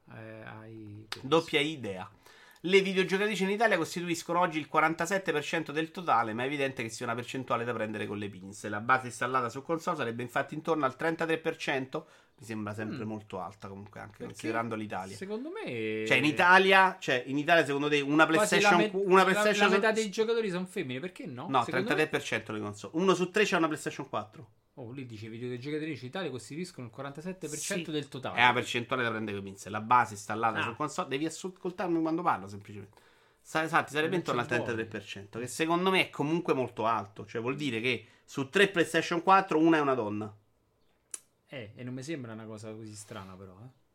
Doppia idea. Le videogiocatrici in Italia costituiscono oggi il 47% del totale, ma è evidente che sia una percentuale da prendere con le pinze. La base installata su console sarebbe infatti intorno al 33%. Mi sembra sempre molto alta comunque, anche considerando l'Italia. Secondo me Cioè in Italia secondo te una quasi PlayStation la metà dei giocatori sono femmine, perché no? No, Secondo 33% le console. Uno su tre c'ha una PlayStation 4. Lì dice i videogiocatrici in Italia costituiscono il 47% Sì. del totale. È una percentuale da prendere con pinze. La base installata su console. Devi ascoltarmi quando parlo, semplicemente. Esatto, sarebbe Non intorno al ci vuole. 33%. Che secondo me è comunque molto alto. Cioè, vuol dire che su 3 PlayStation 4 una è una donna. E non mi sembra una cosa così strana, però.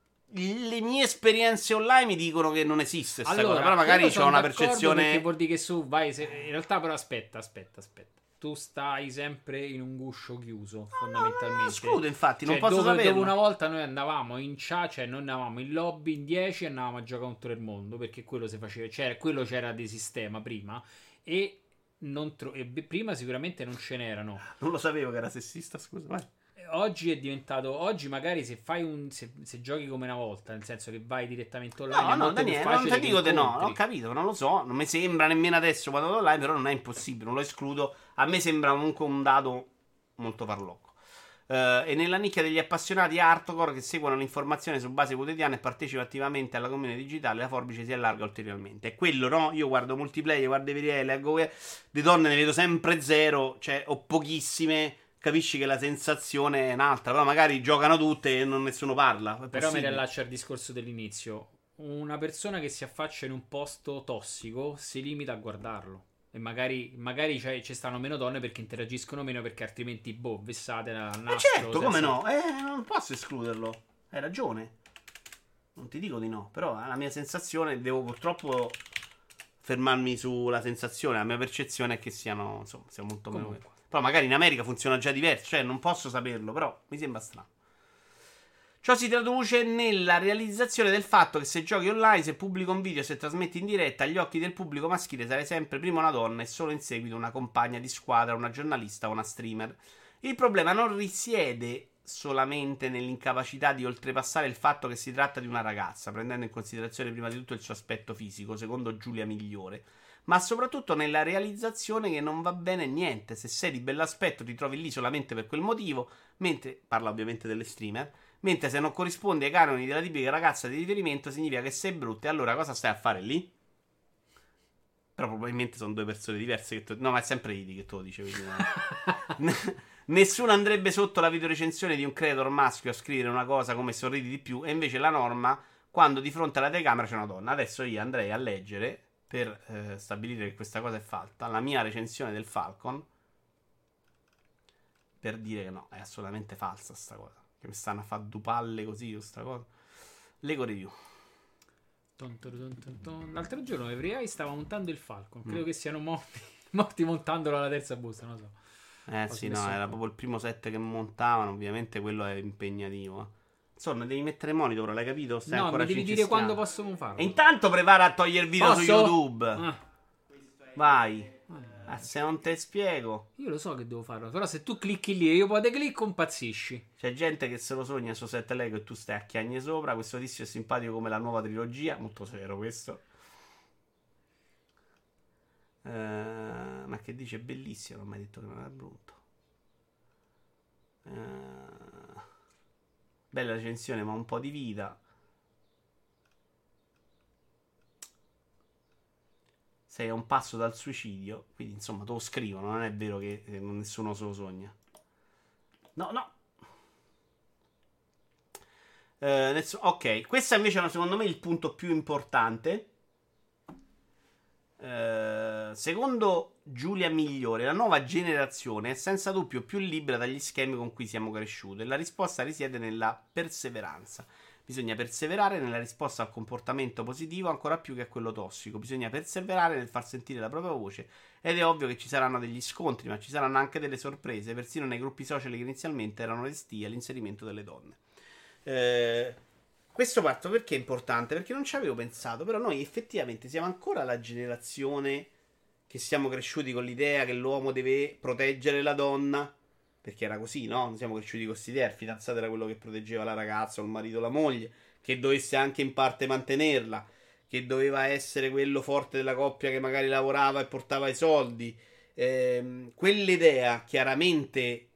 Le mie esperienze online mi dicono che non esiste sta Allora, cosa. Però magari quello c'ho sono una d'accordo percezione. perché vuol dire che su vai. In realtà, però, aspetta. Tu stai sempre in un guscio chiuso, fondamentalmente. Non escludo, infatti, non Cioè, posso dove saperlo. una volta noi andavamo in chat, cioè noi andavamo in lobby in 10 e andavamo a giocare contro il mondo, perché quello si faceva, quello c'era di sistema prima e, prima sicuramente non ce n'erano. Non lo sapevo che era sessista, scusa. Vai. Oggi è diventato. Oggi magari se fai se giochi come una volta, nel senso che vai direttamente online, è No, molto più Daniele, non facile ti dico che di no, incontri. ho capito, non lo so, non mi sembra nemmeno adesso quando vado online, però non è impossibile, non lo escludo. A me sembra comunque un dato molto farlocco. E nella nicchia degli appassionati hardcore che seguono l'informazione su base quotidiana e partecipano attivamente alla community digitale, la forbice si allarga ulteriormente. È quello, no? Io guardo multiplayer, guardo i video, leggo di donne, ne vedo sempre zero, cioè ho pochissime. Capisci che la sensazione è un'altra, però magari giocano tutte e nessuno parla. È Però mi possibile. riallaccio al discorso dell'inizio. Una persona che si affaccia in un posto tossico si limita a guardarlo. E magari ci stanno meno donne perché interagiscono meno, perché altrimenti, vessate al Ma nastro. certo, come no? Non posso escluderlo. Hai ragione. Non ti dico di no, però la mia sensazione, devo purtroppo fermarmi sulla sensazione, la mia percezione è che siano, insomma, sia molto meno. Comunque. Però magari in America funziona già diverso, cioè non posso saperlo, però mi sembra strano. Ciò si traduce nella realizzazione del fatto che se giochi online, se pubblico un video, se trasmetti in diretta, agli occhi del pubblico maschile sarai sempre prima una donna e solo in seguito una compagna di squadra, una giornalista o una streamer. Il problema non risiede solamente nell'incapacità di oltrepassare il fatto che si tratta di una ragazza, prendendo in considerazione prima di tutto il suo aspetto fisico, secondo Giulia Migliore, ma soprattutto nella realizzazione che non va bene niente. Se sei di bell'aspetto ti trovi lì solamente per quel motivo, mentre, parla ovviamente delle streamer, mentre se non corrispondi ai canoni della tipica ragazza di riferimento significa che sei brutta, e allora cosa stai a fare lì? Però probabilmente sono due persone diverse che no, ma è sempre Idi che tu lo dici, quindi nessuno andrebbe sotto la videorecensione di un creator maschio a scrivere una cosa come sorridi di più, e invece la norma, quando di fronte alla telecamera c'è una donna. Adesso io andrei a leggere, per stabilire che questa cosa è falsa, la mia recensione del Falcon, per dire che no, è assolutamente falsa sta cosa, che mi stanno a fare due palle così con sta cosa. Lego review. L'altro giorno Everai stava montando il Falcon, credo che siano morti montandolo alla terza busta, non lo so. Sì, no, era proprio il primo set che montavano, ovviamente quello è impegnativo. Insomma, devi mettere monitor, l'hai capito? Stai No, ancora mi devi dire cincischiando. quando possono farlo. E intanto prepara a togliere il video su Posso? YouTube. Ah. Vai. Se non te spiego. Io lo so che devo farlo, però se tu clicchi lì e io poi te clicco impazzisci. C'è gente che se lo sogna su 7 Lego e tu stai a chiagne sopra. Questo tizio è simpatico come la nuova trilogia. Molto severo questo. Ma che dice bellissimo. Non ho mai detto che non era brutto. Bella recensione, ma un po' di vita. Sei a un passo dal suicidio. Quindi insomma te lo scrivono. Non è vero che nessuno se lo sogna. No, no. Ok, questo invece è secondo me il punto più importante. Secondo Giulia Migliore, la nuova generazione è senza dubbio più libera dagli schemi con cui siamo cresciuti e la risposta risiede nella perseveranza. Bisogna perseverare nella risposta al comportamento positivo ancora più che a quello tossico. Bisogna perseverare nel far sentire la propria voce ed è ovvio che ci saranno degli scontri, ma ci saranno anche delle sorprese, persino nei gruppi social che inizialmente erano resti all'inserimento delle donne. Questo fatto perché è importante? Perché non ci avevo pensato, però noi effettivamente siamo ancora la generazione che siamo cresciuti con l'idea che l'uomo deve proteggere la donna, perché era così, no? Non siamo cresciuti con questa idea, il fidanzato era quello che proteggeva la ragazza, o il marito, la moglie, che dovesse anche in parte mantenerla, che doveva essere quello forte della coppia che magari lavorava e portava i soldi. Quell'idea chiaramente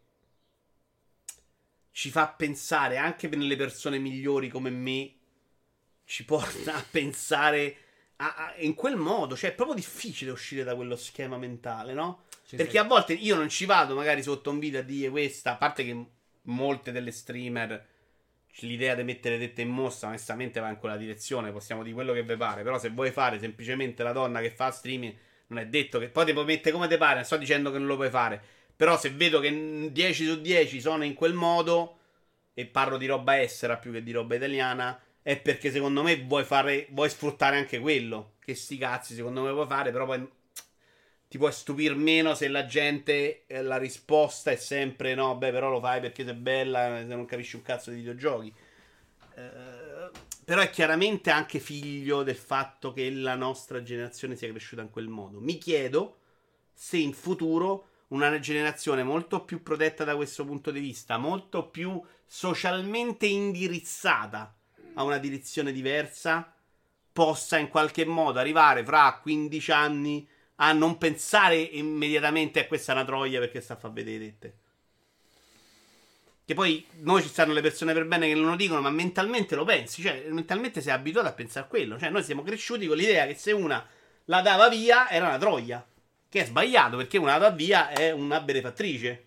ci fa pensare, anche per le persone migliori come me, ci porta a pensare in quel modo. Cioè è proprio difficile uscire da quello schema mentale, no? Perché a volte io non ci vado magari sotto un video a dire questa, a parte che molte delle streamer l'idea di mettere tette in mostra onestamente va in quella direzione, possiamo dire quello che vi pare, però se vuoi fare semplicemente la donna che fa streaming non è detto che poi ti puoi mettere come ti pare, non sto dicendo che non lo puoi fare, però se vedo che 10 su 10 sono in quel modo, e parlo di roba estera più che di roba italiana, è perché secondo me vuoi sfruttare anche quello, che sti cazzi secondo me vuoi fare, però poi ti puoi stupire meno se la gente, la risposta è sempre no, beh, però lo fai perché sei bella, se non capisci un cazzo di videogiochi. Però è chiaramente anche figlio del fatto che la nostra generazione sia cresciuta in quel modo. Mi chiedo se in futuro una generazione molto più protetta da questo punto di vista, molto più socialmente indirizzata a una direzione diversa, possa in qualche modo arrivare fra 15 anni a non pensare immediatamente a questa è una troia perché sta a far vedere tette. Che poi noi ci stanno le persone per bene che non lo dicono, ma mentalmente lo pensi, cioè mentalmente sei abituato a pensare a quello. Cioè noi siamo cresciuti con l'idea che se una la dava via era una troia, che è sbagliato perché una la dà via è una benefattrice.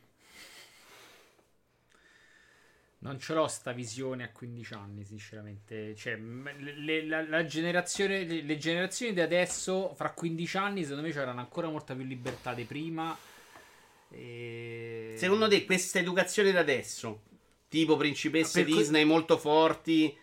Non ce l'ho sta visione a 15 anni, sinceramente. Cioè, la generazione, le generazioni di adesso, fra 15 anni, secondo me c'erano ancora molta più libertà di prima. Secondo te questa educazione da adesso, tipo principesse Disney molto forti,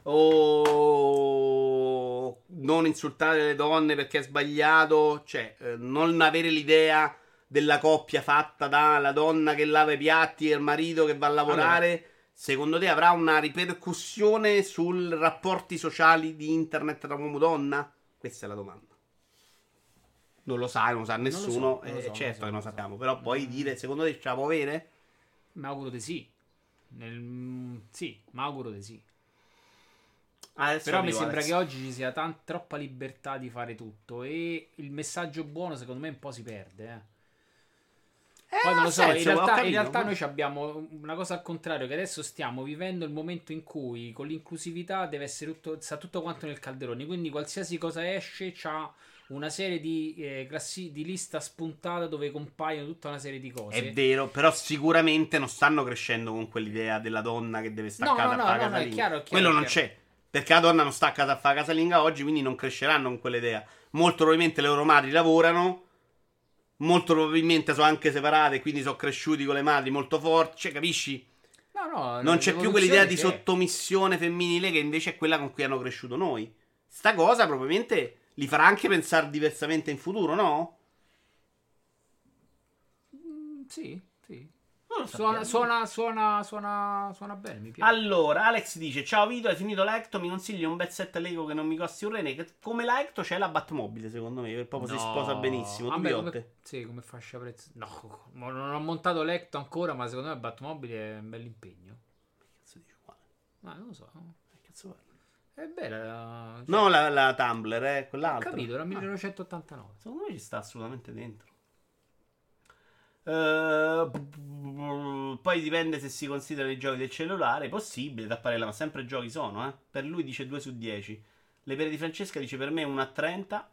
o non insultare le donne perché è sbagliato, cioè non avere l'idea della coppia fatta dalla donna che lava i piatti e il marito che va a lavorare, allora, secondo te avrà una ripercussione sui rapporti sociali di internet tra uomo e donna? Questa è la domanda. Non lo sai, non lo sa nessuno. Certo che non lo sappiamo. Però puoi dire, secondo te ce la può avere? Mi auguro di sì. Sì, mi auguro di sì. Però mi sembra che oggi ci sia troppa libertà di fare tutto. E il messaggio buono, secondo me, un po' si perde. Poi non lo so, in realtà noi abbiamo una cosa al contrario, che adesso stiamo vivendo il momento in cui con l'inclusività deve essere sta tutto quanto nel calderone. Quindi qualsiasi cosa esce c'ha una serie di lista spuntata dove compaiono tutta una serie di cose. È vero, però sicuramente non stanno crescendo con quell'idea della donna che deve staccare a fare casalinga. È chiaro, quello non c'è, perché la donna non sta a casa a fare casalinga oggi, quindi non cresceranno con quell'idea. Molto probabilmente le loro madri lavorano, molto probabilmente sono anche separate, quindi sono cresciuti con le madri molto forti, cioè capisci? Non c'è più quell'idea di sottomissione femminile che invece è quella con cui hanno cresciuto noi. Sta cosa probabilmente li farà anche pensare diversamente in futuro, no? Sì. Non lo sappiamo. Suona bene, mi piace. Allora, Alex dice: Ciao Vito, hai finito la Ecto? Mi consigli un bel set Lego che non mi costi un rene? Che come la Ecto c'è la Batmobile, secondo me. Che proprio si sposa benissimo. Tu, Vabbè, Piotte? sì, come fascia prezzo. No, non ho montato l'Ecto ancora, ma secondo me Batmobile è un bel impegno. Cazzo dici qua? Ma non lo so. Che cazzo parli? È bella. No, la Tumblr, Ho quell'altra. capito, era 1989. Secondo me ci sta assolutamente dentro. Poi dipende se si considerano i giochi del cellulare. Possibile, da parere, ma sempre giochi sono, eh. Per lui dice 2 su 10. Le pere di Francesca dice per me 1 a 30.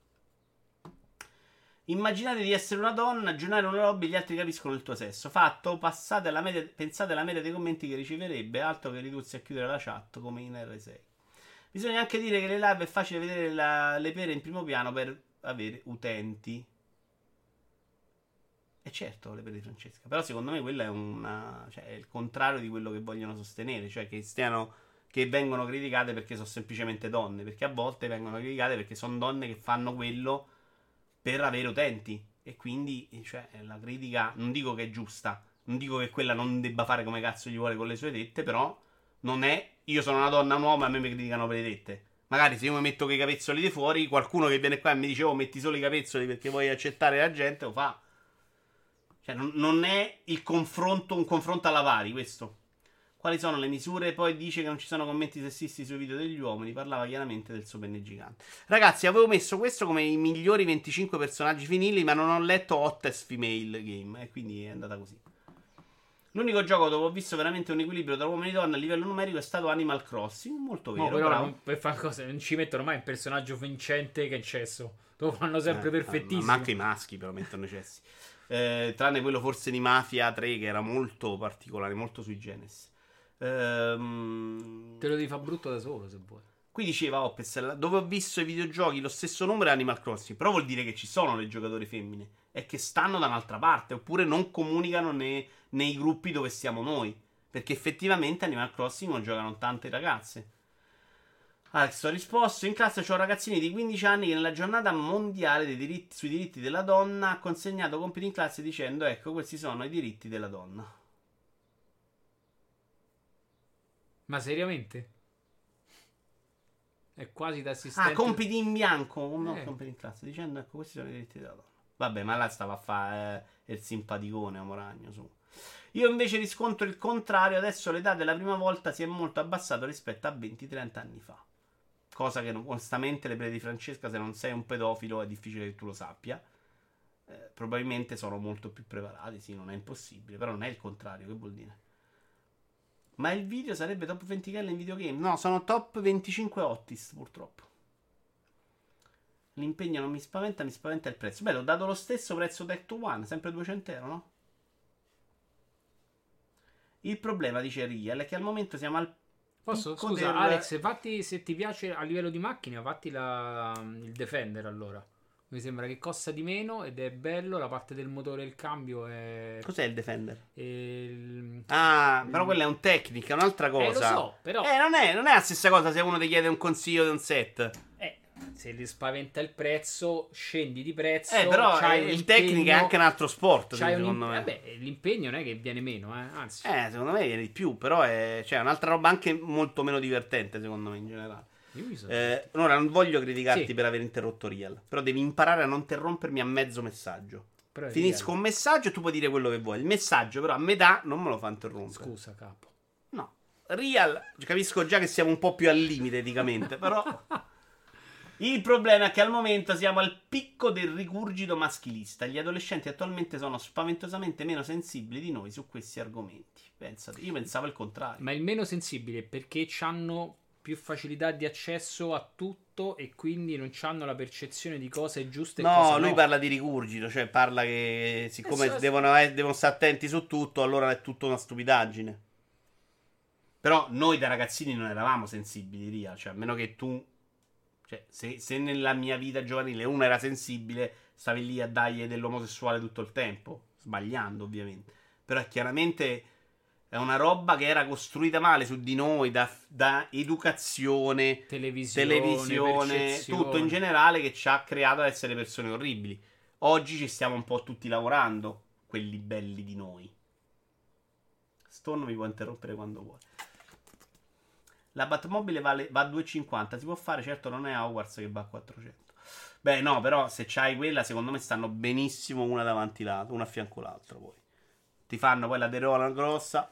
Immaginate di essere una donna, aggiornare una lobby e gli altri capiscono il tuo sesso. Fatto, pensate alla media dei commenti che riceverebbe, altro che ridursi a chiudere la chat come in R6. Bisogna anche dire che le live è facile vedere le pere in primo piano per avere utenti. E certo, le pere di Francesca. Però secondo me quella è il contrario di quello che vogliono sostenere. Cioè che vengono criticate perché sono semplicemente donne. Perché a volte vengono criticate perché sono donne che fanno quello per avere utenti. E quindi, cioè, la critica non dico che è giusta. Non dico che quella non debba fare come cazzo gli vuole con le sue tette. Però non è io sono una donna, un uomo e a me mi criticano per le tette. Magari se io mi metto con i capezzoli di fuori, qualcuno che viene qua e mi dice oh metti solo i capezzoli perché vuoi accettare la gente, lo fa. Cioè, non è un confronto alla pari questo. Quali sono le misure? Poi dice che non ci sono commenti sessisti sui video degli uomini. Parlava chiaramente del suo penne gigante. Ragazzi, avevo messo questo come i migliori 25 personaggi finili, ma non ho letto Hottest Female Game. E quindi è andata così. L'unico gioco dove ho visto veramente un equilibrio tra uomini e donne a livello numerico è stato Animal Crossing. Molto vero, però bravo. per fare cose non ci mettono mai un personaggio vincente che è cesso. Lo fanno sempre perfettissimo. Ma anche i maschi però mettono necessi. Tranne quello forse di Mafia 3 che era molto particolare, molto sui generis. Te lo devi fare brutto da solo se vuoi. Qui diceva Oppes, dove ho visto i videogiochi lo stesso numero è Animal Crossing, però vuol dire che ci sono le giocatori femmine e che stanno da un'altra parte, oppure non comunicano nei gruppi dove stiamo noi, perché effettivamente Animal Crossing non giocano tante ragazze. Alex, ho risposto, in classe c'ho ragazzini di 15 anni che nella giornata mondiale sui diritti della donna ha consegnato compiti in classe dicendo ecco questi sono i diritti della donna. Ma seriamente? È quasi da assistente. Ah, compiti in bianco, non compiti in classe, dicendo ecco questi sono i diritti della donna. Vabbè, ma là stava a fare il simpaticone a Moragno, su. Io invece riscontro il contrario, adesso l'età della prima volta si è molto abbassato rispetto a 20-30 anni fa. Cosa che onestamente le pere di Francesca, se non sei un pedofilo, è difficile che tu lo sappia. Probabilmente sono molto più preparati, sì, non è impossibile, però non è il contrario, che vuol dire? Ma il video sarebbe top 20 kill in videogame? No, sono top 25 Otis, purtroppo. L'impegno non mi spaventa il prezzo. Beh, ho dato lo stesso prezzo Tech to One, sempre 200 euro, no? Il problema, dice Riel, è che al momento siamo al Posso? picco Scusa, del... Alex, fatti, se ti piace a livello di macchina, fatti il Defender allora. Mi sembra che costa di meno ed è bello. La parte del motore e il cambio è. Cos'è il Defender? Il... Ah, però quella è un tecnica, è un'altra cosa. Lo so, però. Non è la stessa cosa se uno ti chiede un consiglio di un set. Se gli spaventa il prezzo, scendi di prezzo. Però c'hai il tecnica è anche un altro sport, secondo me. Vabbè, l'impegno non è che viene meno, anzi. Secondo me viene di più, però è un'altra roba anche molto meno divertente, secondo me, in generale. Ora non voglio criticarti per aver interrotto Real, però devi imparare a non interrompermi a mezzo messaggio. Finisco un messaggio e tu puoi dire quello che vuoi. Il messaggio, però, a metà non me lo fa interrompere. Scusa, capo. No. Real, capisco già che siamo un po' più al limite eticamente, però... Il problema è che al momento siamo al picco del rigurgito maschilista. Gli adolescenti attualmente sono spaventosamente meno sensibili di noi su questi argomenti. Pensate, io pensavo il contrario. Ma il meno sensibile perché hanno più facilità di accesso a tutto e quindi non hanno la percezione di cosa è giusto e cosa no. No, lui parla di rigurgito, cioè parla che siccome devono stare attenti su tutto, allora è tutta una stupidaggine. Però noi da ragazzini non eravamo sensibili, Ria, cioè a meno che tu... Cioè, se nella mia vita giovanile uno era sensibile, stavi lì a dargli dell'omosessuale tutto il tempo, sbagliando ovviamente. Però chiaramente è una roba che era costruita male su di noi da educazione, televisione, tutto in generale, che ci ha creato ad essere persone orribili. Oggi ci stiamo un po' tutti lavorando, quelli belli di noi. Stone mi può interrompere quando vuole. La Batmobile va a 2,50. Si può fare, certo non è Hogwarts che va a 400. Beh no, però se c'hai quella secondo me stanno benissimo una davanti l'altra, una a fianco l'altra poi. Ti fanno poi la derola grossa.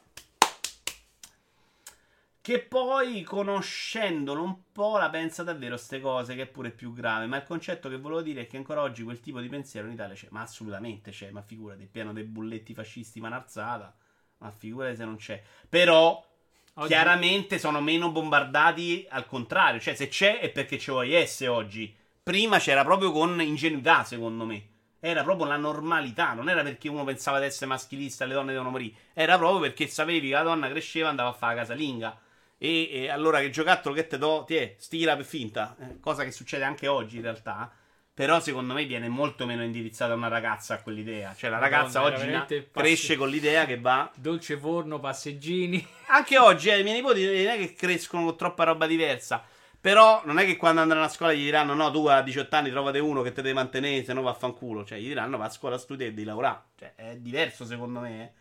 Che poi, conoscendolo un po', la pensa davvero ste cose, che è pure più grave. Ma il concetto che volevo dire è che ancora oggi quel tipo di pensiero in Italia c'è. Ma assolutamente c'è, ma figurati, pieno dei bulletti fascisti manarzata. Ma figurati se non c'è. Però, chiaramente sono meno bombardati al contrario. Cioè, se c'è è perché ci vuoi essere oggi. Prima c'era proprio con ingenuità, secondo me. Era proprio la normalità. Non era perché uno pensava di essere maschilista e le donne devono morire. Era proprio perché sapevi che la donna cresceva e andava a fare la casalinga. E allora che giocattolo che te do, stira per finta. Cosa che succede anche oggi in realtà. Però secondo me viene molto meno indirizzata una ragazza a quell'idea. Cioè la ragazza oggi cresce con l'idea che va dolce forno, passeggini. Anche oggi i miei nipoti non è che crescono con troppa roba diversa. Però non è che quando andranno a scuola gli diranno no, tu a 18 anni trovate uno che te deve mantenere, se no vaffanculo. Cioè gli diranno va a scuola a studiare e devi lavorare. Cioè è diverso secondo me.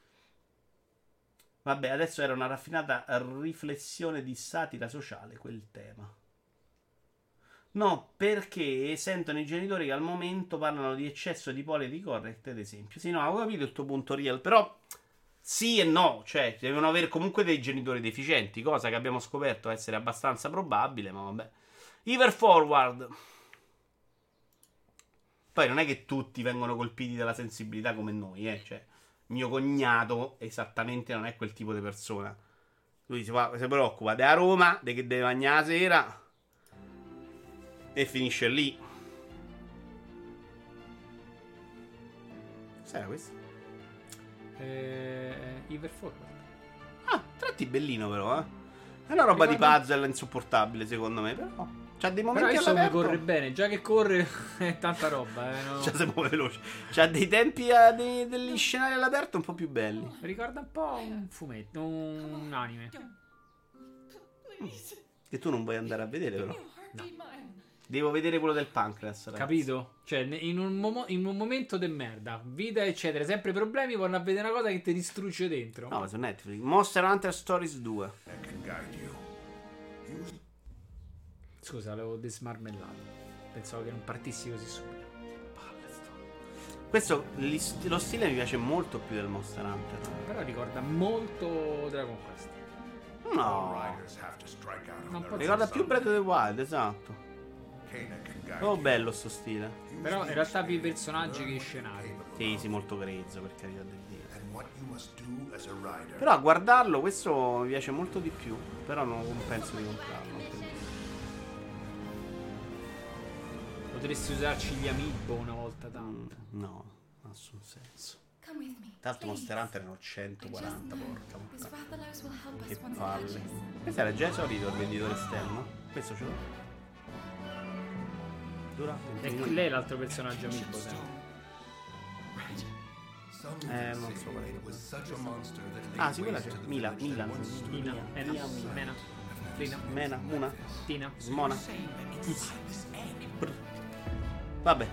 Vabbè, adesso era una raffinata riflessione di satira sociale quel tema. No, perché sentono i genitori che al momento parlano di eccesso di politically correct, ad esempio. Sì, no, ho capito il tuo punto real, però sì e no, cioè devono avere comunque dei genitori deficienti, cosa che abbiamo scoperto essere abbastanza probabile, ma vabbè. Iver Forward. Poi non è che tutti vengono colpiti dalla sensibilità come noi, cioè mio cognato esattamente non è quel tipo di persona. Lui si preoccupa della Roma, di che deve mangiare la sera e finisce lì. Cos'era questo? Iver Forward. Ah, tratti bellino però, È una roba di puzzle insopportabile secondo me, però c'ha dei momenti però all'aperto. corre bene, già che corre è tanta roba, no? Cioè si muove veloce. C'ha dei tempi degli scenari all'aperto un po' più belli. Mi ricorda un po' un fumetto, un anime. Che tu non vuoi andare a vedere però. No. Devo vedere quello del pancreas, ragazzi. Capito? Cioè in un momento di merda, vita eccetera, sempre problemi, vanno a vedere una cosa che ti distrugge dentro. No, su Netflix. Monster Hunter Stories 2. Scusa, l'avevo desmarmellato. Pensavo che non partissi così subito. Questo, lo stile mi piace molto più del Monster Hunter. Però ricorda molto Dragon Quest. No. Ricorda più Breath of the Wild, esatto. Oh, bello sto stile. Però in realtà più i personaggi che i scenari. Sì, molto grezzo, per carità del Dio. Però a guardarlo questo mi piace molto di più. Però non penso di comprarlo. Potresti usarci gli amiibo una volta tanto. No, non ha nessun senso. Tra l'altro Monster Hunter erano 140, porca puttana. Che palle. Questo era già esaurito il venditore esterno? Questo ce l'ho. Dura? Lei è l'altro personaggio amiibo, non so qual è. Ah, sì, quella c'è. Mena. Muna. Tina. Smona. Vabbè.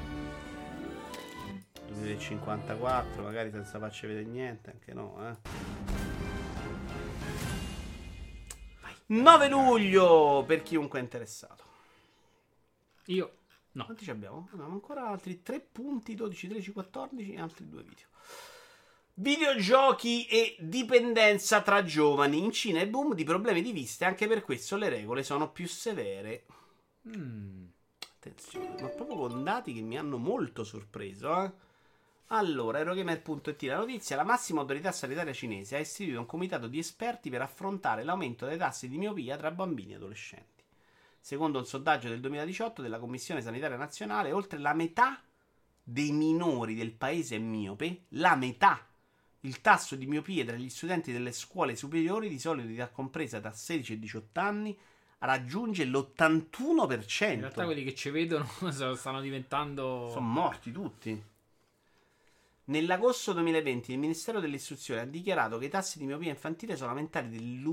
2054, magari senza farci vedere niente, anche no, 9 luglio per chiunque è interessato. Io no. Quanti ci abbiamo? Abbiamo ancora altri 3 punti, 12, 13, 14 e altri 2 video. Videogiochi e dipendenza tra giovani. In Cina è boom di problemi di vista e anche per questo le regole sono più severe. Attenzione, ma proprio con dati che mi hanno molto sorpreso, Allora, Eurogamer.it, la notizia: la massima autorità sanitaria cinese ha istituito un comitato di esperti per affrontare l'aumento dei tassi di miopia tra bambini e adolescenti. Secondo un sondaggio del 2018 della Commissione Sanitaria Nazionale, oltre la metà dei minori del paese è miope, la metà. Il tasso di miopie tra gli studenti delle scuole superiori, di solito di età compresa da 16 e 18 anni, raggiunge l'81%. In realtà quelli che ci vedono stanno diventando... Sono morti tutti. Nell'agosto 2020 il Ministero dell'Istruzione ha dichiarato che i tassi di miopia infantile sono aumentati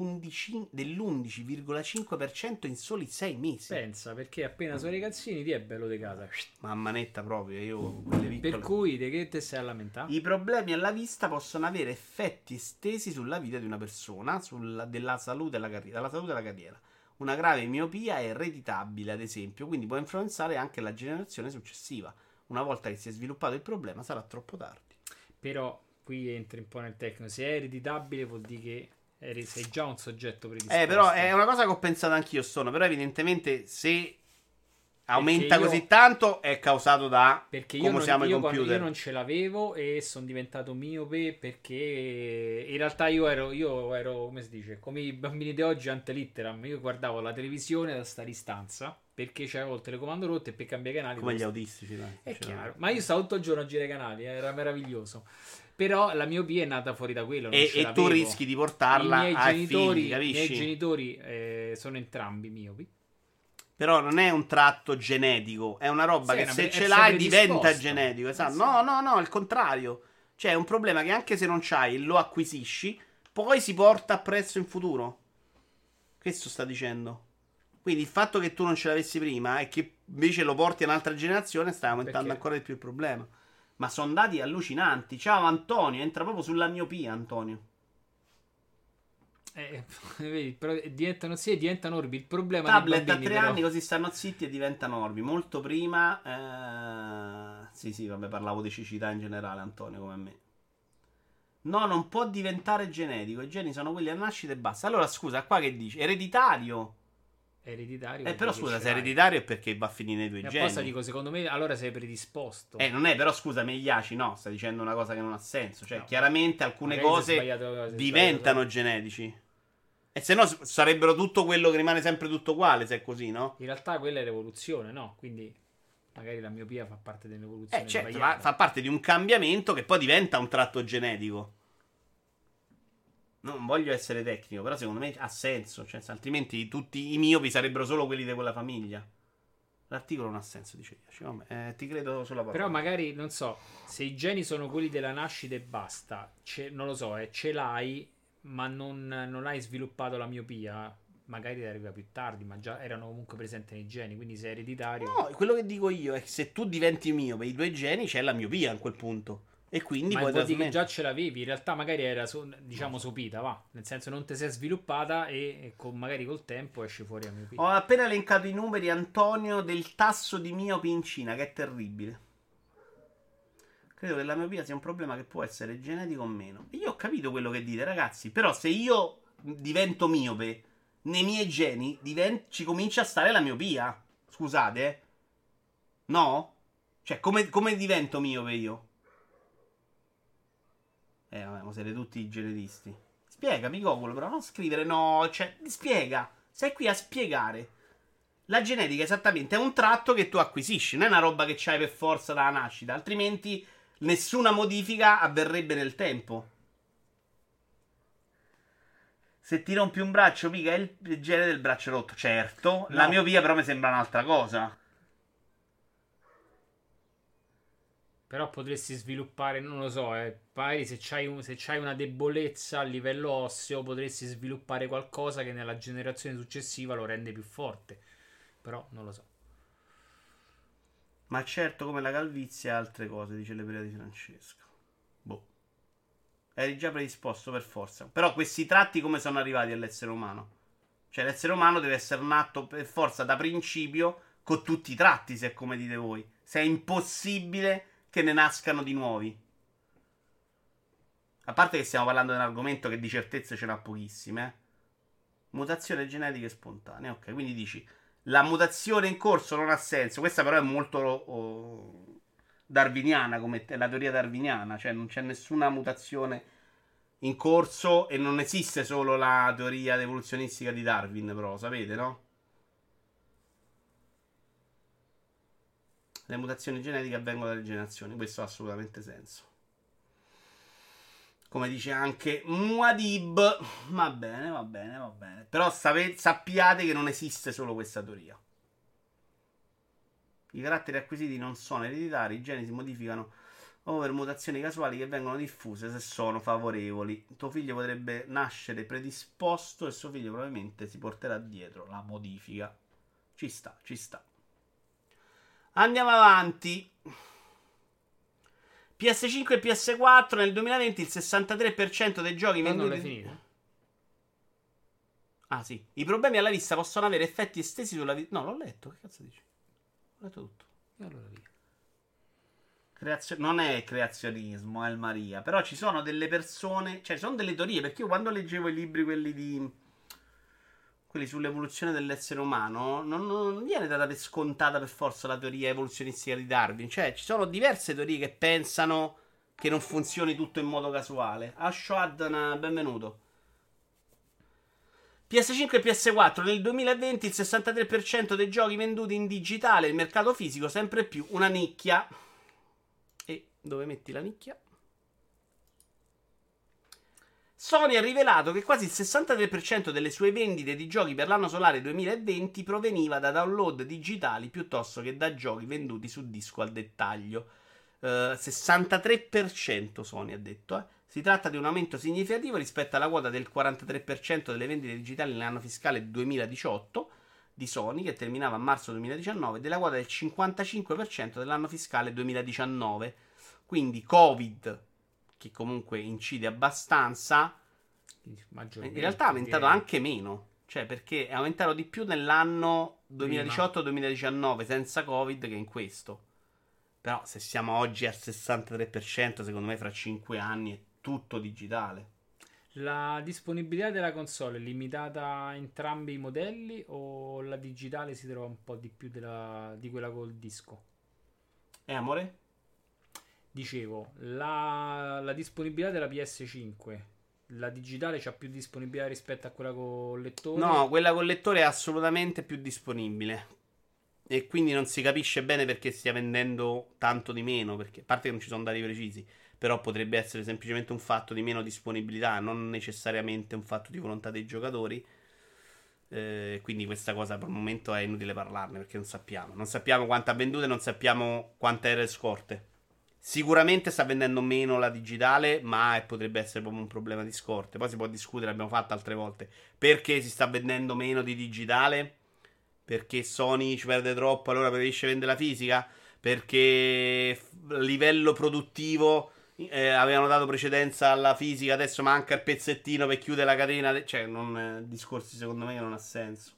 dell'11,5% in soli 6 mesi. Pensa, perché appena sono ragazzini ti è bello di casa. Mamma netta proprio, io quelle piccole. Per cui di che te stai a lamentare? I problemi alla vista possono avere effetti estesi sulla vita di una persona, della salute e dalla salute e alla carriera. Una grave miopia è ereditabile, ad esempio, quindi può influenzare anche la generazione successiva. Una volta che si è sviluppato il problema sarà troppo tardi. Però qui entri un po' nel tecnico. Se è ereditabile vuol dire che sei già un soggetto predisposto. Però è una cosa che ho pensato anch'io, però evidentemente se aumenta Perché così tanto è causato da perché come siamo i computer. Io non ce l'avevo e sono diventato miope perché in realtà io ero, come si dice, come i bambini di oggi ante litteram. Io guardavo la televisione da stare in stanza perché c'avevo il telecomando rotto e per cambiare canali Come gli autistici, dai. è chiaro, ma io stavo tutto il giorno a girare i canali, era meraviglioso. Però la miopia è nata fuori da quello. Non ce E tu l'avevo. rischi di portarla ai figli, I capisci? miei genitori sono entrambi miopi. Però non è un tratto genetico, è una roba Sì, che è se una- ce è l'hai predisposta. diventa genetico. Esatto. Sì. No, è il contrario. Cioè è un problema che anche se non c'hai e lo acquisisci, poi si porta appresso in futuro. Questo sta dicendo. Quindi il fatto che tu non ce l'avessi prima e che invece lo porti a un'altra generazione sta aumentando Perché? ancora di più il problema. Ma sono dati allucinanti. Ciao Antonio, entra proprio sulla miopia Antonio. Vedi, però diventano orbi. Il problema Tablet dei a bambini 3 però, anni così stanno zitti e diventano orbi. Molto prima. Sì, vabbè, parlavo di cecità in generale, Antonio, come me. No, non può diventare genetico. I geni sono quelli a nascita e basta. Allora, scusa, qua che dici? Ereditario? è ereditario. Però vuol dire scusa, che se ce è l'hai. ereditario è perché va a finire nei tuoi E apposta geni. dico, secondo me, allora sei predisposto. Non è, però scusa, Megliaci, no, sta dicendo una cosa che non ha senso. Cioè, No. chiaramente alcune Magari si è cose sbagliato- diventano genetici. E se no sarebbero tutto quello che rimane sempre tutto uguale, se è così, no? In realtà quella è l'evoluzione, no? Quindi magari la miopia fa parte dell'evoluzione Certo, sbagliata. fa parte di un cambiamento che poi diventa un tratto genetico. Non voglio essere tecnico, però secondo me ha senso. Cioè, altrimenti tutti i miopi sarebbero solo quelli di quella famiglia. L'articolo non ha senso, dice Iaci. Vabbè, ti credo sulla parola. Però magari, non so, se i geni sono quelli della nascita e basta, non lo so, ce l'hai, ma non hai sviluppato la miopia, magari ti arriva più tardi, ma già erano comunque presenti nei geni, quindi se è ereditario... No, quello che dico io è che se tu diventi miope, i tuoi geni c'è la miopia in quel punto. E quindi Ma puoi vuol dire che trasmettere. già ce l'avevi, in realtà magari era, diciamo, sopita, va, nel senso non ti sei sviluppata e magari col tempo esce fuori la miopia. Ho appena elencato i numeri, Antonio, del tasso di miopi in Cina, che è terribile. Credo che la miopia sia un problema che può essere genetico o meno. Io ho capito quello che dite, ragazzi. Però se io divento miope, nei miei geni ci comincia a stare la miopia. Scusate. No? Cioè, come divento miope io? Vabbè, ma siete tutti genetisti. Spiegami, Gogol, però non scrivere no. Cioè, spiega. Sei qui a spiegare. La genetica esattamente è un tratto che tu acquisisci, non è una roba che c'hai per forza dalla nascita, altrimenti nessuna modifica avverrebbe nel tempo. Se ti rompi un braccio, mica è il gene del braccio rotto, certo. No. La miopia però mi sembra un'altra cosa. Però potresti sviluppare, non lo so, magari se c'hai una debolezza a livello osseo, potresti sviluppare qualcosa che nella generazione successiva lo rende più forte. Però non lo so. Ma certo, come la calvizie e altre cose, dice l'Ebreo di Francesco. Boh. Eri già predisposto per forza. Però questi tratti come sono arrivati all'essere umano? Cioè l'essere umano deve essere nato per forza da principio con tutti i tratti, se è come dite voi. Se è impossibile che ne nascano di nuovi. A parte che stiamo parlando di un argomento che di certezze ce n'ha pochissime. Mutazione genetica spontanea. Ok, quindi dici la mutazione in corso non ha senso. Questa però è molto darwiniana, come la teoria darwiniana. Cioè non c'è nessuna mutazione in corso e non esiste solo la teoria evoluzionistica di Darwin, però lo sapete, no? Le mutazioni genetiche avvengono dalle generazioni. Questo ha assolutamente senso. Come dice anche Muad'Dib. Va bene. Però sappiate che non esiste solo questa teoria. I caratteri acquisiti non sono ereditari, i geni si modificano o per mutazioni casuali che vengono diffuse se sono favorevoli. Tuo figlio potrebbe nascere predisposto e suo figlio probabilmente si porterà dietro la modifica. Ci sta, ci sta. Andiamo avanti. PS5 e PS4 nel 2020 il 63% dei giochi Ma non venduti... l'hai finito? Ah sì, i problemi alla vista possono avere effetti estesi sulla vita. No, l'ho letto, che cazzo dici? Ho letto tutto. E allora via. Non è creazionismo, è il Maria. Però ci sono delle persone, cioè sono delle teorie, perché io quando leggevo i libri quelli sull'evoluzione dell'essere umano, non viene data per scontata per forza la teoria evoluzionistica di Darwin. Cioè ci sono diverse teorie che pensano che non funzioni tutto in modo casuale. Ashwad, benvenuto. PS5 e PS4 nel 2020 il 63% dei giochi venduti in digitale, il mercato fisico sempre più una nicchia. E dove metti la nicchia? Sony ha rivelato che quasi il 63% delle sue vendite di giochi per l'anno solare 2020 proveniva da download digitali piuttosto che da giochi venduti su disco al dettaglio. 63% Sony ha detto. Si tratta di un aumento significativo rispetto alla quota del 43% delle vendite digitali nell'anno fiscale 2018 di Sony, che terminava a marzo 2019, e della quota del 55% dell'anno fiscale 2019. Quindi Covid, che comunque incide abbastanza, in realtà è aumentato anche meno. Cioè, perché è aumentato di più nell'anno 2018-2019 senza Covid che in questo. Però se siamo oggi al 63%, secondo me fra 5 anni è tutto digitale. La disponibilità della console è limitata a entrambi i modelli o la digitale si trova un po' di più di quella col disco? Amore? Dicevo, la disponibilità della PS5, la digitale c'ha più disponibilità rispetto a quella col lettore? No, quella col lettore è assolutamente più disponibile. E quindi non si capisce bene perché stia vendendo tanto di meno. Perché, a parte che non ci sono dati precisi, però potrebbe essere semplicemente un fatto di meno disponibilità, non necessariamente un fatto di volontà dei giocatori. Quindi questa cosa per il momento è inutile parlarne perché non sappiamo. Non sappiamo quanto ha venduto e non sappiamo quante era le scorte. Sicuramente sta vendendo meno la digitale, ma potrebbe essere proprio un problema di scorte. Poi si può discutere, l'abbiamo fatto altre volte. Perché si sta vendendo meno di digitale? Perché Sony ci perde troppo, allora preferisce vendere la fisica? Perché a livello produttivo avevano dato precedenza alla fisica, adesso manca il pezzettino per chiudere la catena. Cioè, discorsi secondo me che non ha senso.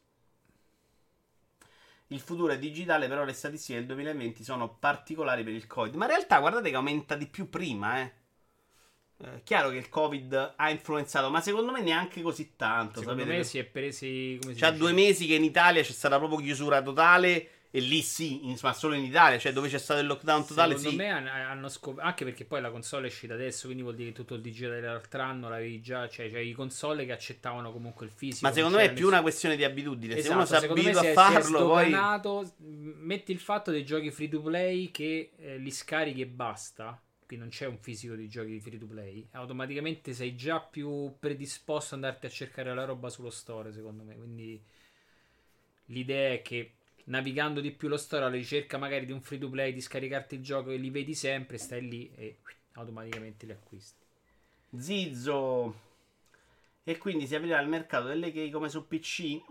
Il futuro è digitale, però le statistiche del 2020 sono particolari per il Covid. Ma in realtà guardate che aumenta di più prima, chiaro che il Covid ha influenzato, ma secondo me neanche così tanto. Secondo sapete? me si è presi, come si C'ha dice? 2 mesi che in Italia c'è stata proprio chiusura totale. E lì sì, ma solo in Italia, cioè dove c'è stato il lockdown totale, Secondo sì. me hanno scoperto, anche perché poi la console è uscita adesso, quindi vuol dire che tutto il digitale dell'altro anno l'avevi già, cioè i console che accettavano comunque il fisico. Ma secondo me è più una questione di abitudine. Esatto, se uno si secondo me abitua a si è farlo, poi sdoganato. Metti il fatto dei giochi free to play che li scarichi e basta. Quindi non c'è un fisico di giochi free to play. Automaticamente sei già più predisposto ad andarti a cercare la roba sullo store, secondo me. Quindi l'idea è che navigando di più lo store alla ricerca magari di un free to play, di scaricarti il gioco e li vedi sempre, stai lì e automaticamente li acquisti. Zizzo. E quindi si aprirà il mercato delle key come su PC.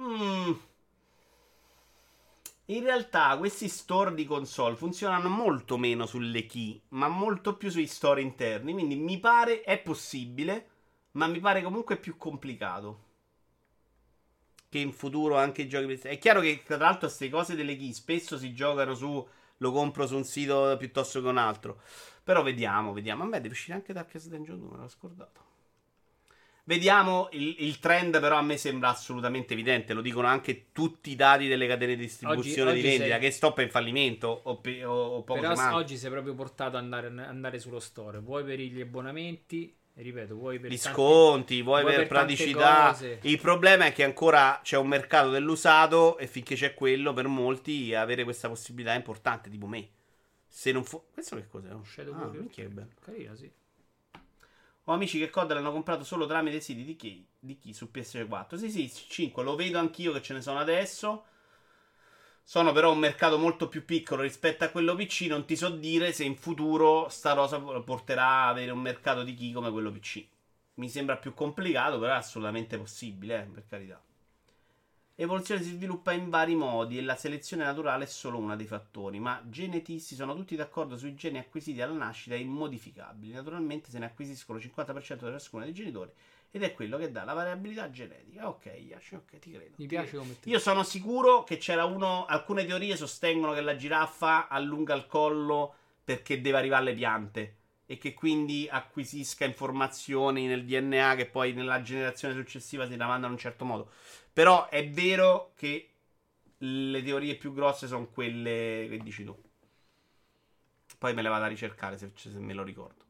In realtà questi store di console funzionano molto meno sulle key, ma molto più sui store interni. Quindi mi pare è possibile, ma mi pare comunque più complicato. Che in futuro anche i giochi. È chiaro che tra l'altro queste cose delle key spesso si giocano su. Lo compro su un sito piuttosto che un altro. Però vediamo. A me deve uscire anche Darkest Dungeon 2, me l'ho scordato. Vediamo il trend, però a me sembra assolutamente evidente. Lo dicono anche tutti i dati delle catene di distribuzione Oggi di vendita. sei... Che stop è in fallimento o poco Però manca. oggi sei proprio portato ad andare sullo store. Vuoi per gli abbonamenti, ripeto, vuoi per Gli sconti, vuoi vuoi per tante praticità. cose. Il problema è che ancora c'è un mercato dell'usato e finché c'è quello, per molti avere questa possibilità è importante, tipo me. Se non questo che cos'è? Shadow Ah, Warrior minchia che bello. carino, sì. Ho amici che COD l'hanno comprato solo tramite siti di chi su PS4. Sì, 5, lo vedo anch'io che ce ne sono adesso. Sono però un mercato molto più piccolo rispetto a quello PC. Non ti so dire se in futuro sta cosa porterà a avere un mercato di chi come quello PC. Mi sembra più complicato, però è assolutamente possibile, per carità. L'evoluzione si sviluppa in vari modi e la selezione naturale è solo uno dei fattori, ma genetisti sono tutti d'accordo sui geni acquisiti alla nascita immodificabili. Naturalmente se ne acquisiscono il 50% da ciascuno dei genitori ed è quello che dà la variabilità genetica. Ok, Yashi, ok, ti credo. Mi piace come te. Io sono sicuro che c'era uno. Alcune teorie sostengono che la giraffa allunga il collo perché deve arrivare alle piante e che quindi acquisisca informazioni nel DNA che poi nella generazione successiva si tramandano in un certo modo. Però è vero che le teorie più grosse sono quelle che dici tu. Poi me le vado a ricercare se me lo ricordo.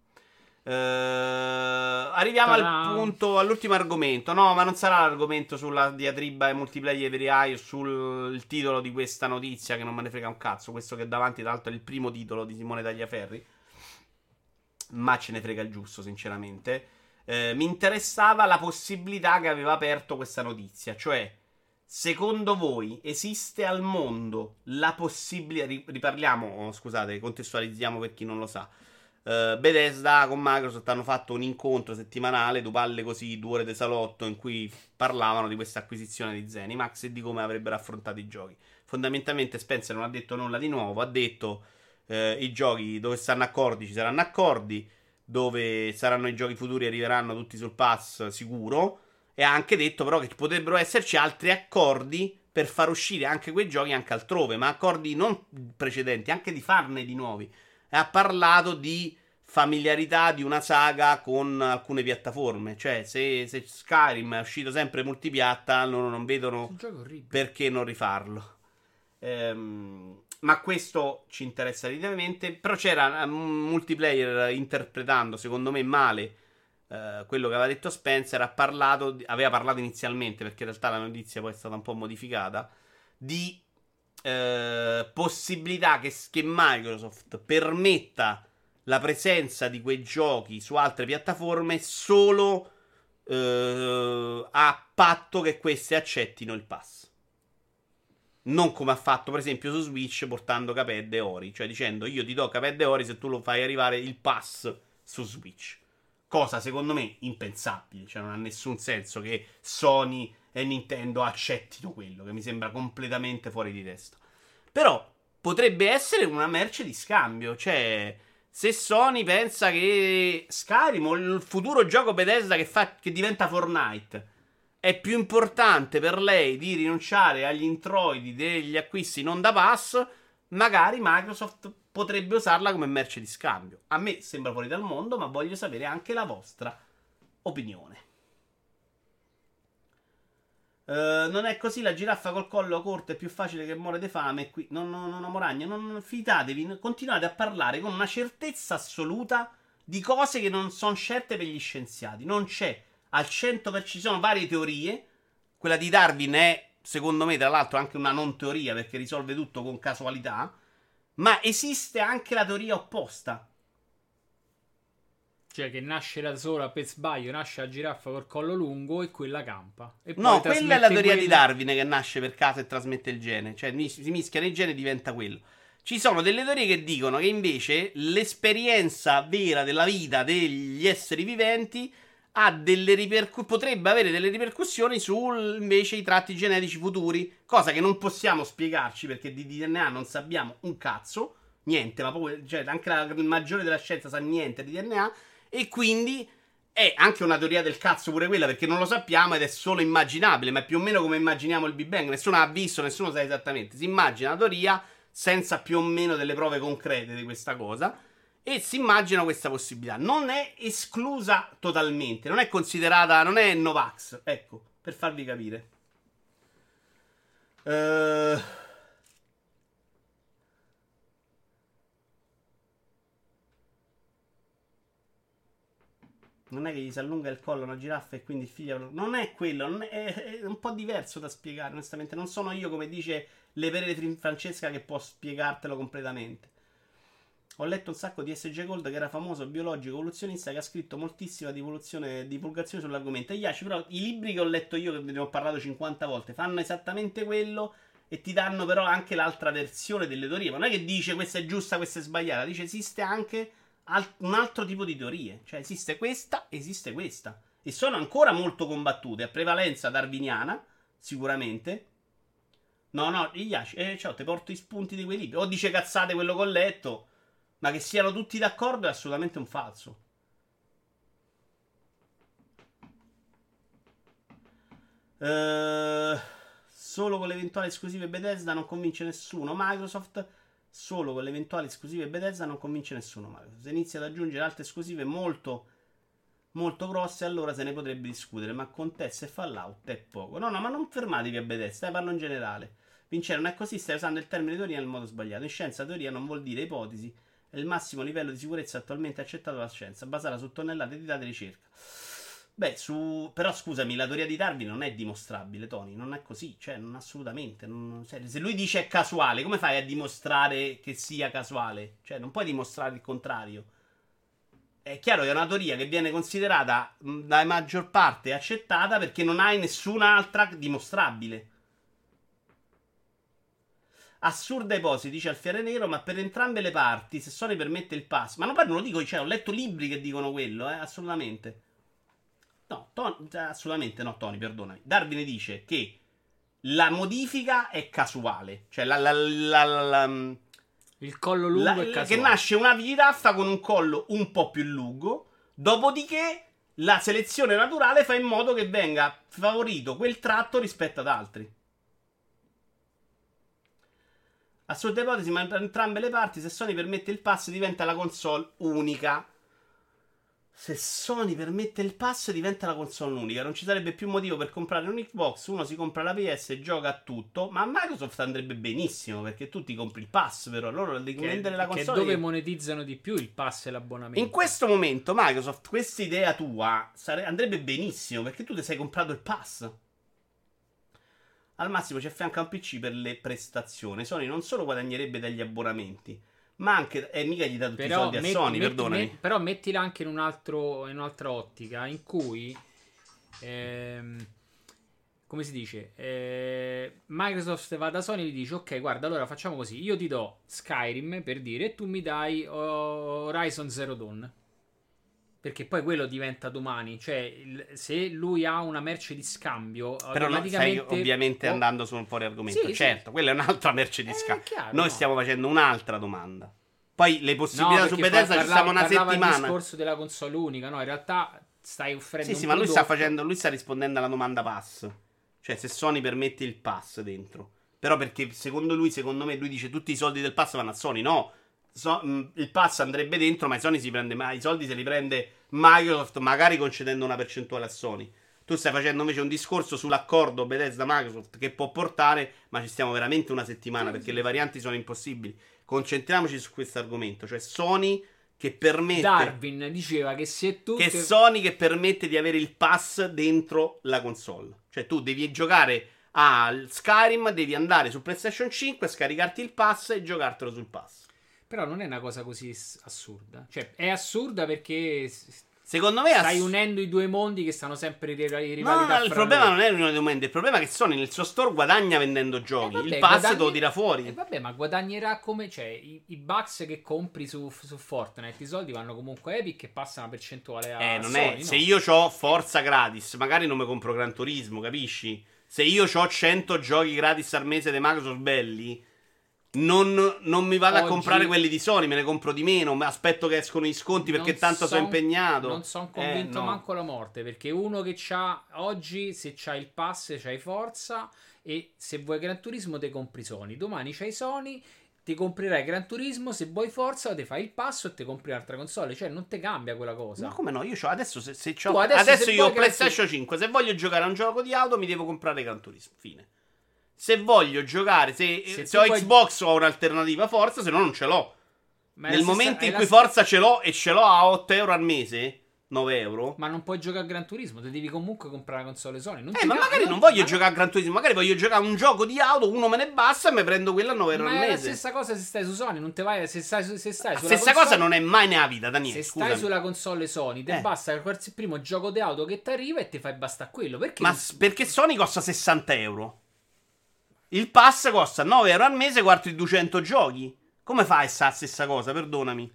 Arriviamo al punto, all'ultimo argomento. No, ma non sarà l'argomento sulla diatriba e multiplayer per AI, sul titolo di questa notizia che non me ne frega un cazzo. Questo che davanti, tra l'altro, è il primo titolo di Simone Tagliaferri. Ma ce ne frega il giusto, sinceramente. Mi interessava la possibilità che aveva aperto questa notizia. Cioè, secondo voi esiste al mondo la possibilità. Riparliamo, scusate, contestualizziamo per chi non lo sa. Bethesda con Microsoft hanno fatto un incontro settimanale, due palle così, 2 ore di salotto, in cui parlavano di questa acquisizione di Zenimax e di come avrebbero affrontato i giochi. Fondamentalmente Spencer non ha detto nulla di nuovo, ha detto i giochi dove stanno accordi ci saranno accordi, dove saranno i giochi futuri arriveranno tutti sul pass sicuro, e ha anche detto però che potrebbero esserci altri accordi per far uscire anche quei giochi anche altrove, ma accordi non precedenti, anche di farne di nuovi. E ha parlato di familiarità di una saga con alcune piattaforme. Cioè, se Skyrim è uscito sempre multipiatta, loro non vedono perché non rifarlo. Ma questo ci interessa relativamente. Però c'era un multiplayer interpretando, secondo me, male quello che aveva detto Spencer. Aveva parlato inizialmente, perché in realtà la notizia poi è stata un po' modificata, di possibilità che Microsoft permetta la presenza di quei giochi su altre piattaforme solo a patto che queste accettino il pass. Non come ha fatto per esempio su Switch portando Cuphead e Ori, cioè dicendo io ti do Cuphead e Ori se tu lo fai arrivare il pass su Switch. Cosa secondo me impensabile, cioè non ha nessun senso che Sony e Nintendo accettino quello, che mi sembra completamente fuori di testa. Però potrebbe essere una merce di scambio, cioè se Sony pensa che Skyrim o il futuro gioco Bethesda che diventa Fortnite è più importante per lei di rinunciare agli introiti degli acquisti non da pass, magari Microsoft potrebbe usarla come merce di scambio. A me sembra fuori dal mondo, ma voglio sapere anche la vostra opinione. Non è così, la giraffa col collo corto è più facile che muore di fame. Qui non Moragno, non fidatevi, continuate a parlare con una certezza assoluta di cose che non sono certe per gli scienziati. Non c'è al 100%, ci sono varie teorie. Quella di Darwin è, secondo me, tra l'altro anche una non teoria, perché risolve tutto con casualità. Ma esiste anche la teoria opposta. Cioè che nasce da sola per sbaglio, nasce la giraffa col collo lungo e quella campa. E poi no, quella è la teoria di Darwin, che nasce per caso e trasmette il gene. Cioè si mischiano i geni e diventa quello. Ci sono delle teorie che dicono che invece l'esperienza vera della vita degli esseri viventi ha potrebbe avere delle ripercussioni su invece i tratti genetici futuri. Cosa che non possiamo spiegarci, perché di DNA non sappiamo un cazzo. Niente, ma proprio, cioè, anche il maggiore della scienza sa niente di DNA. E quindi è anche una teoria del cazzo pure quella, perché non lo sappiamo ed è solo immaginabile, ma è più o meno come immaginiamo il Big Bang. Nessuno ha visto, nessuno sa esattamente. Si immagina la teoria senza più o meno delle prove concrete di questa cosa e si immagina questa possibilità. Non è esclusa totalmente, non è considerata, non è Novax, ecco, per farvi capire. Non è che gli si allunga il collo a una giraffa e quindi il figlio. Non è quello, è un po' diverso da spiegare, onestamente. Non sono io, come dice Le Perere Francesca, che può spiegartelo completamente. Ho letto un sacco di SG Gold, che era famoso biologico evoluzionista, che ha scritto moltissima divulgazione sull'argomento. E Yashi, però, i libri che ho letto io, che ve ne ho parlato 50 volte, fanno esattamente quello e ti danno però anche l'altra versione delle teorie. Ma non è che dice questa è giusta, questa è sbagliata. Dice esiste anche un altro tipo di teorie. Cioè esiste questa, esiste questa. E sono ancora molto combattute, a prevalenza darwiniana, sicuramente. No, Iaci, ciao, ti porto i spunti di quei libri. O dice cazzate quello che ho letto, ma che siano tutti d'accordo è assolutamente un falso. Solo con le eventuali esclusive Bethesda non convince nessuno. Microsoft, solo con le eventuali esclusive Bethesda non convince nessuno. Microsoft. Se inizia ad aggiungere altre esclusive molto grosse, allora se ne potrebbe discutere. Ma con Tess e Fallout è poco. No, ma non fermatevi a Bethesda, parlo in generale. Vincere, non è così, stai usando il termine teoria nel modo sbagliato. In scienza teoria non vuol dire ipotesi. È il massimo livello di sicurezza attualmente accettato dalla scienza, basata su tonnellate di dati di ricerca. Beh, però scusami, la teoria di Darwin non è dimostrabile, Tony, non è così, cioè, non assolutamente. Se lui dice è casuale, come fai a dimostrare che sia casuale? Cioè, non puoi dimostrare il contrario. È chiaro che è una teoria che viene considerata dalla maggior parte accettata perché non hai nessun'altra dimostrabile. Assurda ipotesi, dice Alfiere Nero, ma per entrambe le parti, se Sony permette il pass. Ma non lo dico, cioè, ho letto libri che dicono quello, assolutamente. No, assolutamente no, Tony, perdonami. Darwin dice che la modifica è casuale. Cioè, il collo lungo è casuale. Che nasce una giraffa con un collo un po' più lungo. Dopodiché, la selezione naturale fa in modo che venga favorito quel tratto rispetto ad altri. Assurda ipotesi, ma per entrambe le parti, se Sony permette il pass, diventa la console unica. Se Sony permette il pass, diventa la console unica. Non ci sarebbe più motivo per comprare un Xbox. Uno si compra la PS e gioca a tutto. Ma a Microsoft andrebbe benissimo, perché tu ti compri il pass, però loro devi vendere la console. Che è dove monetizzano di più il pass e l'abbonamento. In questo momento Microsoft, questa idea tua andrebbe benissimo, perché tu ti sei comprato il pass. Al massimo ci affianca un PC per le prestazioni. Sony non solo guadagnerebbe dagli abbonamenti, ma anche, mica gli dà tutti i soldi a Sony, perdonami. Però mettila anche in un'altra ottica, in cui, come si dice, Microsoft va da Sony e gli dice, ok, guarda, allora facciamo così, io ti do Skyrim, per dire, e tu mi dai Horizon Zero Dawn. Perché poi quello diventa domani. Cioè, se lui ha una merce di scambio, però automaticamente... stai ovviamente andando su un fuori argomento. Sì, certo, sì. Quella è un'altra merce di scambio. Chiaro, noi stiamo facendo un'altra domanda. Poi le possibilità su Bethesda ci stiamo una settimana. Il discorso della console unica, no? In realtà stai offrendo sì, ma lui sta rispondendo alla domanda pass. Cioè, se Sony permette il pass dentro. Però perché secondo me, lui dice tutti i soldi del pass vanno a Sony. No. Il pass andrebbe dentro, ma i soldi se li prende Microsoft, magari concedendo una percentuale a Sony. Tu stai facendo invece un discorso sull'accordo Bethesda-Microsoft che può portare, ma ci stiamo veramente una settimana, perché le varianti sono impossibili. Concentriamoci su questo argomento, cioè Sony che permette... Darwin diceva che se tu... Che Sony che permette di avere il pass dentro la console. Cioè tu devi giocare a Skyrim, devi andare su PlayStation 5, scaricarti il pass e giocartelo sul pass. Però non è una cosa così assurda. Cioè, è assurda perché secondo me stai unendo i due mondi che stanno sempre in rivalità. No, il problema non è l'unione dei mondi. Il problema è che Sony nel suo store guadagna vendendo giochi. Vabbè, il pass te lo tira fuori. Vabbè, ma guadagnerà come... Cioè, i bucks che compri su Fortnite, i soldi vanno comunque a Epic e passa una percentuale a non Sony, è. no? Se io ho Forza gratis, magari non mi compro Gran Turismo, capisci? Se io ho 100 giochi gratis al mese di Microsoft belli... Non mi vado a comprare quelli di Sony, me ne compro di meno. Aspetto che escono gli sconti perché tanto sono impegnato. Non sono convinto manco la morte. Perché uno che c'ha oggi, se c'hai il pass, c'hai Forza. E se vuoi Gran Turismo, te compri Sony. Domani c'hai Sony, ti comprerai Gran Turismo. Se vuoi Forza, te fai il passo e ti compri un'altra console. Cioè, non ti cambia quella cosa. Ma come no? Io adesso adesso io ho PlayStation 5. Se voglio giocare a un gioco di auto, mi devo comprare Gran Turismo. Fine. Se voglio giocare, se ho Xbox ho un'alternativa Forza, se no non ce l'ho. Nel momento in cui Forza ce l'ho e ce l'ho a 8 euro al mese, 9 euro. Ma non puoi giocare a Gran Turismo, te devi comunque comprare la console Sony. Ma magari non voglio giocare a Gran Turismo, magari voglio giocare a un gioco di auto, uno me ne basta e mi prendo quella a 9 euro al mese. Ma è la stessa cosa se stai su Sony, non te vai, se stai sulla stessa console, cosa non è mai nella vita, Daniele. Se stai sulla console Sony, te basta qualsiasi primo gioco di auto che ti arriva e ti fai basta quello. Perché? Ma perché Sony costa 60 euro? Il pass costa 9 euro al mese, quarto di 200 giochi. Come fai a essere la stessa cosa? Perdonami.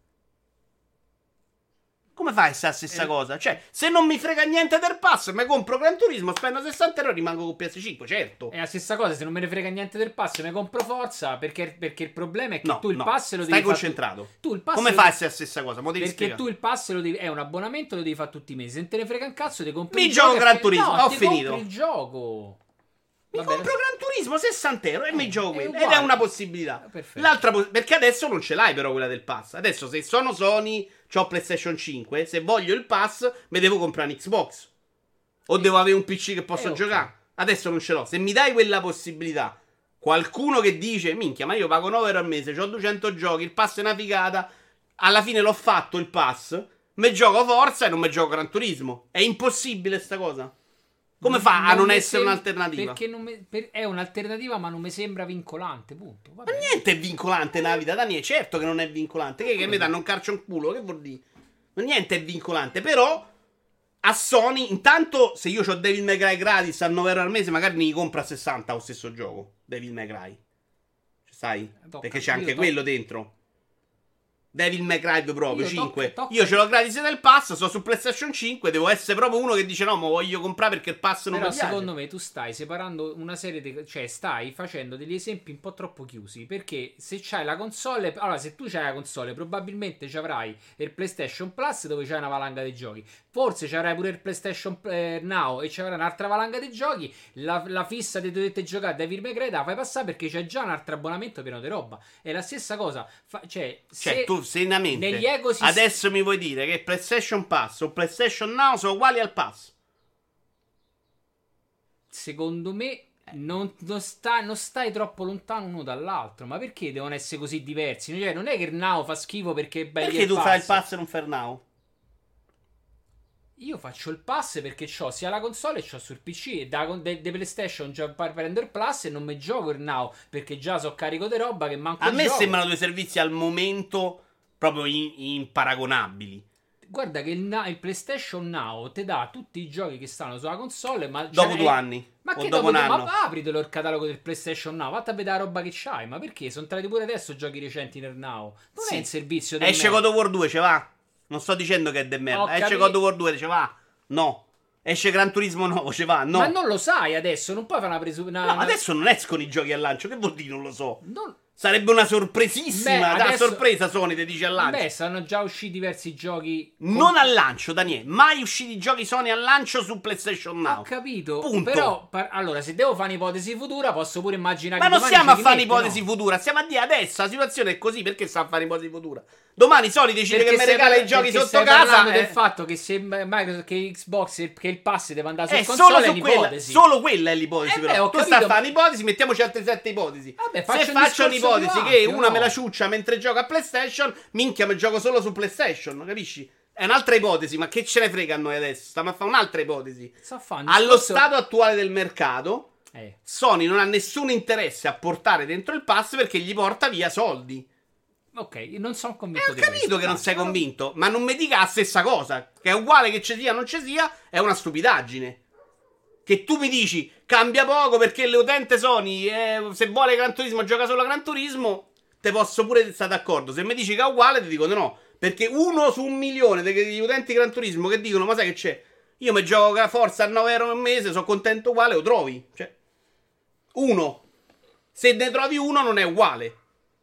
Come fai a essere la stessa cosa? Cioè, se non mi frega niente del pass, mi compro Gran Turismo, spendo 60 euro e rimango con PS5, certo. È la stessa cosa, se non me ne frega niente del pass, mi compro Forza, perché il problema è che tu il pass lo devi stai concentrato. Tu il pass come fai a essere la stessa cosa? Perché tu il pass lo devi, è un abbonamento, lo devi fare tutti i mesi. Se non te ne frega un cazzo, ti compri Mi il gioco gioco. Gran Turismo, no, ho ti finito. compri il gioco. Mi Vabbè, compro Gran Turismo 60 euro e mi gioco quello. Ed uguale. è una possibilità. Perfetto. L'altra perché adesso non ce l'hai però quella del pass. Adesso se sono Sony, c'ho PlayStation 5, se voglio il pass, mi devo comprare un Xbox. O devo avere un PC che posso giocare. Adesso non ce l'ho. Se mi dai quella possibilità, qualcuno che dice, minchia, ma io pago 9 euro al mese, ho 200 giochi, il pass è una figata, alla fine l'ho fatto il pass, me gioco Forza e non me gioco Gran Turismo. È impossibile sta cosa. Come fa a non essere un'alternativa? Perché è un'alternativa, ma non mi sembra vincolante, punto. Ma niente è vincolante nella vita, Daniele. Certo che non è vincolante. Che mi danno un calcio in culo? Che vuol dire? Ma niente è vincolante. Però a Sony, intanto, se io ho Devil May Cry gratis a 9 euro al mese, magari mi compro a 60 lo stesso gioco. Devil May Cry. Sai? Perché c'è anche quello dentro. Devil May Cry 2 proprio, 5. Io ce l'ho gratis nel pass, sono su PlayStation 5, devo essere proprio uno che dice no, ma voglio comprare perché il pass non mi piace. Secondo me tu stai separando una serie di... Cioè stai facendo degli esempi un po' troppo chiusi, perché se c'hai la console... Allora, se tu c'hai la console, probabilmente ci avrai il PlayStation Plus dove c'hai una valanga di giochi. Forse ci avrai pure il PlayStation Now e ci avrai un'altra valanga di giochi. La fissa di dovete giocare a Devil May Cry la fai passare perché c'è già un altro abbonamento pieno di roba. È la stessa cosa. Cioè tu seriamente negli ecosistemi... adesso mi vuoi dire che PlayStation Pass o PlayStation Now sono uguali al pass? Secondo me non stai troppo lontano uno dall'altro. Ma perché devono essere così diversi? Cioè, non è che il Now fa schifo perché perché tu fai il pass e non fai il Now? Io faccio il pass perché c'ho sia la console e c'ho sul PC. E da PlayStation già prendo il Plus e non mi gioco il Now perché già so carico di roba che manco a me gioco. sembrano due servizi al momento proprio imparagonabili. Guarda che il PlayStation Now ti dà tutti i giochi che stanno sulla console, ma dopo 2 anni. Ma o che dopo un anno. Ma apritelo il catalogo del PlayStation Now, vatti a vedere la roba che c'hai. Ma perché? Sono entrati pure adesso giochi recenti nel Now. Non è il servizio del esce God of War 2, ce va? Non sto dicendo che è de merda. Esce God of War 2, ce va? No. Esce Gran Turismo nuovo, ce va? No. Ma non lo sai adesso, non puoi fare una presunzione. No, adesso non escono i giochi al lancio, che vuol dire non lo so? Sarebbe una sorpresissima. Adesso... sorpresa Sony ti dice al lancio. Beh, stanno già usciti diversi giochi. Non al lancio, Daniele. Mai usciti giochi Sony al lancio su PlayStation Now. Ho capito. Punto. Però, allora, se devo fare un'ipotesi futura, posso pure immaginare. Ma che non stiamo a fare un'ipotesi un'ipotesi futura. Stiamo a dire adesso la situazione è così. Perché stiamo a fare un'ipotesi futura? Domani Sony decide perché che mi regala i giochi sotto casa. Del fatto che se Microsoft, che Xbox, che il pass deve andare su solo console, su quella. Solo quella è l'ipotesi. Però. Tu stai a fare un'ipotesi, mettiamoci altre 7 ipotesi. Vabbè, se faccio un'ipotesi che una me la no. ciuccia mentre gioco a PlayStation, minchia, mi gioco solo su PlayStation, capisci? È un'altra ipotesi, ma che ce ne frega a noi adesso? Stiamo a fare un'altra ipotesi. Allo stato attuale del mercato, Sony non ha nessun interesse a portare dentro il pass perché gli porta via soldi. Ok, non sono convinto di questo. Ho capito che non sei convinto, ma non mi dica la stessa cosa. Che è uguale che ci sia o non ci sia, è una stupidaggine. Che tu mi dici, cambia poco perché l'utente Sony, se vuole Gran Turismo, gioca solo a Gran Turismo, te posso pure stare d'accordo. Se mi dici che è uguale, ti dico no. Perché 1 su 1 milione degli utenti Gran Turismo che dicono, ma sai che c'è? Io mi gioco a Forza a 9 euro al mese, sono contento uguale, lo trovi. Cioè, 1. Se ne trovi uno non è uguale.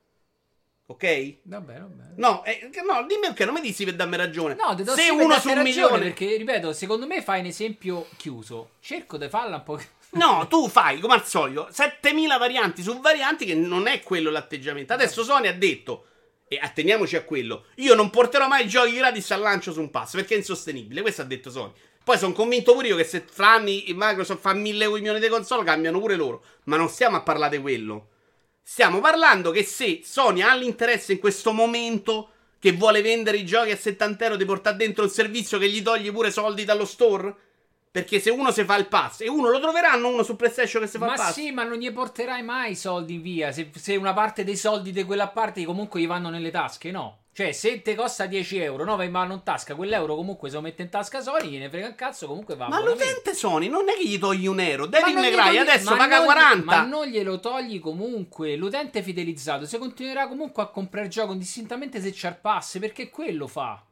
Ok? Vabbè. No, dimmi perché non mi dici per darmi ragione. No, ti do se 1 su 1 milione. Perché, ripeto, secondo me fai un esempio chiuso. Cerco di farla un po'. No, tu fai, come al solito, 7000 varianti su varianti che non è quello l'atteggiamento. Adesso Sony ha detto, e atteniamoci a quello, io non porterò mai giochi gratis al lancio su un pass, perché è insostenibile. Questo ha detto Sony. Poi sono convinto pure io che se tra anni Microsoft fa 1000 milioni di console cambiano pure loro. Ma non stiamo a parlare di quello. Stiamo parlando che se Sony ha l'interesse in questo momento che vuole vendere i giochi a 70 euro di portare dentro il servizio che gli toglie pure soldi dallo store, perché se uno si fa il pass e uno lo troveranno uno su PlayStation che si fa il pass. Ma sì, ma non gli porterai mai i soldi via. Se una parte dei soldi di quella parte comunque gli vanno nelle tasche, no? Cioè, se te costa 10 euro, no, vai in mano in tasca, quell'euro comunque se lo mette in tasca Sony, gliene frega un cazzo, comunque va. Ma abbonamento. l'utente Sony non è che gli togli €1. Ma Devil non May gli Cry togli- adesso ma paga non gli- 40. Ma non glielo togli comunque. L'utente fidelizzato si continuerà comunque a comprare il gioco indistintamente se c'è il pass, perché quello fa.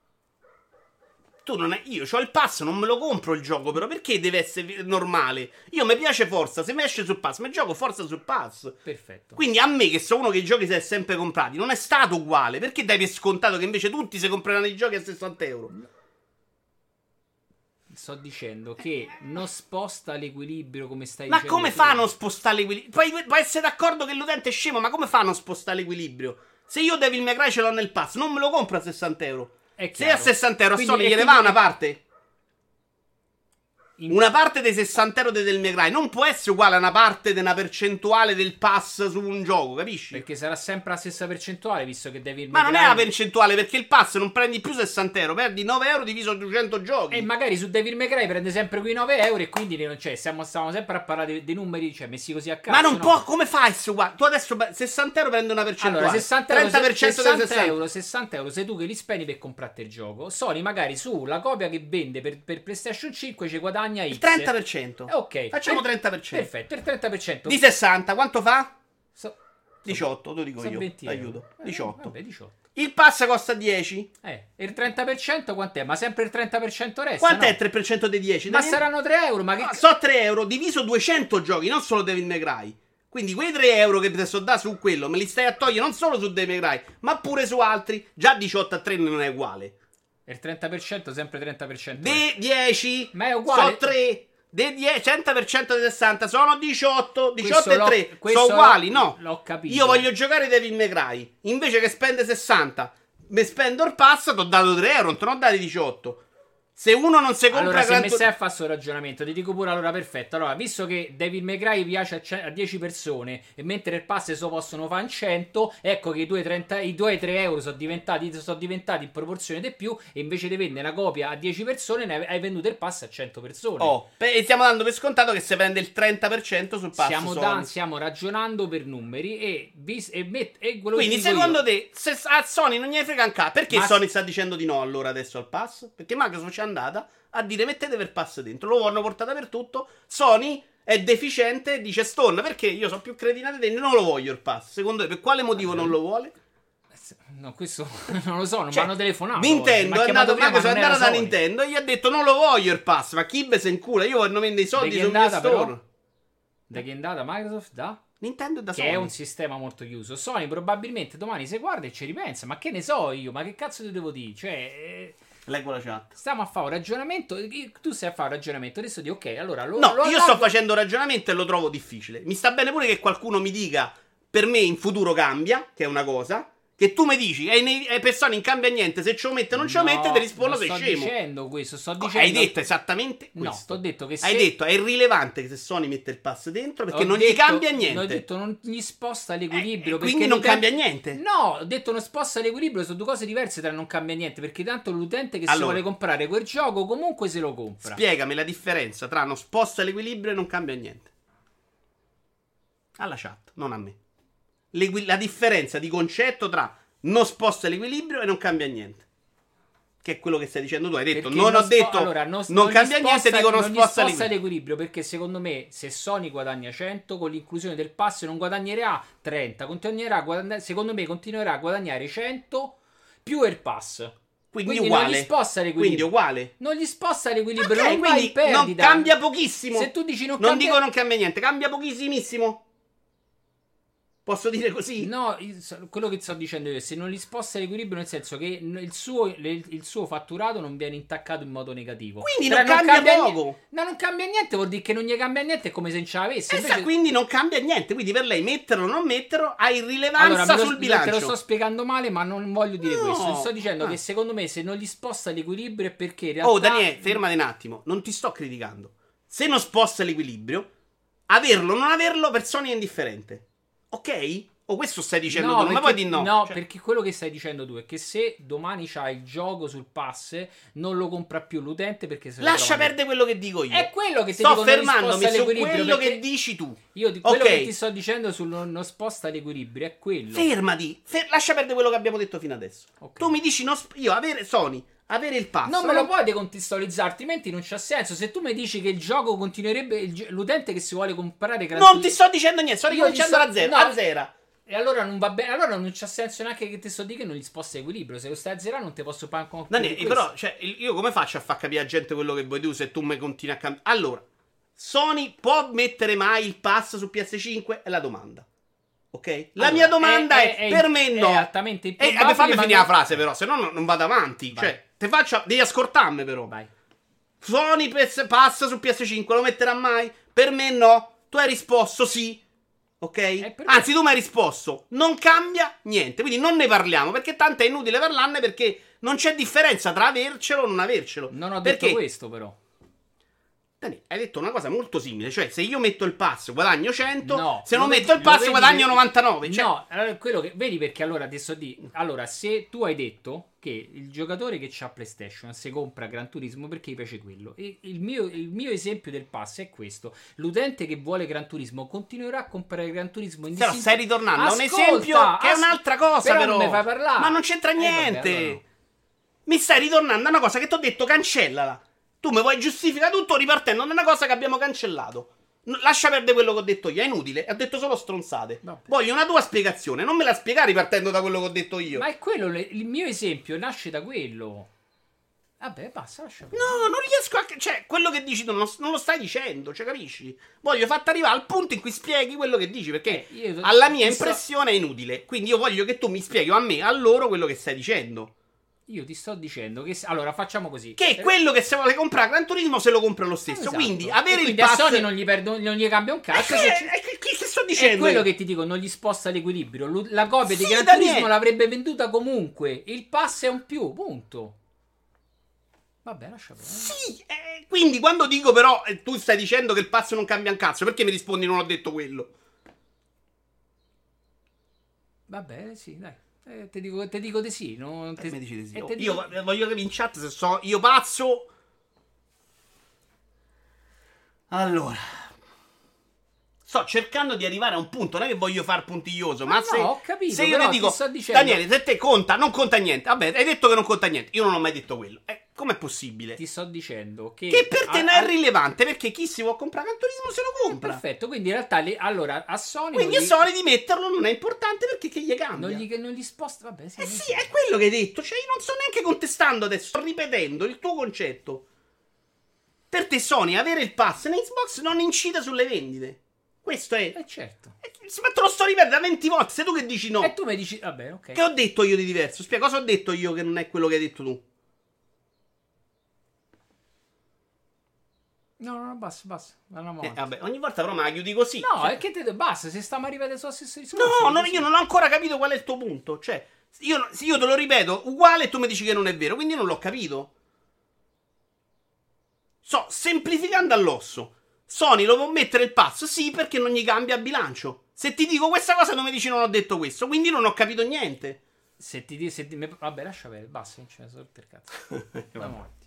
Tu non è. Io ho il pass, non me lo compro il gioco, però perché deve essere normale? Io mi piace Forza, se mi esce sul pass, mi gioco Forza sul pass. Perfetto. Quindi a me, che sono uno che i giochi si è sempre comprati, non è stato uguale. Perché dai per scontato che invece tutti si compreranno i giochi a €60? Sto dicendo che non sposta l'equilibrio come stai Ma dicendo. come tu. fa a non spostare l'equilibrio? Puoi essere d'accordo che l'utente è scemo, ma come fa a non spostare l'equilibrio? Se io Devil May Cry ce l'ho nel pass, non me lo compro a €60. È Se chiaro. a €60 a Quindi- Sony e gliene quindi- va una parte? In- Una parte dei €60 del Devil May Cry non può essere uguale a una parte di una percentuale del pass su un gioco, capisci? Perché sarà sempre la stessa percentuale, visto che devi. Ma non è la percentuale, perché il pass non prendi più €60, perdi €9 diviso 200 giochi. E magari su Devil May Cry prende sempre quei 9 euro e quindi cioè, stiamo sempre a parlare dei numeri, cioè messi così a caso. Ma non no? può, come fai a essere uguale? Tu adesso €60 prendi una percentuale. Allora, 60 euro, 30% dei 60 euro, 60 euro sei tu che li spendi per comprarti il gioco. Sony magari sulla copia che vende per PlayStation 5 ci guadagna X. Il 30%. Ok. Facciamo 30%. Perfetto, il 30%. Di 60, quanto fa? So- 18, lo dico sono io. 20 Aiuto. euro. 18. Vabbè, 18. Il pass costa 10. E il 30% quant'è? Ma sempre il 30% resta, Quant'è no? il 3% dei 10? Ma Daniele? saranno 3 euro, ma che... No, so €3 diviso 200 giochi, non solo Devil May Cry. Quindi quei €3 che ti so da su quello me li stai a togliere non solo su Devil May Cry, ma pure su altri. Già 18 a 3 non è uguale. Il 30% sempre 30%. De 10 Ma è uguale. sono 3. De 10, 100% di 60 sono 18. 18 Questo e l'ho- 3 questo sono uguali, l'ho- no? l'ho capito. Io voglio giocare Devil May Cry. Invece che spende 60, mi spendo il pass, ti ho dato €3, non te ne ho dati 18. Se uno non si compra Allora, se Gran mi Tur- stai a fare sto ragionamento, ti dico pure allora perfetto. Allora, visto che Devil May Cry piace a 10 persone e mentre il pass se lo possono fare in 100, ecco che i tuoi 3 euro sono diventati in proporzione di più e invece di vendere una copia a 10 persone ne hai venduto il pass a 100 persone. Oh, e stiamo dando per scontato che si prende il 30% sul pass Sony. Stiamo ragionando per numeri e quello Quindi che dico secondo io- te se a Sony non gli frega un cazzo, perché Ma- Sony sta dicendo di no allora adesso al pass? Perché Microsoft ci è andata a dire mettete per pass dentro, lo hanno portato per tutto. Sony è deficiente, dice Stone perché io so più cretina di te, non lo voglio il pass. Secondo te per quale motivo non lo vuole? No, questo non lo so, non mi Cioè, hanno telefonato. Nintendo Mi ha è chiamato andato, prima, Microsoft è ma non andata da era Sony. Nintendo e gli ha detto non lo voglio il pass, ma chi se incula, io voglio vendere i soldi Da chi è sul mio andata, però? store. Da chi è andata Microsoft? Da? Nintendo è da Che Sony. è un sistema molto chiuso. Sony probabilmente domani se guarda e ci ripensa. Ma che ne so io? Ma che cazzo ti devo dire? Cioè, Leggo la chat. stiamo a fare un ragionamento. Tu stai a fare un ragionamento. Adesso di ok, allora lo No, io allargo- sto facendo ragionamento e lo trovo difficile. Mi sta bene pure che qualcuno mi dica per me in futuro cambia, che è una cosa. Che tu mi dici, ai persone non cambia niente, se ce lo mette o non ce lo mette, ti rispondo non sei sto scemo. dicendo questo, sto Hai dicendo... detto esattamente No, questo. t'ho detto che Hai se... detto è irrilevante che se Sony mette il pass dentro perché Ho non gli detto- cambia Ho niente. detto non gli sposta l'equilibrio. perché quindi non l'utente- cambia niente. No, ho detto non sposta l'equilibrio. Sono due cose diverse tra non cambia niente. Perché tanto l'utente che si Allora. vuole comprare quel gioco comunque se lo compra. Spiegami la differenza tra non sposta l'equilibrio e non cambia niente. Alla chat, non a me. La differenza di concetto tra non sposta l'equilibrio e non cambia niente. Che è quello che stai dicendo tu. Hai detto, Perché non ho spo- detto allora, non gli cambia sposta- niente, dico non gli sposta sposta l'equilibrio. l'equilibrio. Perché secondo me se Sony guadagna 100 con l'inclusione del pass non guadagnerà 30. Secondo me continuerà a guadagnare 100 più il pass. Quindi non uguale. gli sposta Quindi l'equilibrio. uguale. Non gli sposta l'equilibrio. Ok, non vai in quindi non perdita. cambia pochissimo. Se tu dici non Non cambia... dico non cambia niente, cambia pochissimissimo. Posso dire così? No, quello che sto dicendo io è se non gli sposta l'equilibrio, nel senso che il suo fatturato non viene intaccato in modo negativo. Quindi Cioè, non cambia poco. niente. No, non cambia niente, vuol dire che non gli cambia niente, è come se non ce l'avesse. Invece... Quindi non cambia niente. Quindi per lei metterlo o non metterlo ha irrilevanza Allora, sul bilancio. te lo sto spiegando male, ma non voglio dire No. questo. Ti sto dicendo Ah. che secondo me se non gli sposta l'equilibrio è perché in realtà... Oh, Daniele, fermati un attimo. Non ti sto criticando. Se non sposta l'equilibrio, averlo o non averlo per Sony è indifferente. Ok? O questo stai dicendo tu, non mi puoi dire no. No, Cioè, perché quello che stai dicendo tu è che se domani c'hai il gioco sul pass, non lo compra più l'utente perché se lo lascia trova perdere quello che dico io. È quello che ti sto dico, non fermandomi sposta su l'equilibrio, quello perché che dici tu. Io quello Ok. che ti sto dicendo sul non sposta l'equilibrio è quello. Fermati, lascia perdere quello che abbiamo detto fino adesso. Ok. Tu mi dici io avere Sony, avere il pass. Non me lo puoi decontestualizzare, altrimenti non c'ha senso. Se tu mi dici che il gioco continuerebbe, l'utente che si vuole comprare Non ti sto dicendo niente, sto Io ti ricominciando sto- da zero. no. A zero. E allora non va bene. Allora non c'ha senso neanche che ti sto dire che non gli sposta l'equilibrio. Se lo stai a zerare non ti posso pagare con Daniele, però, cioè, io come faccio a far capire alla gente quello che vuoi tu se tu mi continui a cambiare? Allora, Sony può mettere mai il pass su PS5? È la domanda. Ok? La mia domanda è per me no. È altamente Fammi improbabile, finire la frase però, se no non vado avanti. Vai. Cioè, devi ascoltarmi però. Vai. Sony pass su PS5 lo metterà mai? Per me no. Tu hai risposto sì. Ok? per Anzi, tu mi hai risposto non cambia niente. Quindi non ne parliamo perché tanto è inutile parlarne perché non c'è differenza tra avercelo o non avercelo. Non ho perché, detto questo però. Dani, hai detto una cosa molto simile. Cioè, se io metto il pass guadagno 100. No, se non lo metto il vedi pass guadagno perché- 99. Cioè, No, allora, quello che vedi perché allora ti sto di. Allora, se tu hai detto che il giocatore che ha PlayStation si compra Gran Turismo perché gli piace quello. E il mio esempio del pass è questo: l'utente che vuole Gran Turismo continuerà a comprare Gran Turismo però stai ritornando a un Ascolta, esempio che è un'altra cosa, però. non mi fai parlare. Ma non c'entra niente. Vabbè, allora no. Mi stai ritornando a una cosa che ti ho detto, cancellala. Tu mi vuoi giustificare tutto ripartendo da una cosa che abbiamo cancellato. Lascia perdere quello che ho detto io, è inutile. Ho detto solo stronzate. Vabbè. Voglio una tua spiegazione, non me la spiegare ripartendo da quello che ho detto io. Ma è quello, il mio esempio nasce da quello. Vabbè, basta, lascia perdere. No, non riesco a. Cioè, quello che dici tu non lo stai dicendo, cioè, capisci? Voglio farti arrivare al punto in cui spieghi quello che dici, perché io alla mia ti sto- impressione è inutile. Quindi io voglio che tu mi spieghi a me, a loro, quello che stai dicendo. Io ti sto dicendo che allora facciamo così. Che quello che se vuole comprare Gran Turismo se lo compra lo stesso. Esatto. Quindi avere quindi il pass. a Sony non gli cambia un cazzo. Che sto dicendo? È quello che ti dico, non gli sposta l'equilibrio. La copia di Sì, Gran Daniele. Turismo l'avrebbe venduta comunque. Il pass è un più, punto. Vabbè, lascia perdere. Sì, quindi quando dico però tu stai dicendo che il pass non cambia un cazzo, perché mi rispondi non ho detto quello? Vabbè, sì, dai. Ti dico di sì. Non Mi dici di sì. te Io dico- voglio capire in chat se so io pazzo. Allora, sto cercando di arrivare a un punto, non è che voglio far puntiglioso, ma no, se, ho capito, se io però ti dico ti sto dicendo- Daniele, se te conta, non conta niente. Vabbè, hai detto che non conta niente. Io non ho mai detto quello. Com'è possibile? Ti sto dicendo che Per te non è rilevante, perché chi si vuole comprare Gran Turismo se lo compra. perfetto, quindi in realtà allora a Sony Quindi non a gli, Sony di metterlo non è importante perché che gli cambia. non gli sposta. Vabbè, sì. Sì, è quello che hai detto. Cioè, io non sto neanche contestando adesso, sto ripetendo il tuo concetto. Per te Sony avere il pass in Xbox non incide sulle vendite. Questo è. Certo. Ma te lo sto ripetendo da 20 volte. Sei tu che dici no. E tu mi dici, vabbè, ok. Che ho detto io di diverso? Spiega, cosa ho detto io che non è quello che hai detto tu? No, basta. Andiamo avanti. Vabbè, ogni volta però me la chiudi così. No, Cioè, è che basta, se stiamo a ripetere sulla stessa discorso. io non ho ancora capito qual è il tuo punto. Cioè, io te lo ripeto uguale e tu mi dici che non è vero, quindi non l'ho capito. Sto semplificando all'osso. Sony lo può mettere il pass? Sì, perché non gli cambia bilancio. Se ti dico questa cosa, non mi dici non ho detto questo, quindi non ho capito niente. Vabbè, lascia perdere, basta, non ce ne so per cazzo. Andiamo avanti.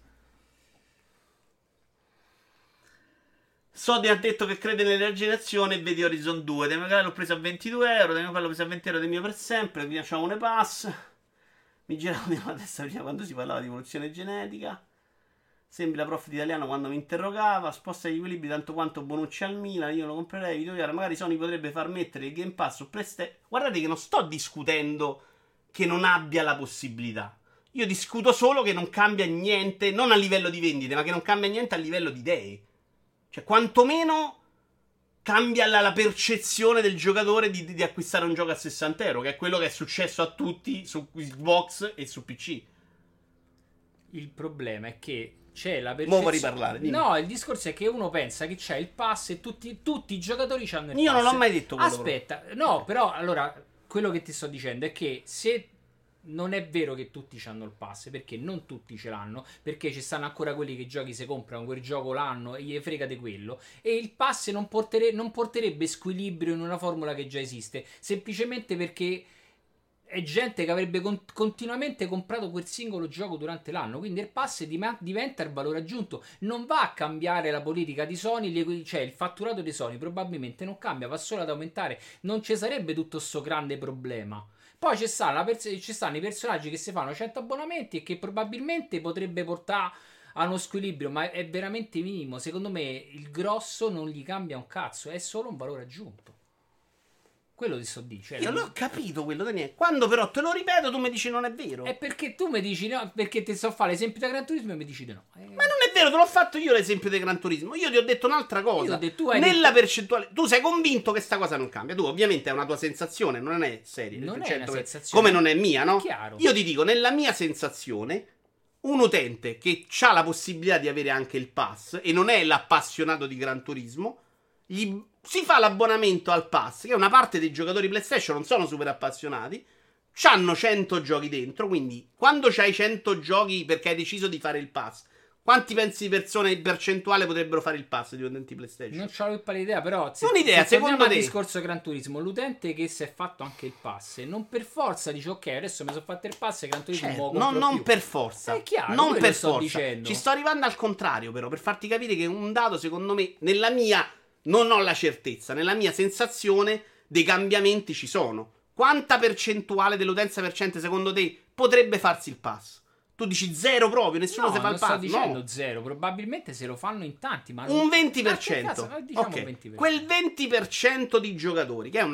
Sony ha detto che crede nella rigenerazione e vedi Horizon 2. Devi magari l'ho preso a 22 euro. Devi farlo preso a 20 euro del mio per sempre. Quindi facciamo un pass. Mi giravo la testa prima quando si parlava di evoluzione genetica. Sembri la prof di italiano quando mi interrogava. Sposta gli equilibri tanto quanto Bonucci al Milan. Io lo comprerei. Videochiara. Magari Sony potrebbe far mettere il Game Pass su PlayStation. Guardate che non sto discutendo che non abbia la possibilità. Io discuto solo che non cambia niente. Non a livello di vendite, ma che non cambia niente a livello di idee. Cioè, quantomeno cambia la percezione del giocatore di acquistare un gioco a 60 euro, che è quello che è successo a tutti su Xbox e su PC. Il problema è che c'è la Mo' percezione. vuoi riparlare, dimmi. No, il discorso è che uno pensa che c'è il pass e tutti i giocatori hanno il pass. Io non l'ho mai detto quello. Aspetta, no, però allora quello che ti sto dicendo è che se non è vero che tutti hanno il pass, perché non tutti ce l'hanno, perché ci stanno ancora quelli che giochi se comprano quel gioco l'anno e gli frega di quello, e il pass non porterebbe squilibrio in una formula che già esiste, semplicemente perché è gente che avrebbe continuamente comprato quel singolo gioco durante l'anno, quindi il pass diventa il valore aggiunto, non va a cambiare la politica di Sony, cioè il fatturato di Sony probabilmente non cambia, va solo ad aumentare, non ci sarebbe tutto sto grande problema. Poi ci stanno i personaggi che si fanno 100 abbonamenti e che probabilmente potrebbe portare a uno squilibrio, ma è veramente minimo. Secondo me il grosso non gli cambia un cazzo, è solo un valore aggiunto. Quello ti sto dicendo. Io l'ho capito quello, Daniele. Quando però te lo ripeto, tu mi dici non è vero. È perché tu mi dici no, perché ti so fare l'esempio da Gran Turismo e mi dici di no. Ma non è vero, te l'ho fatto io l'esempio del Gran Turismo. Io ti ho detto un'altra cosa. Tu Nella percentuale, tu sei convinto che sta cosa non cambia. Tu, ovviamente, è una tua sensazione, non è seria. Non è una 100%, sensazione. come non è mia, no? È chiaro. Io ti dico, nella mia sensazione, un utente che ha la possibilità di avere anche il pass e non è l'appassionato di Gran Turismo, si fa l'abbonamento al pass, che una parte dei giocatori PlayStation non sono super appassionati, c'hanno 100 giochi dentro, quindi quando c'hai 100 giochi perché hai deciso di fare il pass, quanti pensi di persone in percentuale potrebbero fare il pass di utenti PlayStation? Non c'ho la più idea, però Non idea, se torniamo secondo al te? discorso Gran Turismo, l'utente che si è fatto anche il pass non per forza dice ok, adesso mi sono fatto il pass e Gran Turismo Certo, me lo compro non più. per forza. È chiaro, non quello per sto forza. dicendo. Ci sto arrivando al contrario, però, per farti capire che un dato, secondo me, nella mia, non ho la certezza, nella mia sensazione, dei cambiamenti ci sono. Quanta percentuale dell'utenza percente, secondo te, potrebbe farsi il pass? Tu dici zero proprio, nessuno No, si fa il non sto pass? dicendo No. zero, probabilmente se lo fanno in tanti, ma Un Ah, che 20%. cazzo, diciamo Ok. un 20%. Quel 20% di giocatori, che è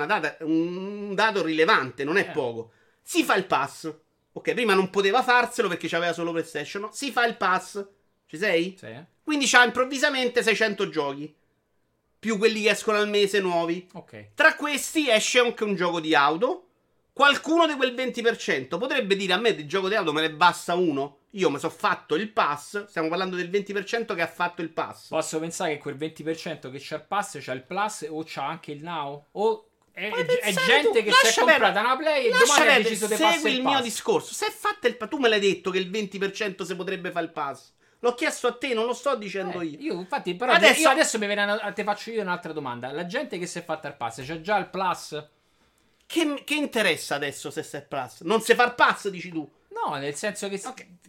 un dato rilevante, non è poco, si fa il pass. Ok, prima non poteva farselo perché c'aveva solo PlayStation. No? Si fa il pass. Ci sei? Sì, eh? Quindi c'ha improvvisamente 600 giochi. Più quelli che escono al mese nuovi. Ok. Tra questi esce anche un gioco di auto. Qualcuno di quel 20% potrebbe dire a me di gioco di auto me ne basta uno. Io mi sono fatto il pass. Stiamo parlando del 20% che ha fatto il pass. Posso pensare che quel 20% che c'ha il pass, c'ha il plus o c'ha anche il now? O è gente che si è comprata una Play e domani ha deciso di passare segui il il mio pass. discorso. Se è fatto il pass, tu me l'hai detto che il 20% si potrebbe fare il pass. L'ho chiesto a te, non lo sto dicendo io. Io infatti però adesso mi viene te faccio io un'altra domanda. La gente che si è fatta il pass c'ha già il plus? Che interessa adesso se sei plus? Non si fa il pass, dici tu? No, nel senso che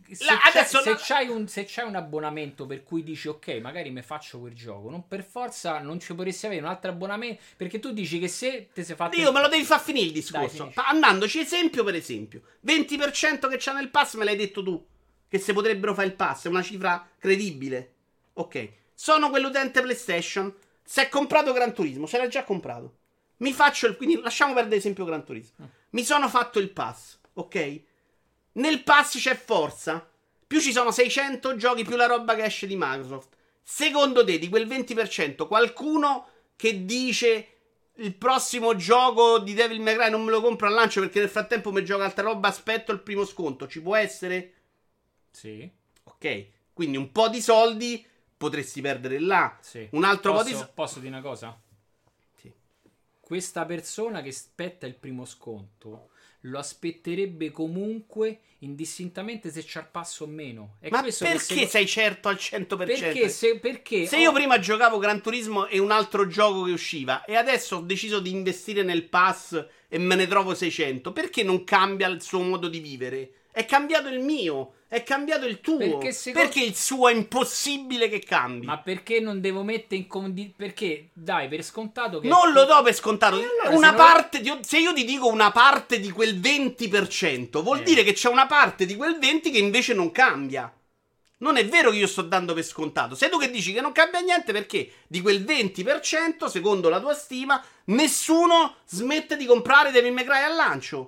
se c'hai un abbonamento per cui dici ok, magari mi faccio quel gioco, non per forza non ci potresti avere un altro abbonamento, perché tu dici che se ti sei fatto Io me lo devi far finire il discorso. Dai, finisci. Andandoci esempio per esempio. 20% che c'ha nel pass me l'hai detto tu. Che se potrebbero fare il pass, è una cifra credibile. Ok. Sono quell'utente PlayStation. Si è comprato Gran Turismo, se l'ha già comprato. Mi faccio il. Quindi lasciamo perdere esempio Gran Turismo. Mi sono fatto il pass, ok? Nel pass c'è Forza. Più ci sono 600 giochi, più la roba che esce di Microsoft. Secondo te, di quel 20%, qualcuno che dice il prossimo gioco di Devil May Cry non me lo compro al lancio perché nel frattempo mi gioco altra roba, aspetto il primo sconto, ci può essere? Sì. Ok, quindi un po' di soldi potresti perdere là. Sì. Un altro po' di soldi. Posso dire una cosa? Sì. Questa persona che aspetta il primo sconto lo aspetterebbe comunque indistintamente se c'ha il passo o meno. È Ma questo perché che sei certo al 100%? Perché Se io prima giocavo Gran Turismo e un altro gioco che usciva e adesso ho deciso di investire nel pass e me ne trovo 600, perché non cambia il suo modo di vivere? È cambiato il mio, è cambiato il tuo. Perché il suo è impossibile che cambi? Ma perché non devo mettere in condizione? Perché dai per scontato che Non lo do per scontato. allora, Una se parte se io ti dico una parte di quel 20%, vuol dire che c'è una parte di quel 20% che invece non cambia. Non è vero che io sto dando per scontato. Sei tu che dici che non cambia niente perché di quel 20%, secondo la tua stima, nessuno smette di comprare Devil May Cry al lancio.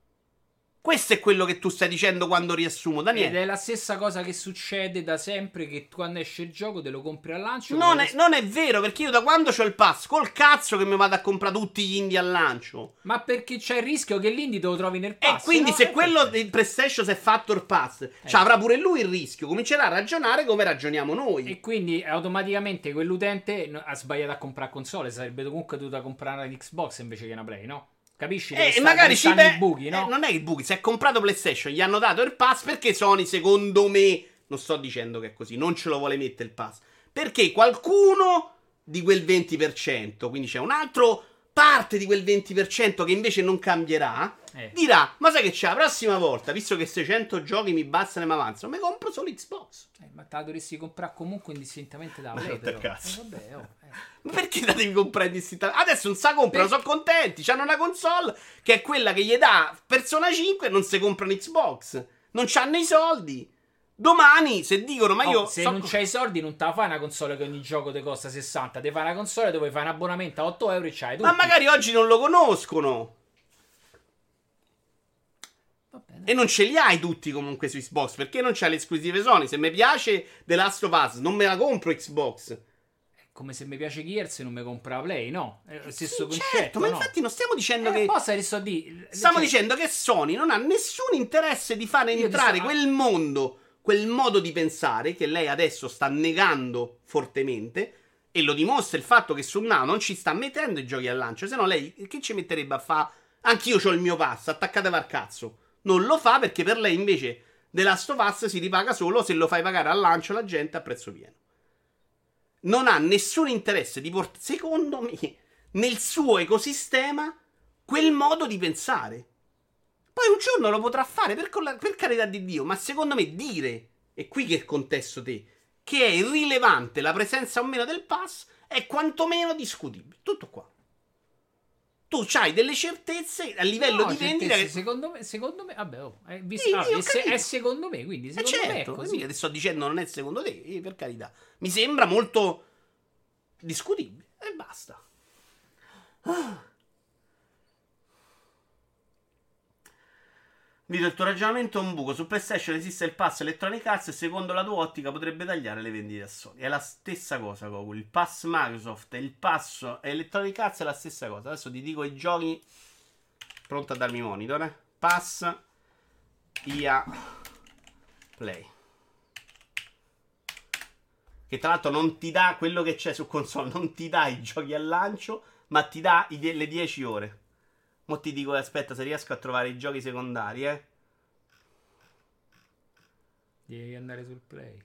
Questo è quello che tu stai dicendo quando riassumo, Ed Daniele. è la stessa cosa che succede da sempre, che quando esce il gioco te lo compri al lancio. Non è vero, perché io da quando c'ho il pass, col cazzo che mi vado a comprare tutti gli indie al lancio. Ma perché c'è il rischio che l'indie te lo trovi nel pass. E quindi no? se quello del PlayStation si è fatto il pass, cioè avrà pure lui il rischio, comincerà a ragionare come ragioniamo noi. E quindi automaticamente quell'utente ha sbagliato a comprare console, sarebbe comunque dovuta comprare una Xbox invece che una Play, no? Capisci? Dove magari ci stanno i buchi, no? non è i buchi. Se è comprato PlayStation, gli hanno dato il pass perché Sony, secondo me, non sto dicendo che è così, non ce lo vuole mettere il pass. Perché qualcuno di quel 20%, quindi c'è un altro parte di quel 20% che invece non cambierà, dirà, ma sai che c'è, la prossima volta, visto che 600 giochi mi bastano e mi avanzano, mi compro solo Xbox. Ma te la dovresti comprare comunque indistintamente da Play, per però. cazzo. Vabbè, Ma perché la devi comprare indistintamente? Adesso non sa comprano, sono contenti, c'hanno una console che è quella che gli dà Persona 5 e non si comprano Xbox. Non c'hanno i soldi. Domani, se dicono, ma io... se non c'hai i soldi, non te la fai una console che ogni gioco ti costa 60. Te fai una console dove fai un abbonamento a 8 euro e c'hai tutto. Ma magari oggi non lo conoscono. Va bene. E non ce li hai tutti comunque su Xbox. Perché non c'hai le esclusive Sony? Se mi piace The Last of Us, non me la compro Xbox. Come se mi piace Gears e non mi compra la Play, no? È lo stesso Sì, concetto, certo, ma no? infatti non stiamo dicendo che... Stiamo dicendo che Sony non ha nessun interesse di fare entrare quel mondo, quel modo di pensare che lei adesso sta negando fortemente, e lo dimostra il fatto che su Now non ci sta mettendo i giochi al lancio. Se no lei che ci metterebbe a fare? Anch'io c'ho il mio pass, attaccatevi al cazzo. Non lo fa perché per lei invece The Last of Us si ripaga solo se lo fai pagare al lancio la gente a prezzo pieno. Non ha nessun interesse di portare, secondo me, nel suo ecosistema quel modo di pensare. Poi un giorno lo potrà fare, per carità di Dio, ma secondo me dire, è qui che contesto te, che è irrilevante la presenza o meno del pass è quantomeno discutibile. Tutto qua. Tu c'hai delle certezze a livello di vendita che... Secondo me, vabbè, Sì, è secondo me, quindi secondo me è certo, così. quindi ti sto dicendo non è secondo te, per carità. Mi sembra molto discutibile e basta. Vito, il tuo ragionamento è un buco. Su PlayStation esiste il pass Electronic Arts e secondo la tua ottica potrebbe tagliare le vendite a Sony. È la stessa cosa, Goku. Il pass Microsoft e il pass Electronic Arts è la stessa cosa. Adesso ti dico i giochi. Pronto a darmi monitor, eh? Pass EA Play. Che tra l'altro non ti dà quello che c'è su console. Non ti dà i giochi al lancio, ma ti dà le 10 ore. Mo ti dico, aspetta, se riesco a trovare i giochi secondari, Devi andare sul Play.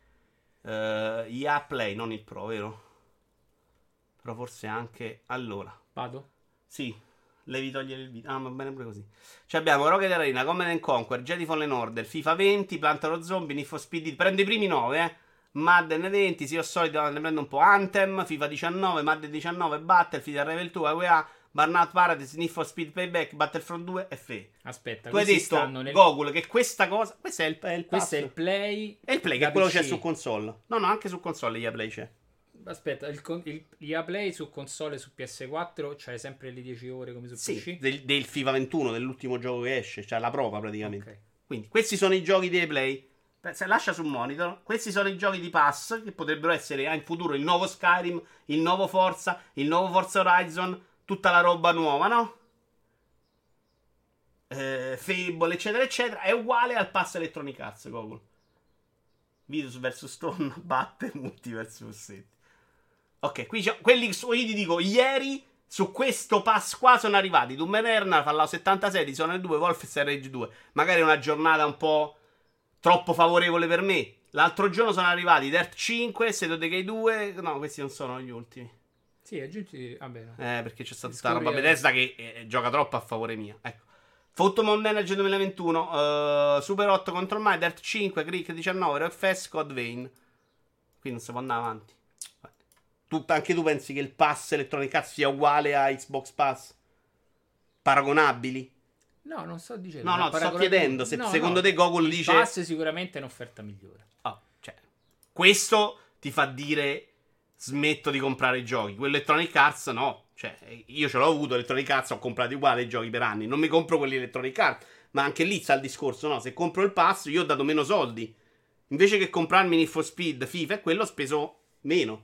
EA Play, non il Pro, vero? Però forse anche... Allora. Vado? Sì, devi togliere il video. Ah, va bene pure così. Cioè abbiamo Rocket Arena, Command & Conquer, Jedi Fallen Order, FIFA 20, Plantaro Zombie, Need for Speed. Prendo i primi 9, Madden 20, sì, ho solito, ne prendo un po'. Anthem, FIFA 19, Madden 19, Battlefield, Revel 2, UEA, Burnout Paradise, Need for Speed Payback, Battlefront 2 e FE. Aspetta, tu hai detto, Google, che questa cosa... Questo è il questo è il Play. È il Play, che è quello che c'è su console. No, anche su console EA Play c'è. Aspetta, il EA Play su console e su PS4 c'hai sempre le 10 ore come su PC? Del FIFA 21, dell'ultimo gioco che esce, cioè la prova praticamente. Okay. Quindi questi sono i giochi di EA Play. Lascia sul monitor. Questi sono i giochi di pass che potrebbero essere in futuro il nuovo Skyrim, il nuovo Forza, il nuovo Forza Horizon, tutta la roba nuova, no? Fable, eccetera, eccetera. È uguale al pass Electronic Arts, Google. Virus vs Stone batte Multiverse Versetti. Ok, qui c'è quelli che io ti dico, ieri su questo pass qua sono arrivati Doom Eternal, Fallout 76, Dishonored 2, Wolfenstein Rage 2. Magari una giornata un po' troppo favorevole per me. L'altro giorno sono arrivati Dirt 5, State of Decay 2. No, questi non sono gli ultimi. Sì, aggiungi... Vabbè, no. Perché c'è stata questa roba Bethesda che gioca troppo a favore mia. Ecco. Football Manager 2021, Super 8 Control Mind, Dirt 5, Creek 19, RFS, Code Vein. Qui non si può andare avanti. Anche tu pensi che il pass Electronic Arts sia uguale a Xbox Pass? Paragonabili? No, non sto dicendo. No, sto chiedendo se secondo te Google dice... Il pass sicuramente è un'offerta migliore. Cioè, questo ti fa dire smetto di comprare i giochi. Quello Electronic Arts no. Cioè, io ce l'ho avuto Electronic Arts, ho comprato uguali i giochi per anni. Non mi compro quelli Electronic Arts. Ma anche lì sta il discorso, no? Se compro il pass io ho dato meno soldi. Invece che comprarmi Need for Speed, FIFA e quello ho speso meno.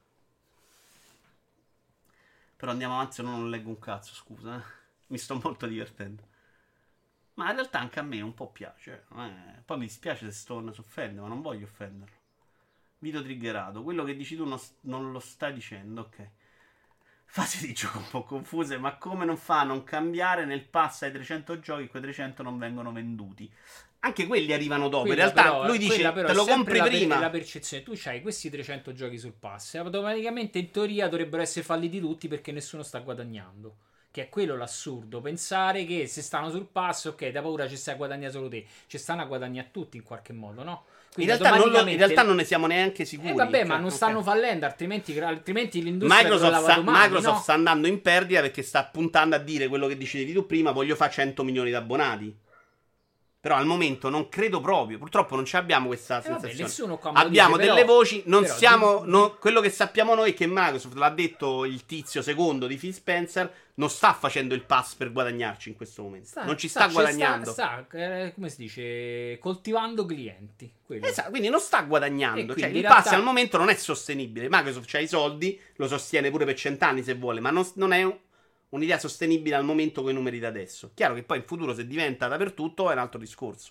Però andiamo avanti, se no non leggo un cazzo, scusa. Mi sto molto divertendo. Ma in realtà anche a me un po' piace. Poi mi dispiace se Stone si offende, ma non voglio offenderlo. Video triggerato. Quello che dici tu non lo stai dicendo, ok. Fasi di gioco un po' confuse, ma come non fa a non cambiare nel pass ai 300 giochi, quei 300 non vengono venduti? Anche quelli arrivano dopo. Quella In realtà però- lui dice quella però te è lo sempre compri prima. la percezione. Tu c'hai questi 300 giochi sul pass e automaticamente in teoria dovrebbero essere falliti tutti perché nessuno sta guadagnando. Che è quello l'assurdo. Pensare che se stanno sul pass, ok, da paura ci stai a guadagnare solo te. Ci stanno a guadagnare tutti in qualche modo, no? In Quindi realtà non ne siamo neanche sicuri. vabbè, cioè, ma non ok. stanno fallendo, altrimenti l'industria Microsoft, domani, Microsoft no? sta andando in perdita perché sta puntando a dire quello che dicevi tu prima, voglio fare 100 milioni di abbonati. Però al momento non credo proprio, purtroppo non ci abbiamo questa Vabbè, sensazione. nessuno qua me lo Abbiamo dice, delle però- voci, non però siamo, quello che sappiamo noi è che Microsoft, l'ha detto il tizio secondo di Phil Spencer, non sta facendo il pass per guadagnarci in questo momento. Non ci sta guadagnando. Come si dice, coltivando clienti. Quello. Esatto, quindi non sta E guadagnando. quindi Cioè, in il pass realtà- al momento non è sostenibile. Microsoft ha i soldi, lo sostiene pure per 100 anni se vuole, ma non è un'idea sostenibile al momento con i numeri da adesso. Chiaro che poi in futuro se diventa dappertutto è un altro discorso.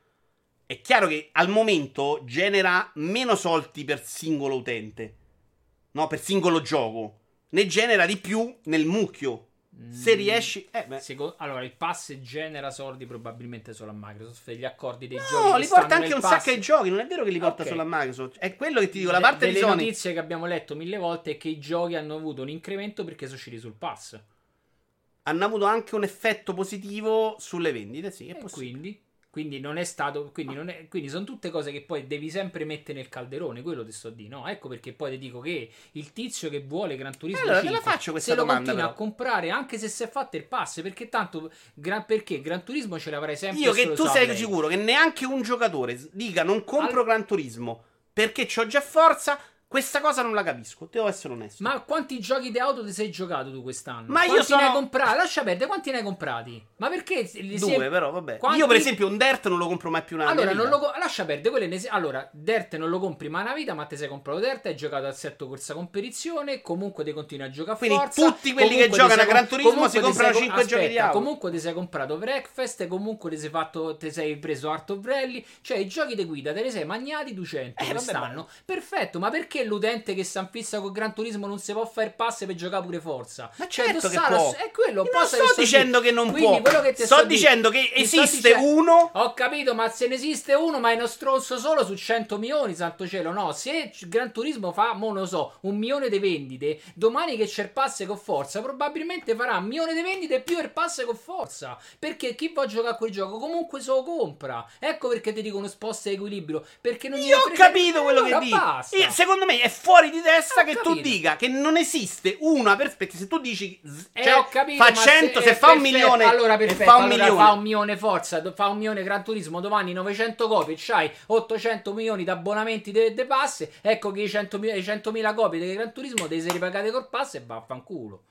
È chiaro che al momento genera meno soldi per singolo utente, no? Per singolo gioco. Ne genera di più nel mucchio. Se riesci... Allora, il pass genera soldi probabilmente solo a Microsoft. Per gli accordi dei giochi. No, che li porta stanno anche nel un pass. sacco ai giochi. Non è vero che li porta Ok. solo a Microsoft. È quello che ti dico. La parte di delle Sony... notizie che abbiamo letto 1000 volte è che i giochi hanno avuto un incremento perché sono usciti sul pass. hanno avuto anche un effetto positivo sulle vendite, sì, è E possibile. quindi non è stato. Quindi sono tutte cose che poi devi sempre mettere nel calderone. Quello ti sto di no. Ecco perché poi ti dico che il tizio che vuole Gran Turismo Allora, te la 5 faccio questa se lo domanda, continua però. a comprare anche se si è fatto il pass. Perché tanto perché Gran Turismo ce l'avrai sempre. Io che solo tu su sei Play. sicuro che neanche un giocatore dica non compro Gran Turismo perché c'ho già forza, questa cosa non la capisco, devo essere onesto. Ma quanti giochi di auto ti sei giocato tu quest'anno? Ma io quanti ne hai sono- comprati? Lascia perdere, quanti ne hai comprati? Ma perché Due, però, vabbè. Quanti- Io, per esempio, un Dirt non lo compro mai più una Allora, mia non vita. lascia perdere allora, Dirt non lo compri mai una vita, ma ti sei comprato Dirt, hai giocato al setto corsa competizione, comunque ti continui a giocare a Quindi forza. tutti quelli che comunque giocano ti a sei Gran Turismo comunque si ti comprano sei 5 giochi di auto. Comunque ti sei comprato Breakfast, comunque ti sei preso Art of Rally, cioè i giochi di guida te ne sei magnati 200 vabbè, quest'anno. Perfetto, ma perché l'utente che sta in fissa con Gran Turismo non si può fare il pass per giocare pure forza? Ma Cioè, certo tu che sai, può. è quello, Io poi non sai sto sto dicendo di- che non Quindi può. quello che ti Sto di- dicendo che ti sto esiste uno. Ho capito, ma se ne esiste uno, ma è uno stronzo solo su 100 milioni, santo cielo. No, se Gran Turismo fa, mo non so, 1 milione di vendite, domani che c'è il pass con forza, probabilmente farà 1 milione di vendite più il pass con forza. Perché chi va a giocare a quel gioco comunque se lo compra. Ecco perché ti dicono sposta equilibrio. Perché non gli Io ho frega- capito quello che Allora dici. basta. Secondo me è fuori di testa Ho che tu capito. dica che non esiste una perché se tu dici Ho capito, fa ma 100, se fa un perfetto, milione allora e perfetto, fa un allora milione. fa 1 milione forza, fa 1 milione Gran Turismo, domani 900 copie, c'hai 800 milioni di abbonamenti de pass, ecco che i 100.000 copie di Gran Turismo te le sei ripagate col pass e vaffanculo.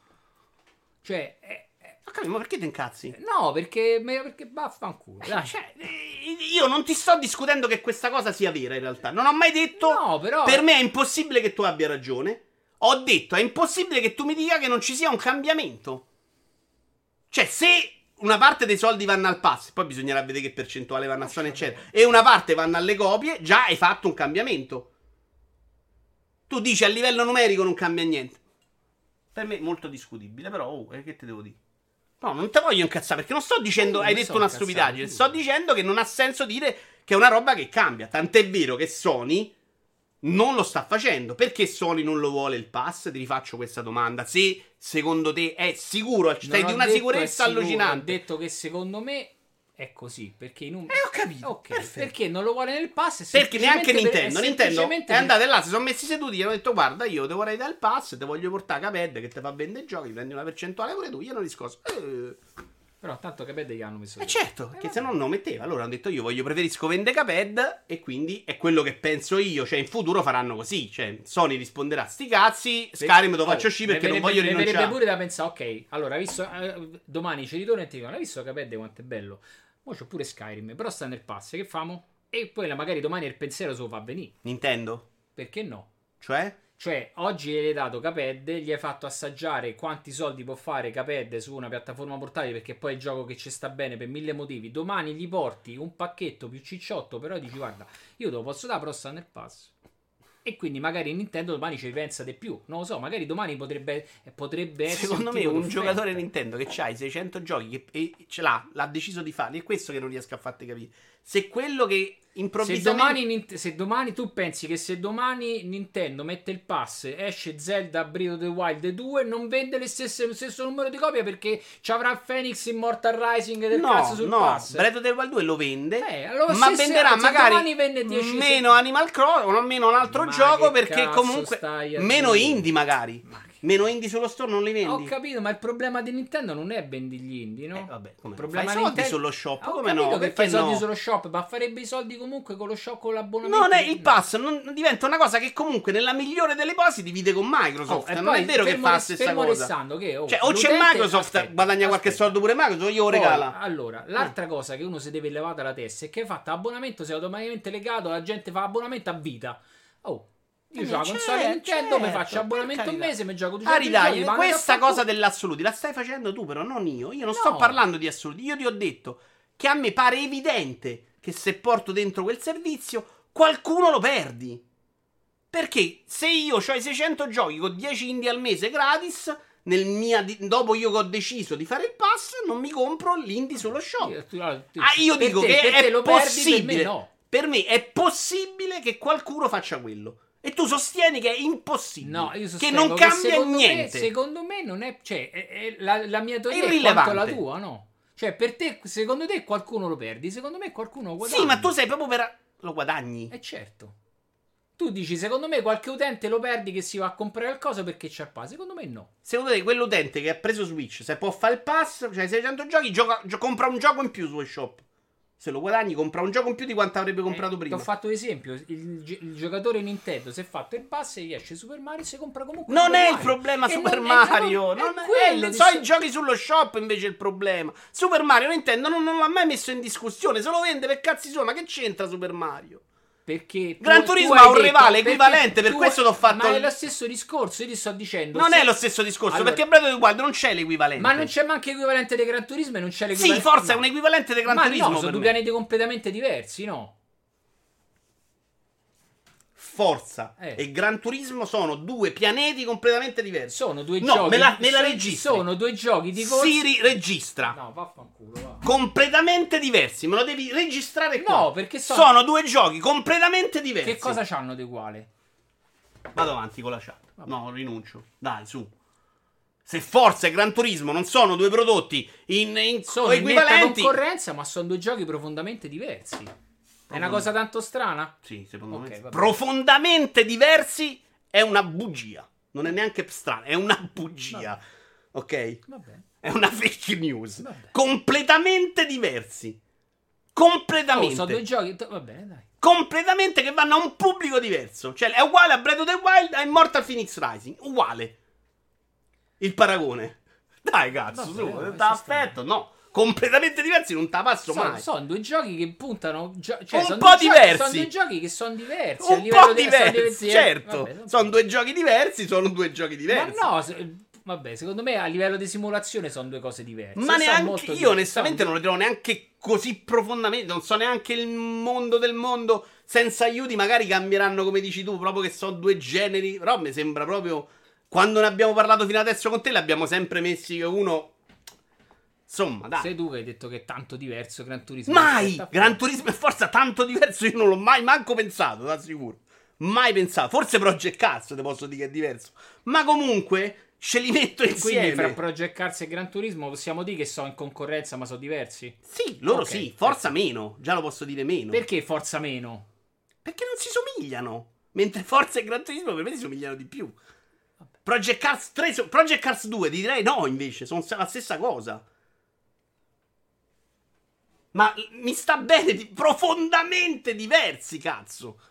Cioè, Ho capito, ma perché ti incazzi? no, perché vaffanculo. Dai. Cioè, io non ti sto discutendo che questa cosa sia vera in realtà. Non ho mai detto No, però- per me è impossibile che tu abbia ragione. Ho detto è impossibile che tu mi dica che non ci sia un cambiamento. Cioè, se una parte dei soldi vanno al pass, poi bisognerà vedere che percentuale vanno a Sony, eccetera, e una parte vanno alle copie, già hai fatto un cambiamento. Tu dici a livello numerico non cambia niente. Per me è molto discutibile, però, che te devo dire? No, non te voglio incazzare, perché non sto dicendo Non hai mi detto sono una incazzato, stupidaggine, tu. sto dicendo che non ha senso dire che è una roba che cambia. Tant'è vero che Sony non lo sta facendo. Perché Sony non lo vuole il pass? Ti rifaccio questa domanda. Se secondo te è sicuro, sei Non di ho una detto sicurezza è sicuro, allucinante. Ho detto che secondo me è così, perché in un ho capito, Ok, perfetto. perché non lo vuole nel pass? Perché neanche Nintendo semplicemente è andata là, si sono messi seduti e hanno detto guarda io ti vorrei dare il pass, te voglio portare Cuphead che ti fa vendere i giochi, prendi una percentuale pure tu, io non riscosso. Però tanto Cuphead gli hanno messo Certo, perché se no non lo metteva. Allora hanno detto io preferisco vendere Cuphead e quindi è quello che penso io, cioè in futuro faranno così, cioè Sony risponderà sti cazzi, Skyrim lo faccio uscire perché non voglio Mi verrebbe rinunciare. pure da pensare, ok, allora visto domani ci ritorno e ti dicono, hai visto Cuphead quanto è bello? Mo c'ho pure Skyrim, però sta nel pass, che famo? E poi magari domani il pensiero se lo fa venire, Nintendo? perché no? Cioè? Cioè, oggi gli hai dato Cuphead, gli hai fatto assaggiare quanti soldi può fare Cuphead su una piattaforma portatile, perché poi è il gioco che ci sta bene per 1000 motivi. Domani gli porti un pacchetto più cicciotto, però dici, guarda, io te lo posso dare, però sta nel pass. E quindi magari Nintendo domani ci pensa di più. Non lo so, magari domani potrebbe essere. Secondo me tipo un di giocatore offerta. Nintendo che c'ha i 600 giochi e ce l'ha deciso di farli. È questo che non riesco a farti capire. Se quello che improvvisamente... Se domani tu pensi che se domani Nintendo mette il pass, esce Zelda Breath of the Wild 2, non vende lo stesso numero di copie perché ci avrà Phoenix Immortal Rising del cazzo sul pass. Breath of the Wild 2 lo vende, allora ma se venderà domani magari vende 10 meno Animal Crossing o meno un altro Ma gioco che perché cazzo comunque stai a meno dire? indie magari. Meno indie sullo store non li vendi. Ho capito, ma il problema di Nintendo non è vendi gli indie, no? Vabbè, come il no? problema Fai di soldi Nintendo- sullo shop, Ho come capito no? che Perché fai i soldi no? sullo shop, ma farebbe i soldi comunque con lo shop, con l'abbonamento. Non è il pass, non diventa una cosa che comunque nella migliore delle ipotesi divide con Microsoft. E non poi è vero che fermo fa la res- stessa fermo cosa. restando che, Cioè, o c'è l'utente- Microsoft, aspetta, guadagna qualche aspetta. soldo pure Microsoft, io lo Poi, regala. allora, l'altra cosa che uno si deve levare dalla testa è che hai fatto abbonamento, sei automaticamente legato, la gente fa abbonamento a vita. Oh, io ho la console Nintendo, mi faccio abbonamento un mese, mi gioco 200 Dai, giochi, mando questa a fanculo. cosa dell'assoluti la stai facendo tu, però non io. Io non No. sto parlando di assoluti. Io ti ho detto che a me pare evidente che se porto dentro quel servizio qualcuno lo perdi. Perché se io ho i 600 giochi con 10 indie al mese gratis, dopo io che ho deciso di fare il pass, non mi compro l'indie sullo shop. Io Per dico te- che per è te lo perdi, possibile. per me no. Per me è possibile che qualcuno faccia quello. E tu sostieni che è impossibile. No, io che sostengo non cambia secondo niente. Secondo me non è. Cioè, la mia teoria è Irrilevante. quanto la tua, no? Cioè, per te, secondo te qualcuno lo perdi, secondo me qualcuno lo guadagni. Sì, ma tu sei proprio per... Lo guadagni. Certo. Tu dici, secondo me qualche utente lo perdi che si va a comprare qualcosa perché c'è il pass. Secondo me no. Secondo te quell'utente che ha preso Switch, se può fare il pass, cioè 600 giochi, compra un gioco in più su shop. Se lo guadagni, compra un gioco in più di quanto avrebbe comprato Ti prima. ho fatto l'esempio, il giocatore Nintendo si è fatto il pass e gli esce Super Mario e si compra comunque Non Super è il Mario. problema E Super non- Mario. è Non quello è, di sono so- i giochi sullo shop invece il problema. Super Mario Nintendo non l'ha mai messo in discussione. Se lo vende per cazzi suoi, ma che c'entra Super Mario? Perché Gran Turismo ha un rivale equivalente, per questo t'ho fatto- Ma è lo stesso discorso, io ti sto dicendo. Non se- è lo stesso discorso, Allora- perché Breath of the Wild non c'è l'equivalente. Ma non c'è manche equivalente di Gran Turismo e non c'è Sì, l'equivalente. forse è no. un equivalente di Gran Ma Turismo. no, sono per due me. pianeti completamente diversi, no? Forza Eh. e Gran Turismo sono due pianeti completamente diversi. Sono due No, giochi. me la registri. Sono due giochi di corsa. Si registra. No, vaffanculo, va. Completamente diversi. Me lo devi registrare qua. No, perché sono due giochi completamente diversi. Che cosa c'hanno di uguale? Vado avanti con la chat. No, rinuncio. Dai, su. Se Forza e Gran Turismo non sono due prodotti in Sono in netta equivalenti. concorrenza, ma sono due giochi profondamente diversi. È una cosa tanto strana? Sì, secondo Ok, me. vabbè. Profondamente diversi è una bugia. Non è neanche strana, è una bugia. Ok? Vabbè. È una fake news. Vabbè. Completamente diversi. Oh, Completamente. sono due giochi. Va bene, dai. Completamente che vanno a un pubblico diverso. Cioè, è uguale a Breath of the Wild a Immortal Phoenix Rising. Uguale. Il paragone. Dai, cazzo, Vabbè, su. vabbè, T'aspetto, no. Completamente diversi, non te la passo mai. Sono due giochi che puntano. Cioè, Un sono po' due diversi. Sono due giochi che sono diversi. a Un livello po' di- sono diversi, certo. Vabbè, Sono due giochi diversi, sono due giochi diversi. Ma no, vabbè, secondo me a livello di simulazione sono due cose diverse. Ma Sono neanche molto io, diverse. onestamente, non lo trovo neanche così profondamente. Non so neanche il mondo del mondo. Senza aiuti, magari cambieranno, come dici tu, proprio che sono due generi. Però mi sembra proprio. Quando ne abbiamo parlato fino adesso con te, l'abbiamo sempre messi che uno. Insomma, dai. Sei tu che hai detto che è tanto diverso Gran Turismo. Mai! rispetto a Gran Turismo e Forza tanto diverso, io non l'ho mai manco pensato, da sicuro. Mai pensato. Forse Project Cars, te posso dire che è diverso. Ma comunque, ce li metto E quindi insieme. fra Project Cars e Gran Turismo possiamo dire che sono in concorrenza ma sono diversi? Sì, loro Ok, sì. Forza meno. Già lo posso dire meno. Perché Forza meno? Perché non si somigliano. Mentre Forza e Gran Turismo per me si somigliano di più. Project Cars 3, Project Cars 2 ti direi no invece, sono la stessa cosa. Ma mi sta bene, profondamente diversi, cazzo.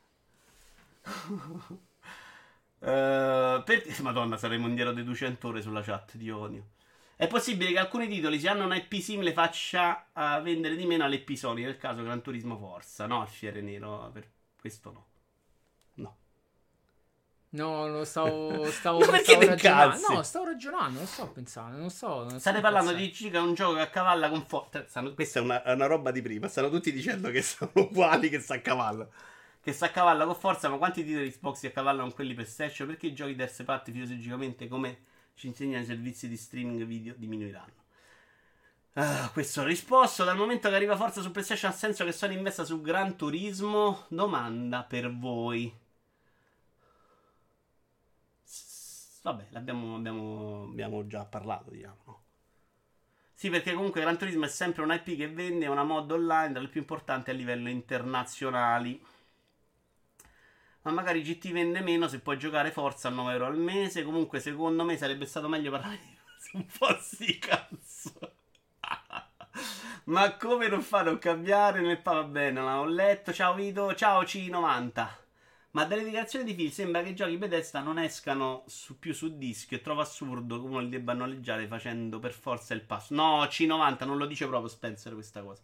Perché, Madonna, saremo indietro di 200 ore sulla chat di odio. È possibile che alcuni titoli, se hanno una IP simile, faccia vendere di meno alle IP Sony, nel caso Gran Turismo Forza. No, Alfiere Nero, per questo no. No. No, stavo Ma perché stavo te ragionando. incazzi? No, stavo ragionando, non sto pensando, non sto State parlando pensando. di Giga, un gioco che accavalla con Forza. Questa è una roba di prima. Stanno tutti dicendo che sono uguali, che sta a cavallo. che si accavalla con forza, ma quanti titoli Xbox si accavallano con quelli PlayStation? Perché i giochi terze parti filosoficamente, come ci insegnano i servizi di streaming video, diminuiranno? Questo ho risposto. Dal momento che arriva Forza su PlayStation ha senso che Sony investa su Gran Turismo? Domanda per voi. Vabbè, abbiamo già parlato, diciamo, no? Sì, perché comunque Gran Turismo è sempre un IP che vende, è una mod online tra le più importanti a livello internazionali. Ma magari GT vende meno se puoi giocare Forza a 9 euro al mese. Comunque secondo me sarebbe stato meglio parlare di un po' di cazzo. Ma come non fa a non cambiare? Va bene, non ho letto. Ciao Vito, ciao C90. Ma dalle dichiarazioni di Phil sembra che i giochi Bethesda non escano più su dischi. E trovo assurdo che uno li debba noleggiare facendo per forza il pass. No, C90 non lo dice proprio Spencer questa cosa.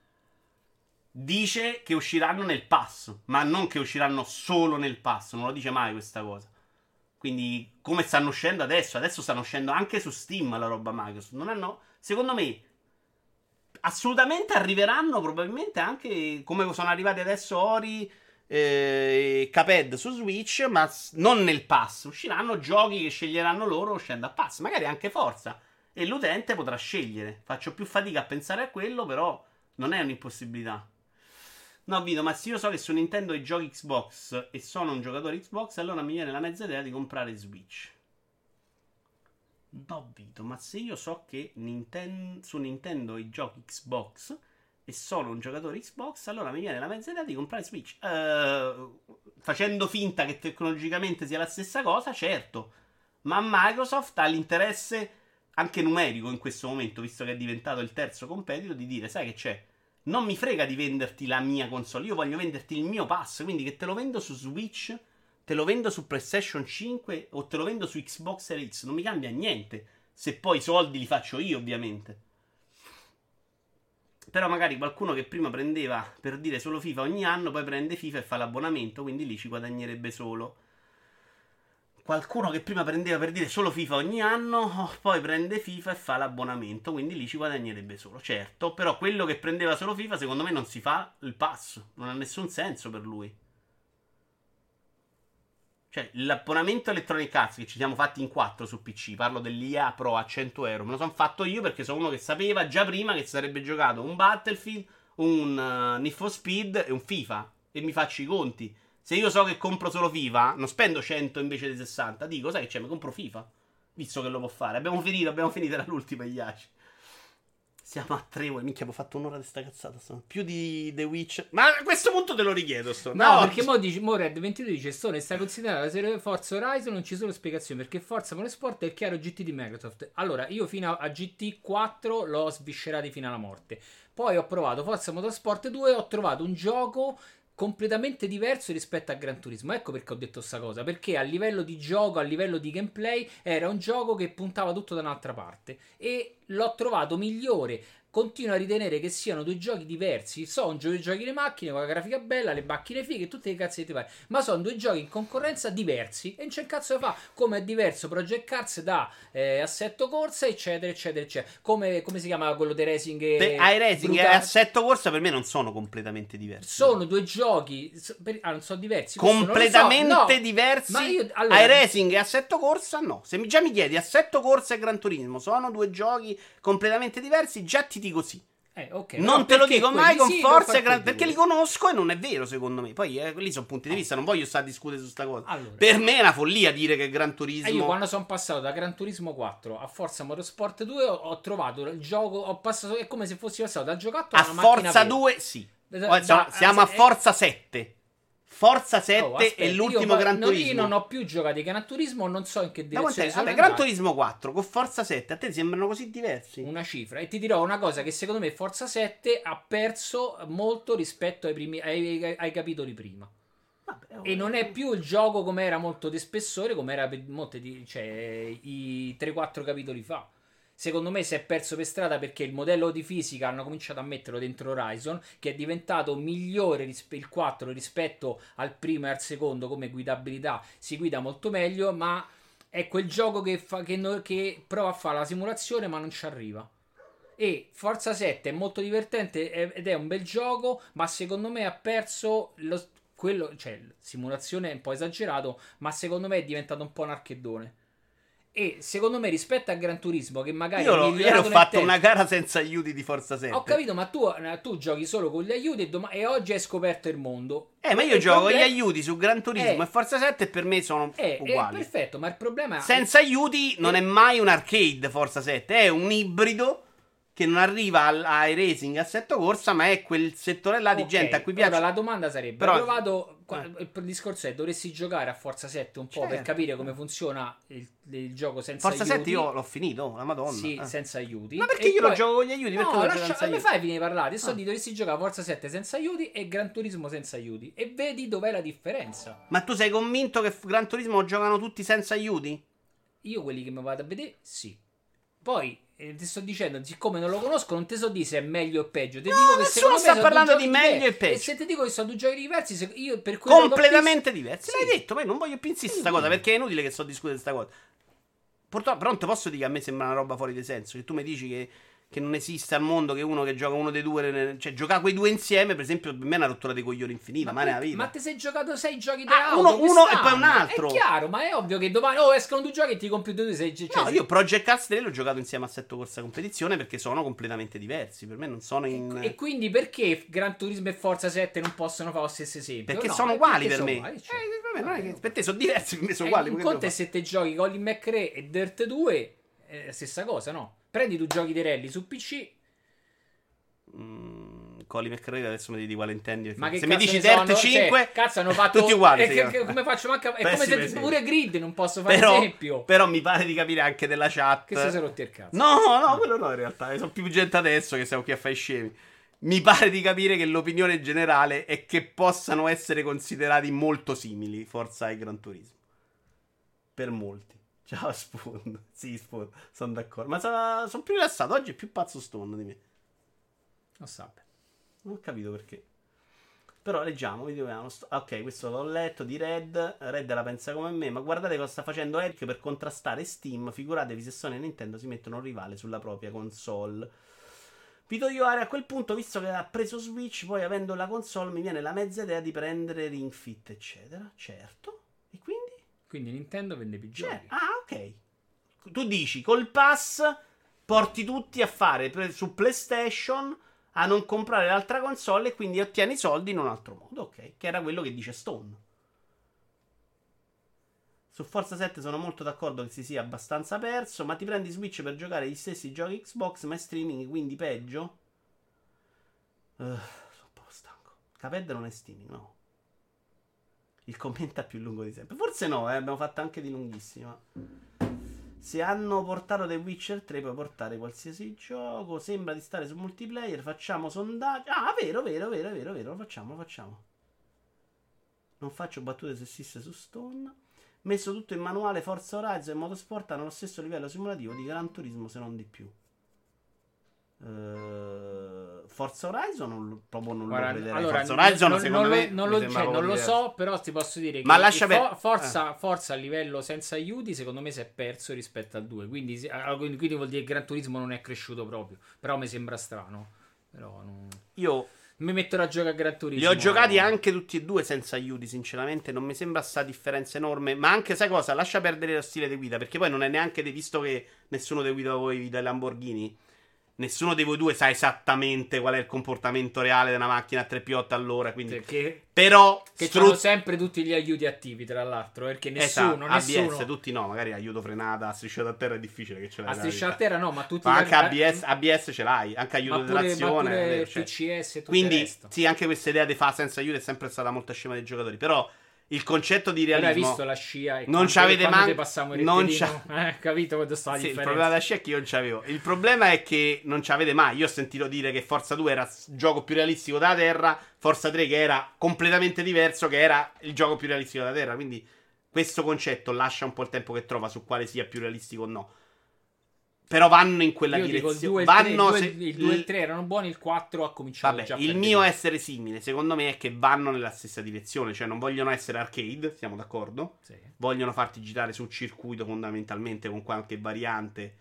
Dice che usciranno nel pass, ma non che usciranno solo nel pass. Non lo dice mai questa cosa. Quindi come stanno uscendo adesso? Adesso stanno uscendo anche su Steam la roba Microsoft. Non hanno, secondo me, assolutamente arriveranno probabilmente anche come sono arrivati adesso Ori e Cuphead su Switch, ma non nel pass. Usciranno giochi che sceglieranno loro uscendo a pass, magari anche Forza, e l'utente potrà scegliere. Faccio più fatica a pensare a quello, però non è un'impossibilità. No, Vito, ma se io so che su Nintendo i giochi Xbox e sono un giocatore Xbox, allora mi viene la mezza idea di comprare Switch. No, Vito, ma se io so che su Nintendo i giochi Xbox e sono un giocatore Xbox, allora mi viene la mezza idea di comprare Switch. Facendo finta che tecnologicamente sia la stessa cosa, certo. Ma Microsoft ha l'interesse anche numerico in questo momento, visto che è diventato il terzo competitor, di dire, sai che c'è? Non mi frega di venderti la mia console, io voglio venderti il mio pass, quindi che te lo vendo su Switch, te lo vendo su PlayStation 5 o te lo vendo su Xbox Series X, non mi cambia niente, se poi i soldi li faccio io, ovviamente. Però magari qualcuno che prima prendeva, per dire, solo FIFA ogni anno, poi prende FIFA e fa l'abbonamento, quindi lì ci guadagnerebbe solo. Qualcuno che prima prendeva, per dire, solo FIFA ogni anno, poi prende FIFA e fa l'abbonamento, quindi lì ci guadagnerebbe solo. Certo, però quello che prendeva solo FIFA secondo me non si fa il pass, non ha nessun senso per lui. Cioè, l'abbonamento Electronic Arts che ci siamo fatti in 4 su PC, parlo dell'IA Pro a 100 euro, me lo sono fatto io perché sono uno che sapeva già prima che sarebbe giocato un Battlefield, un Need for Speed e un FIFA, e mi faccio i conti. Se io so che compro solo FIFA, non spendo 100 invece di 60, dico, sai che c'è, mi compro FIFA, visto che lo può fare. Abbiamo finito, era l'ultima Iaci. Siamo a 3 ore, minchia, abbiamo fatto un'ora di sta cazzata. Più di The Witch. Ma a questo punto te lo richiedo. No, perché mo Red 22 dice: Stone sta considerando la serie Forza Horizon. Non ci sono spiegazioni perché Forza Motorsport è il chiaro GT di Microsoft. Allora, io fino a GT 4 l'ho sviscerati fino alla morte. Poi ho provato Forza Motorsport 2 e ho trovato un gioco completamente diverso rispetto a Gran Turismo. Ecco perché ho detto sta cosa, perché a livello di gioco, a livello di gameplay era un gioco che puntava tutto da un'altra parte e l'ho trovato migliore. Continuo a ritenere che siano due giochi diversi. Sono due giochi di macchine con la grafica bella, le macchine fighe, tutte le cazzette varie, ma sono due giochi in concorrenza diversi e non c'è un cazzo da fa. Come è diverso Project Cars da Assetto Corsa, eccetera eccetera eccetera. Come si chiama quello dei racing? iRacing e Assetto Corsa per me non sono completamente diversi. Sono due giochi non sono diversi, completamente diversi. Ma io, allora, iRacing e Assetto Corsa no. Se già mi chiedi Assetto Corsa e Gran Turismo sono due giochi completamente diversi, già ti dico sì. Okay, non te lo dico mai con forza perché li conosco e non è vero secondo me. Poi lì sono punti di vista, non voglio stare a discutere su sta cosa. Allora, per me è una follia dire che Gran Turismo. Io quando sono passato da Gran Turismo 4 a Forza Motorsport 2 ho trovato il gioco, ho passato, è come se fossi passato dal giocattolo a Forza 2 sì. Siamo a Forza 7. Forza 7 è l'ultimo Gran Turismo. Io non ho più giocato di Gran Turismo, non so in che direzione sono Gran Turismo 4 con Forza 7 a te sembrano così diversi? Una cifra. E ti dirò una cosa, che secondo me Forza 7 ha perso molto rispetto ai capitoli prima. Vabbè, e non è più il gioco come era molto di spessore, come era per i 3-4 capitoli fa. Secondo me si è perso per strada perché il modello di fisica hanno cominciato a metterlo dentro Horizon, che è diventato migliore il 4 rispetto al primo e al secondo come guidabilità, si guida molto meglio, ma è quel gioco che prova a fare la simulazione ma non ci arriva. E Forza 7 è molto divertente ed è un bel gioco, ma secondo me ha perso quello, cioè, simulazione è un po' esagerato, ma secondo me è diventato un po' un archeddone. E secondo me rispetto a Gran Turismo, che magari Io è ho migliorato nel fatto tempo- una gara senza aiuti di Forza 7. Ho capito, ma tu giochi solo con gli aiuti e oggi hai scoperto il mondo. Ma io Il gioco con gli problema- aiuti su Gran Turismo e Forza 7 e per me sono È uguali. perfetto, ma il problema Senza aiuti non è mai un arcade Forza 7, è un ibrido che non arriva ai racing, assetto corsa, ma è quel settore là di Ok, gente a cui piace. Ora la domanda sarebbe: Però- hai provato. Il discorso è: dovresti giocare a Forza 7 un po' per Certo. capire come funziona il gioco senza Forza aiuti. 7 io l'ho finito, la madonna. Sì, senza aiuti. Ma perché E io poi- lo gioco con gli aiuti? Perché No, lo gioco senza mi aiuti? fai finire di parlare. Adesso dovresti giocare a Forza 7 senza aiuti e Gran Turismo senza aiuti. E vedi dov'è la differenza. Ma tu sei convinto che Gran Turismo lo giocano tutti senza aiuti? Io quelli che mi vado a vedere, sì. Poi ti sto dicendo, siccome non lo conosco, non ti so dire se è meglio o peggio. Ti dico che nessuno secondo me sta sono parlando due di giochi meglio e diversi. peggio. E se ti dico che sono due giochi diversi, io per quello che ho Completamente visto- diversi. Sì. L'hai detto, ma io non voglio più insistere sta cosa perché è inutile che sto a discutere sta cosa. Purtroppo, però non ti posso dire che a me sembra una roba fuori di senso. Che tu mi dici che non esiste al mondo che uno che gioca uno dei due, cioè giocare quei due insieme, per esempio, per me è una rottura dei coglioni infinita. Ma nella vita. Ma ti sei giocato 6 giochi Ah, da uno- auto uno quest'anno? e poi un altro. È chiaro, ma è ovvio che domani escono due giochi e ti compri due. No, io Project Cars 3 l'ho giocato insieme a Assetto Corsa Competizione perché sono completamente diversi. Per me non sono in. E quindi perché Gran Turismo e Forza 7 non possono fare lo stesso esempio? Perché No, sono è uguali perché per sono me. uguali, cioè. Vabbè, non è che per te sono diversi, per me sono uguali. Un che conto devo è se te giochi Colin McRae e Dirt 2, è la stessa cosa, no? Prendi tu giochi di rally su PC. Colin McRae adesso mi dici quale intendi. Ma che se mi cazzo dici ne so, Dirt no? 5, Cioè, cazzo hanno fatto tutti uguali. E sì. come faccio manca. È Pessimo come se esempio. pure Grid non posso fare però, esempio. però mi pare di capire anche della chat. Che si sono rotti il cazzo. No, quello no in realtà. Sono più gente adesso che siamo qui a fare i scemi. Mi pare di capire che l'opinione generale è che possano essere considerati molto simili Forza e Gran Turismo. Per molti. Ciao Spoon. Sì, Spoon, sono d'accordo. Ma sono più rilassato. Oggi è più pazzo Stone di me. Non sape. Non ho capito perché. Però leggiamo, vediamo. Ok, questo l'ho letto di Red. Red la pensa come me. Ma guardate cosa sta facendo Eric per contrastare Steam. Figuratevi se Sony e Nintendo si mettono un rivale sulla propria console. Vito Ioare, a quel punto, visto che ha preso Switch, poi avendo la console, mi viene la mezza idea di prendere Ring Fit, eccetera. Certo. E quindi? Quindi Nintendo vende più giochi. Ok. Tu dici, col pass porti tutti a fare su PlayStation a non comprare l'altra console e quindi ottieni i soldi in un altro modo, ok? Che era quello che dice Stone. Su Forza 7 sono molto d'accordo che si sia abbastanza perso, ma ti prendi Switch per giocare gli stessi giochi Xbox, ma è streaming, quindi peggio? Sono un po' stanco. Cuphead non è streaming, no. Il commento più lungo di sempre. Forse no, abbiamo fatto anche di lunghissima. Se hanno portato The Witcher 3 puoi portare qualsiasi gioco. Sembra di stare su multiplayer. Facciamo sondaggi. Ah, vero. Lo facciamo. Non faccio battute sessiste su Stone. Messo tutto in manuale, Forza Horizon e Motorsport hanno lo stesso livello simulativo di Gran Turismo, se non di più. Forza Horizon proprio non Guarda, lo vedrei. allora, Forza Horizon non- secondo non me lo- non mi lo, sembra cioè, non proprio lo diverso. so, però ti posso dire Ma che lascia Forza a livello senza aiuti secondo me si è perso rispetto al 2, quindi vuol dire che Gran Turismo non è cresciuto proprio, però mi sembra strano. Però Io mi metterò a giocare a Gran Turismo. li ho giocati anche tutti e due senza aiuti, sinceramente. Non mi sembra sta differenza enorme. Ma anche, sai cosa? Lascia perdere lo stile di guida. Perché poi non è neanche visto che nessuno dei guida voi dai Lamborghini. Nessuno di voi due sa esattamente qual è il comportamento reale di una macchina a 3P8 all'ora. Quindi. Però. Che hanno sempre tutti gli aiuti attivi, tra l'altro. Perché nessuno. ABS, tutti no. Magari aiuto frenata, strisciata a terra è difficile che ce l'hai. A strisciata a terra no, ma tutti. Ma anche ABS ce l'hai. Anche aiuto di trazione. Ma pure vero, cioè. PCS e tutto Quindi, il resto. sì, anche questa idea di fa senza aiuto è sempre stata molto scema dei giocatori. Però il concetto di Però realismo. hai visto la scia e non c'avete manco passiamo il non rettilineo, capito quando sta la sì, il differenza. problema della scia è che io non c'avevo. Il problema è che non c'avete mai. Io ho sentito dire che Forza 2 era il gioco più realistico della Terra, Forza 3 che era completamente diverso, che era il gioco più realistico della Terra. Quindi questo concetto lascia un po' il tempo che trova su quale sia più realistico o no. Però vanno in quella Io dico direzione. il 2 e il 3 erano buoni, il 4 ha cominciato Vabbè, già a il perdere. mio essere simile, secondo me, è che vanno nella stessa direzione. Cioè, non vogliono essere arcade, siamo d'accordo? Sì. Vogliono farti girare sul circuito fondamentalmente con qualche variante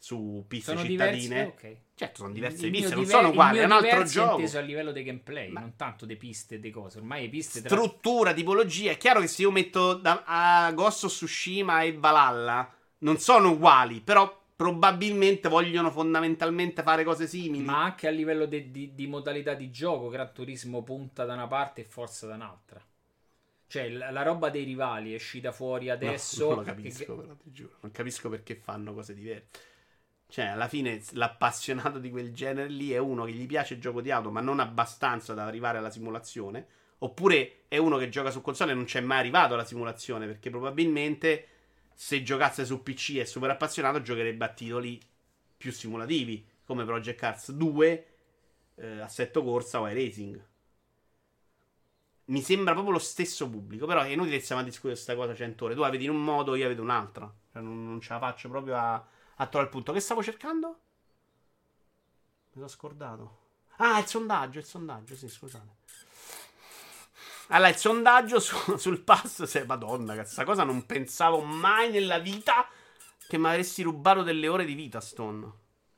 su piste Sono cittadine. diverse, ok. Certo, sono diverse Il piste, mio non diver- sono uguali, il è mio un altro diverso è gioco. inteso a livello di gameplay, non tanto di piste e di cose. Ormai le piste Struttura, tipologia. È chiaro che se io metto a Ghost of Tsushima e Valhalla non sono uguali, però probabilmente vogliono fondamentalmente fare cose simili. ma anche a livello di modalità di gioco, Gran Turismo punta da una parte e Forza da un'altra. Cioè, la roba dei rivali è uscita fuori No, adesso. non lo capisco, però, ti giuro. Non capisco perché fanno cose diverse. Cioè, alla fine l'appassionato di quel genere lì è uno che gli piace il gioco di auto, ma non abbastanza da arrivare alla simulazione. Oppure è uno che gioca su console e non c'è mai arrivato alla simulazione, perché probabilmente se giocasse su PC e super appassionato giocherebbe a titoli più simulativi, come Project Cars 2, Assetto Corsa o iRacing. Mi sembra proprio lo stesso pubblico, però è inutile che stiamo a discutere questa cosa 100 ore. Tu la vedi in un modo, io la vedo in un altro. Cioè, non ce la faccio proprio a trovare il punto. Che stavo cercando? Mi sono scordato. Ah, il sondaggio, sì, scusate. Allora, il sondaggio sul pass. Madonna, questa cosa non pensavo mai nella vita che mi avresti rubato delle ore di vita, Stone.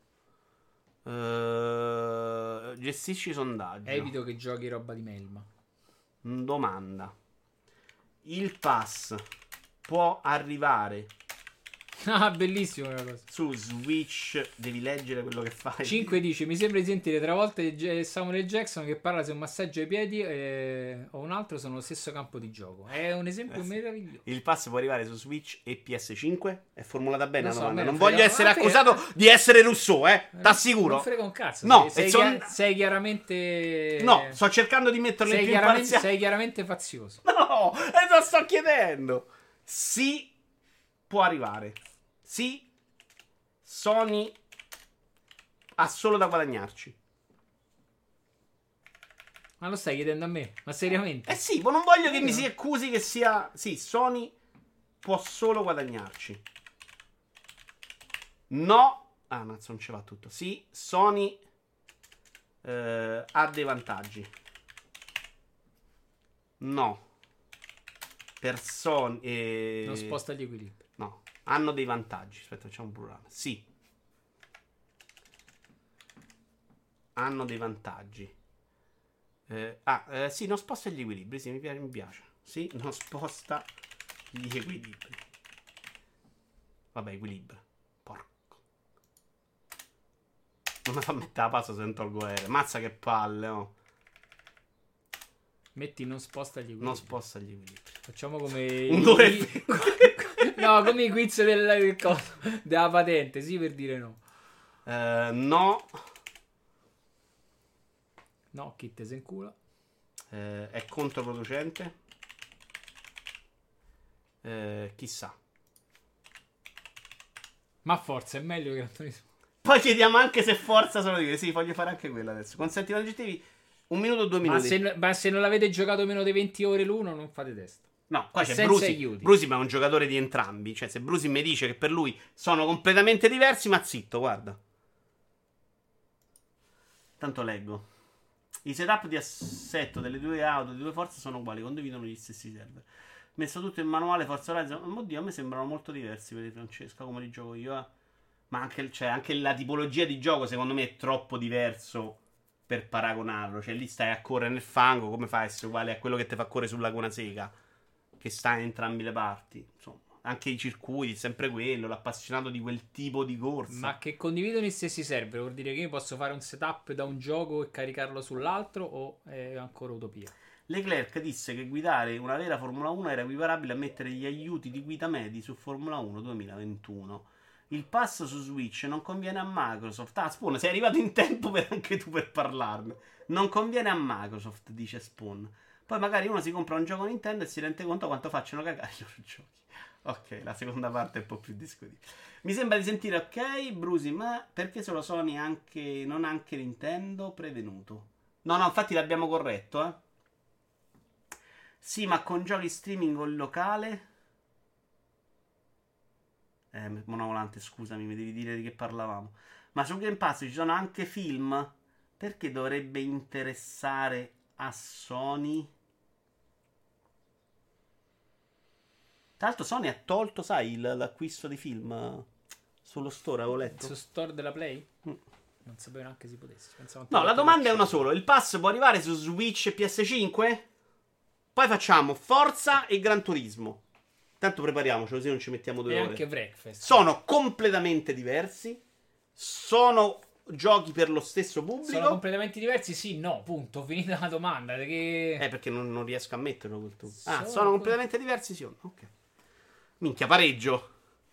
Gestisci i sondaggi. Evito che giochi roba di Melma. Domanda. Il pass può arrivare Ah, bellissimo quella cosa. su Switch? Devi leggere quello che fai. 5 dice: mi sembra di sentire tre volte Samuel Jackson che parla se un massaggio ai piedi o un altro sono lo stesso campo di gioco. È un esempio meraviglioso. Il pass può arrivare su Switch e PS5? È formulata bene la Lo so, domanda. a me Non non voglio frega- essere a te- accusato di essere Rousseau, t'assicuro. Non frega un cazzo. No, sei chiaramente. No, sto cercando di metterlo in più imparziale. sei chiaramente fazioso. No, e lo sto chiedendo. Sì, può arrivare. Sì, Sony ha solo da guadagnarci. Ma lo stai chiedendo a me? Ma seriamente? Eh sì, ma non voglio che mi si accusi che sia... Sì, Sony può solo guadagnarci. No. Ah, no, non ce va tutto. Sì, Sony ha dei vantaggi. No. Per Sony... Non sposta gli equilibri. No, hanno dei vantaggi. Aspetta, facciamo un plurale. Sì. Hanno dei vantaggi. Sì, non sposta gli equilibri. Sì, mi piace. Sì, non sposta gli equilibri. Vabbè, equilibrio. Porco. Non mi fa mettere la pasta se non tolgo aereo. Mazza che palle, oh. Metti non sposta gli equilibri. Non sposta gli equilibri. Facciamo come Un 2 e no, come i quiz della patente, sì, per dire no. No. No, chi te se incula. È controproducente. Chissà. Ma forza, è meglio che Gran Turismo. Poi chiediamo anche se forza sono di... Sì, voglio fare anche quella adesso. Consenti aggettivi 1 minuto o 2 minuti. Ma se non l'avete giocato meno di 20 ore l'uno, non fate testa. No, qua c'è Senza Brusi. aiuti. Brusi ma è un giocatore di entrambi. Cioè, se Brusi mi dice che per lui sono completamente diversi, ma zitto, guarda. Tanto leggo. I setup di assetto delle due auto di due forze sono uguali, condividono gli stessi server. Messo tutto in manuale Forza Horizon. Oddio, a me sembrano molto diversi, vedi Francesca, come li gioco io. Ma anche, cioè, anche la tipologia di gioco, secondo me, è troppo diverso per paragonarlo. Cioè, lì stai a correre nel fango, come fa a essere uguale a quello che ti fa correre su Laguna Seca, che sta in entrambe le parti. Insomma, anche i circuiti, sempre quello, l'appassionato di quel tipo di corsa. Ma che condividono gli stessi server, vuol dire che io posso fare un setup da un gioco e caricarlo sull'altro, o è ancora utopia? Leclerc disse che guidare una vera Formula 1 era equiparabile a mettere gli aiuti di guida medi su Formula 1 2021. Il pass su Switch non conviene a Microsoft. Ah, Spawn, sei arrivato in tempo anche tu per parlarne. Non conviene a Microsoft, dice Spawn. Poi magari uno si compra un gioco Nintendo e si rende conto quanto facciano cagare i loro giochi. Ok, la seconda parte è un po' più discutibile. Mi sembra di sentire ok, Brusi, ma perché solo Sony anche, non anche Nintendo? Prevenuto. No, infatti l'abbiamo corretto, eh. Sì, ma con giochi streaming o locale? Monovolante, scusami, mi devi dire di che parlavamo. Ma su Game Pass ci sono anche film? Perché dovrebbe interessare a Sony? Tra l'altro Sony ha tolto, sai, l'acquisto di film. Sullo store avevo letto. Sul store della Play? Mm. Non sapevo neanche si potesse. Pensavo No, la domanda è una sola. Il pass può arrivare su Switch e PS5? Poi facciamo Forza e Gran Turismo. Tanto prepariamoci, così non ci mettiamo 2 E ore. anche Breakfast. Sono completamente diversi. Sono giochi per lo stesso pubblico. Sono completamente diversi? Sì, no, punto. Finita la domanda. Che... Perché non riesco a metterlo quel tu. Sono Sono completamente diversi, sì o no? Ok. Minchia, pareggio.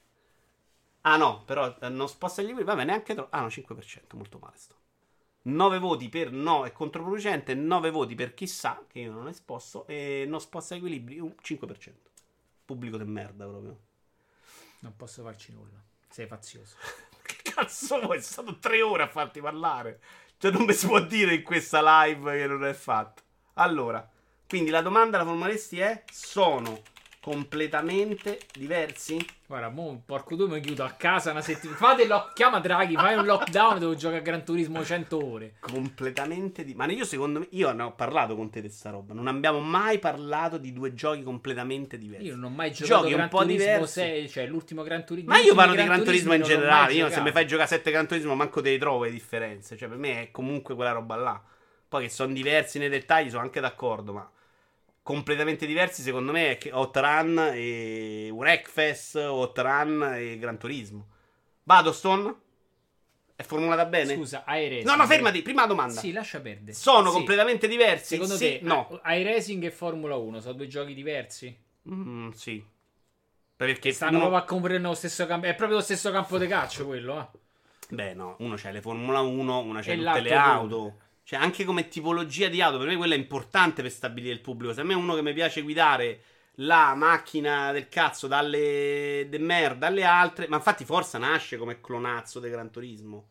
Ah no, però non sposta gli equilibri. Vabbè, neanche troppo. Ah no, 5%, molto male sto. 9 voti per no e controproducente, 9 voti per chissà, che io non ho esposto, e non sposta gli equilibri, 5%. Pubblico de merda proprio. Non posso farci nulla. Sei fazioso. Che cazzo vuoi? È stato 3 ore a farti parlare. Cioè non mi si può dire in questa live che non è fatto. Allora, quindi la domanda, la formuleresti è: sono completamente diversi? Guarda, mo porco due mi chiudo a casa una settimana. Chiama Draghi, fai un lockdown dove gioca a Gran Turismo 100 ore. Completamente di... Ma io secondo me... Io ne ho parlato con te di sta roba. Non abbiamo mai parlato di due giochi completamente diversi. Io non ho mai giocato Giochi Gran un po' Turismo diversi. 6, cioè l'ultimo Gran Turismo. Ma io parlo di Gran Turismo in non l'ho mai generale. Io se giocato. mi fai giocare 7 Gran Turismo manco te li trovo le differenze. Cioè per me è comunque quella roba là. Poi che sono diversi nei dettagli sono anche d'accordo, ma... completamente diversi secondo me è che Hot Run e Wreckfest, Hot Run e Gran Turismo. Vado Stone? È formulata bene? Scusa, iRacing. No, fermati, prima domanda. Sì, lascia perdere. Sono Sì. completamente diversi? Secondo sì, te, no. iRacing e Formula 1 sono due giochi diversi? Sì. Perché Stanno proprio a comprare lo stesso campo. È proprio lo stesso campo di calcio quello, eh. Beh, no, uno c'è le Formula 1, una c'è E tutte le l'altro auto. Cioè, anche come tipologia di auto, per me quella è importante per stabilire il pubblico. Se a me è uno che mi piace guidare la macchina del cazzo dalle de merda alle altre. Ma infatti Forza nasce come clonazzo del Gran Turismo.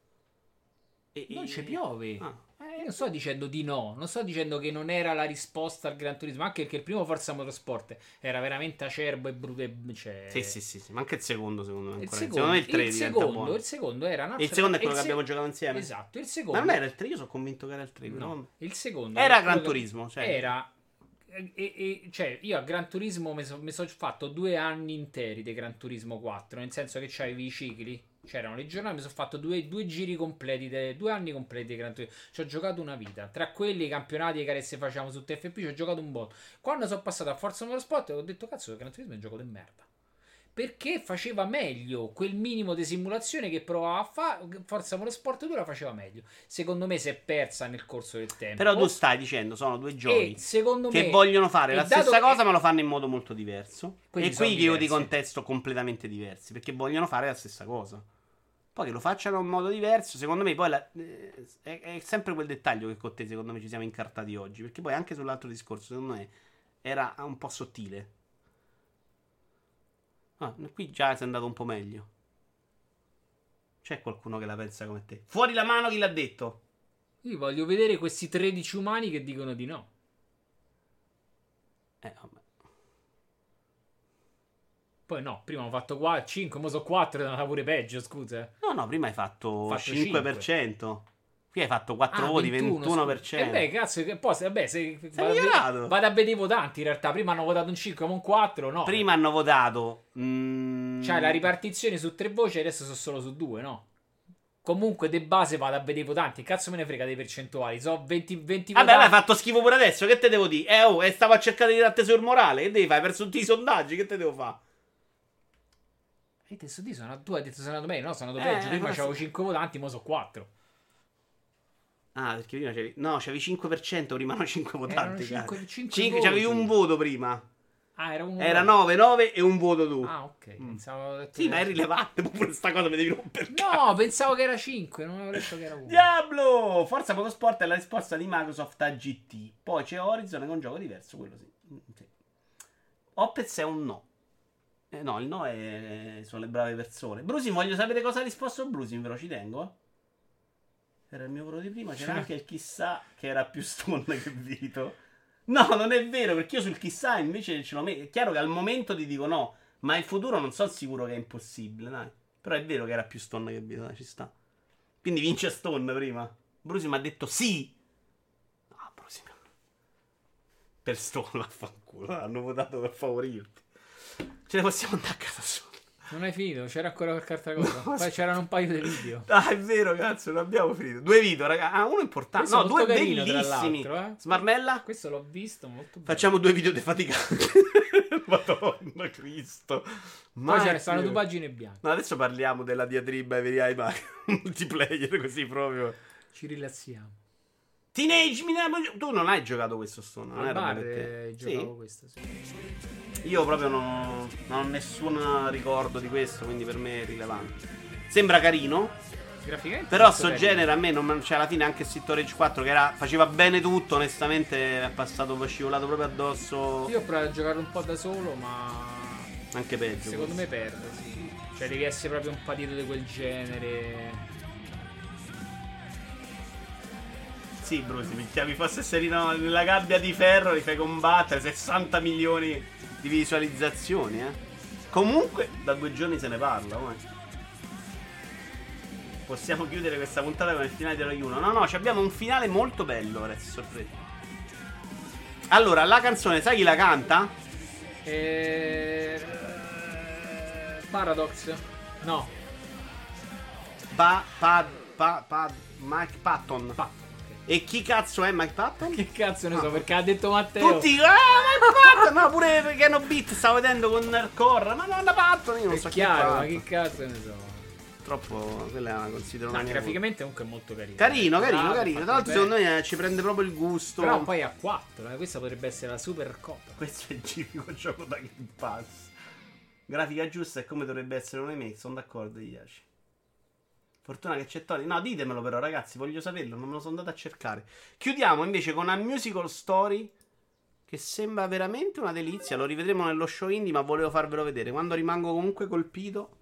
Non ci piove. Ah. Io non sto dicendo di no, non sto dicendo che non era la risposta al Gran Turismo, anche perché il primo Forza Motorsport era veramente acerbo e brutto. Cioè... Sì, ma anche il secondo, secondo me. Il Ancora. secondo, Secondo me il 3 il diventa secondo, buono. il secondo era una E il secondo è quello che abbiamo giocato insieme. Esatto, il Ma secondo. non era il 3, io sono convinto che era il 3. No, il secondo Era quello Gran che- Turismo. Cioè. Era. Cioè, io a Gran Turismo mi sono fatto 2 anni interi di Gran Turismo 4. Nel senso che c'avevi i cicli, c'erano le giornate. Mi sono fatto due giri completi, 2 anni completi di Gran Turismo. Ci ho giocato una vita. Tra quelli, i campionati e carezze facciamo su TFP. Ci ho giocato un botto. Quando sono passato a Forza Motorsport, ho detto: cazzo, Gran Turismo è un gioco di merda. Perché faceva meglio quel minimo di simulazione che provava a fare. Forza Motorsport 2 la faceva meglio. Secondo me si è persa nel corso del tempo. Però tu stai dicendo sono due giochi E secondo che me vogliono fare e la dato stessa che- cosa, ma lo fanno in modo molto diverso. Quindi E sono qui che io ti diversi. contesto completamente diversi. Perché vogliono fare la stessa cosa. Poi che lo facciano in modo diverso, secondo me poi è sempre quel dettaglio che con te, secondo me, ci siamo incartati oggi. Perché poi anche sull'altro discorso, secondo me, era un po' sottile. Ah, qui già sei andato un po' meglio. C'è qualcuno che la pensa come te? Fuori la mano chi l'ha detto? Io voglio vedere questi 13 umani che dicono di no. Vabbè. Poi no, prima ho fatto 5, ora sono 4, è andata pure peggio, scusa. No, prima hai fatto, Fatto 5%. Qui hai fatto 4 Ah, voti, 21%. 21%. E beh, cazzo, che poi, vabbè, se migliorato. vado a vedere i votanti in realtà. Prima hanno votato un 5, ma un 4, no. Prima hanno votato. Cioè, la ripartizione su 3 voci adesso sono solo su 2, no? Comunque, de base vado a vedere i votanti. Cazzo me ne frega dei percentuali. So 20 Vabbè, votanti. hai fatto schifo pure adesso. Che te devo dire? Stavo a cercare di darti sul morale. Che devi fare? Per tutti i sondaggi. Che te devo fare? E adesso ti sono tu hai detto sono andato meglio, no? Sono andato peggio. Prima ma c'avevo sì. 5 votanti, ora sono 4. Ah, perché prima c'avevi. No, c'avevi 5%. Prima no 5 votanti. Erano cazzo. 5 C'avevi voti. un voto prima. Ah, era un Era 9 e un voto tu. Ah, ok. Pensavo Sì, ma è rilevante. Pure sta cosa mi devi rompere. No, pensavo che era 5, non avevo detto che era 1. Diablo! Forza Motorsport è la risposta di Microsoft a GT. Poi c'è Horizon che è un gioco diverso, quello sì. Sì. Opez è un no. No, il no sono le brave persone. Brusin, voglio sapere cosa ha risposto Brusin, però ci tengo. Era il mio voto di prima. C'era anche il chissà che era più stone che Vito. No, non è vero, perché io sul chissà invece ce l'ho messo. È chiaro che al momento ti dico no, ma il futuro non sono sicuro che è impossibile, dai. Però è vero che era più stone che Vito, dai, ci sta. Quindi vince Stone prima. Brusi mi ha detto sì. No, Brusi. Per Stone, vaffanculo. Hanno votato per favorirti. Ce ne possiamo andare a casa solo. Non hai finito, c'era ancora qualche altra cosa. Poi c'erano un paio di video. Ah, è vero, cazzo, non abbiamo finito. 2 video, raga. Ah, uno importante. Questo No, è molto 2 carino, tra bellissimi. l'altro, Smarmella? Questo l'ho visto, molto bello. Facciamo 2 video defaticanti. Madonna Cristo. Poi ce ne stanno 2 pagine bianche. No, adesso parliamo della diatriba ai veri ai multiplayer, così proprio. Ci rilassiamo. Teenage tu non hai giocato questo Stone, non Al era bar per te. giocavo Sì? questo, sì. Io proprio non ho nessun ricordo di questo, quindi per me è rilevante. Sembra carino, Graficamente però molto sto carino. genere a me non cioè alla fine anche Street Rage 4 che faceva bene tutto, onestamente è passato, mi è scivolato proprio addosso. Io ho provato a giocare un po' da solo, ma Anche peggio. secondo me perde, sì. Cioè devi essere proprio un patito di quel genere. Sì, Brusi, mi fa Sesserino nella gabbia di ferro, li fai combattere 60 milioni di visualizzazioni, Comunque, da 2 giorni se ne parla, Possiamo chiudere questa puntata con il finale dello 1. No, abbiamo un finale molto bello, ora si sorprende. Allora, la canzone, sai chi la canta? Paradox? No. Mike Patton. E chi cazzo è Mike Patton? Che cazzo ne so, perché ha detto Matteo. Tutti, Mike Patton! No, pure Piano Beat stavo vedendo con Nerdcore. Madonna Patton, io non È so chiaro, ma chi che cazzo ne so. Troppo, quella la considero No, una mia graficamente comunque è molto carino. Carino. Bravo, Tra fatto l'altro, bene. secondo me ci prende proprio il gusto. Però poi a 4, questa potrebbe essere la super coppa. Questo è il tipico gioco da Game Pass. Grafica giusta e come dovrebbe essere un remake, sono d'accordo, Iaci. Fortuna che c'è Tony. No, ditemelo però, ragazzi, voglio saperlo, non me lo sono andato a cercare. Chiudiamo invece con A Musical Story, che sembra veramente una delizia. Lo rivedremo nello show indie, ma volevo farvelo vedere. Quando rimango comunque colpito.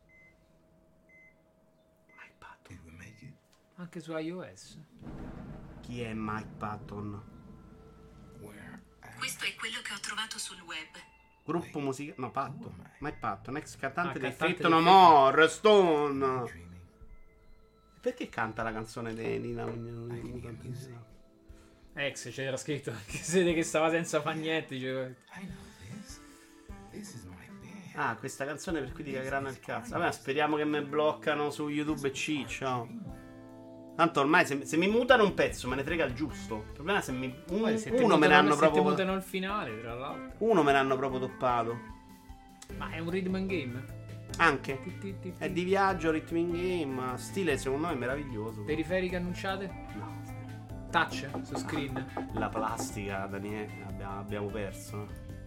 Mike Patton. Anche su iOS. Chi è Mike Patton? Questo è quello che ho trovato sul web. Gruppo musicale. No, Patton. Mike Patton, ex cantante del cantante Fate del No More, Stone. Perché canta la canzone di Nina? Ex c'era scritto. Che siete che stava senza fa niente. Dice... Ah, questa canzone per cui ti cagheranno il cazzo. Vabbè, speriamo che mi bloccano su YouTube e ciccio. Tanto ormai se mi mutano un pezzo me ne frega il giusto. Il problema è se Poi se te uno me ne hanno se te proprio. mutano il finale, tra l'altro. Uno me ne hanno proprio toppato. Ma è un rhythm and game? Anche. È di viaggio, rhythm in game. Stile secondo me è meraviglioso. Periferiche annunciate? No. Touch su screen. La plastica, Daniele, abbiamo perso.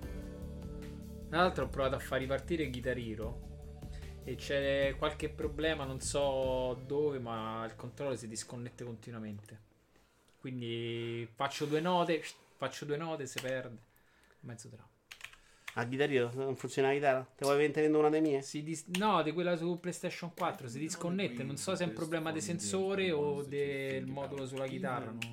Tra l'altro ho provato a far ripartire Guitar Hero e c'è qualche problema, non so dove, ma il controllo si disconnette continuamente. Quindi faccio 2 note, si perde. Mezzo tramo. A chitarrino non funziona la chitarra? Te vuoi vendere una delle mie? No, di quella su PlayStation 4 si disconnette. Non so se è un problema di sensore o del modulo sulla chitarra. Non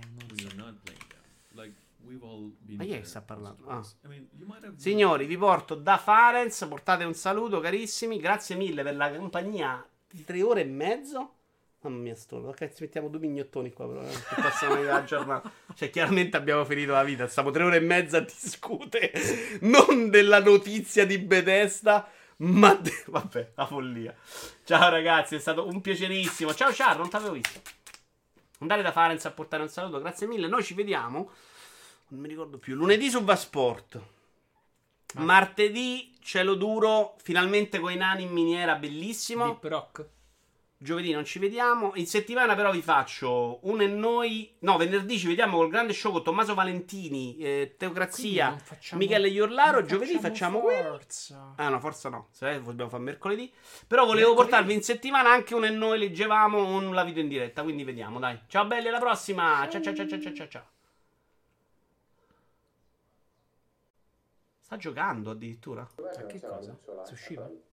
so. Ma chi è che sta parlando? Ah. Signori, vi porto da Farenz. Portate un saluto, carissimi. Grazie mille per la compagnia di 3 ore e mezzo. Mamma mia, ok, ci mettiamo 2 mignottoni qua, però. Che passano la giornata. Cioè, chiaramente abbiamo finito la vita. Stiamo 3 ore e mezza a discutere. Non della notizia di Bethesda, ma vabbè, la follia. Ciao ragazzi, è stato un piacerissimo. Ciao Char, non t'avevo visto. Andate da Farenz a portare un saluto, grazie mille. Noi ci vediamo. Non mi ricordo più. Lunedì su Vasport. Martedì cielo duro. Finalmente con i nani in miniera, bellissimo. Deep Rock. Giovedì non ci vediamo. In settimana però vi faccio un e noi. No, venerdì ci vediamo col grande show con Tommaso Valentini, Teocrazia, Michele Iorlaro. Giovedì facciamo Forza. Ah no, forza no. Se dobbiamo fare mercoledì. Però volevo portarvi in settimana anche un e noi leggevamo la video in diretta. Quindi vediamo, dai. Ciao belli, alla prossima. Ciao ciao ciao ciao ciao ciao. Sta giocando addirittura. Ma che cosa? Su Shiva?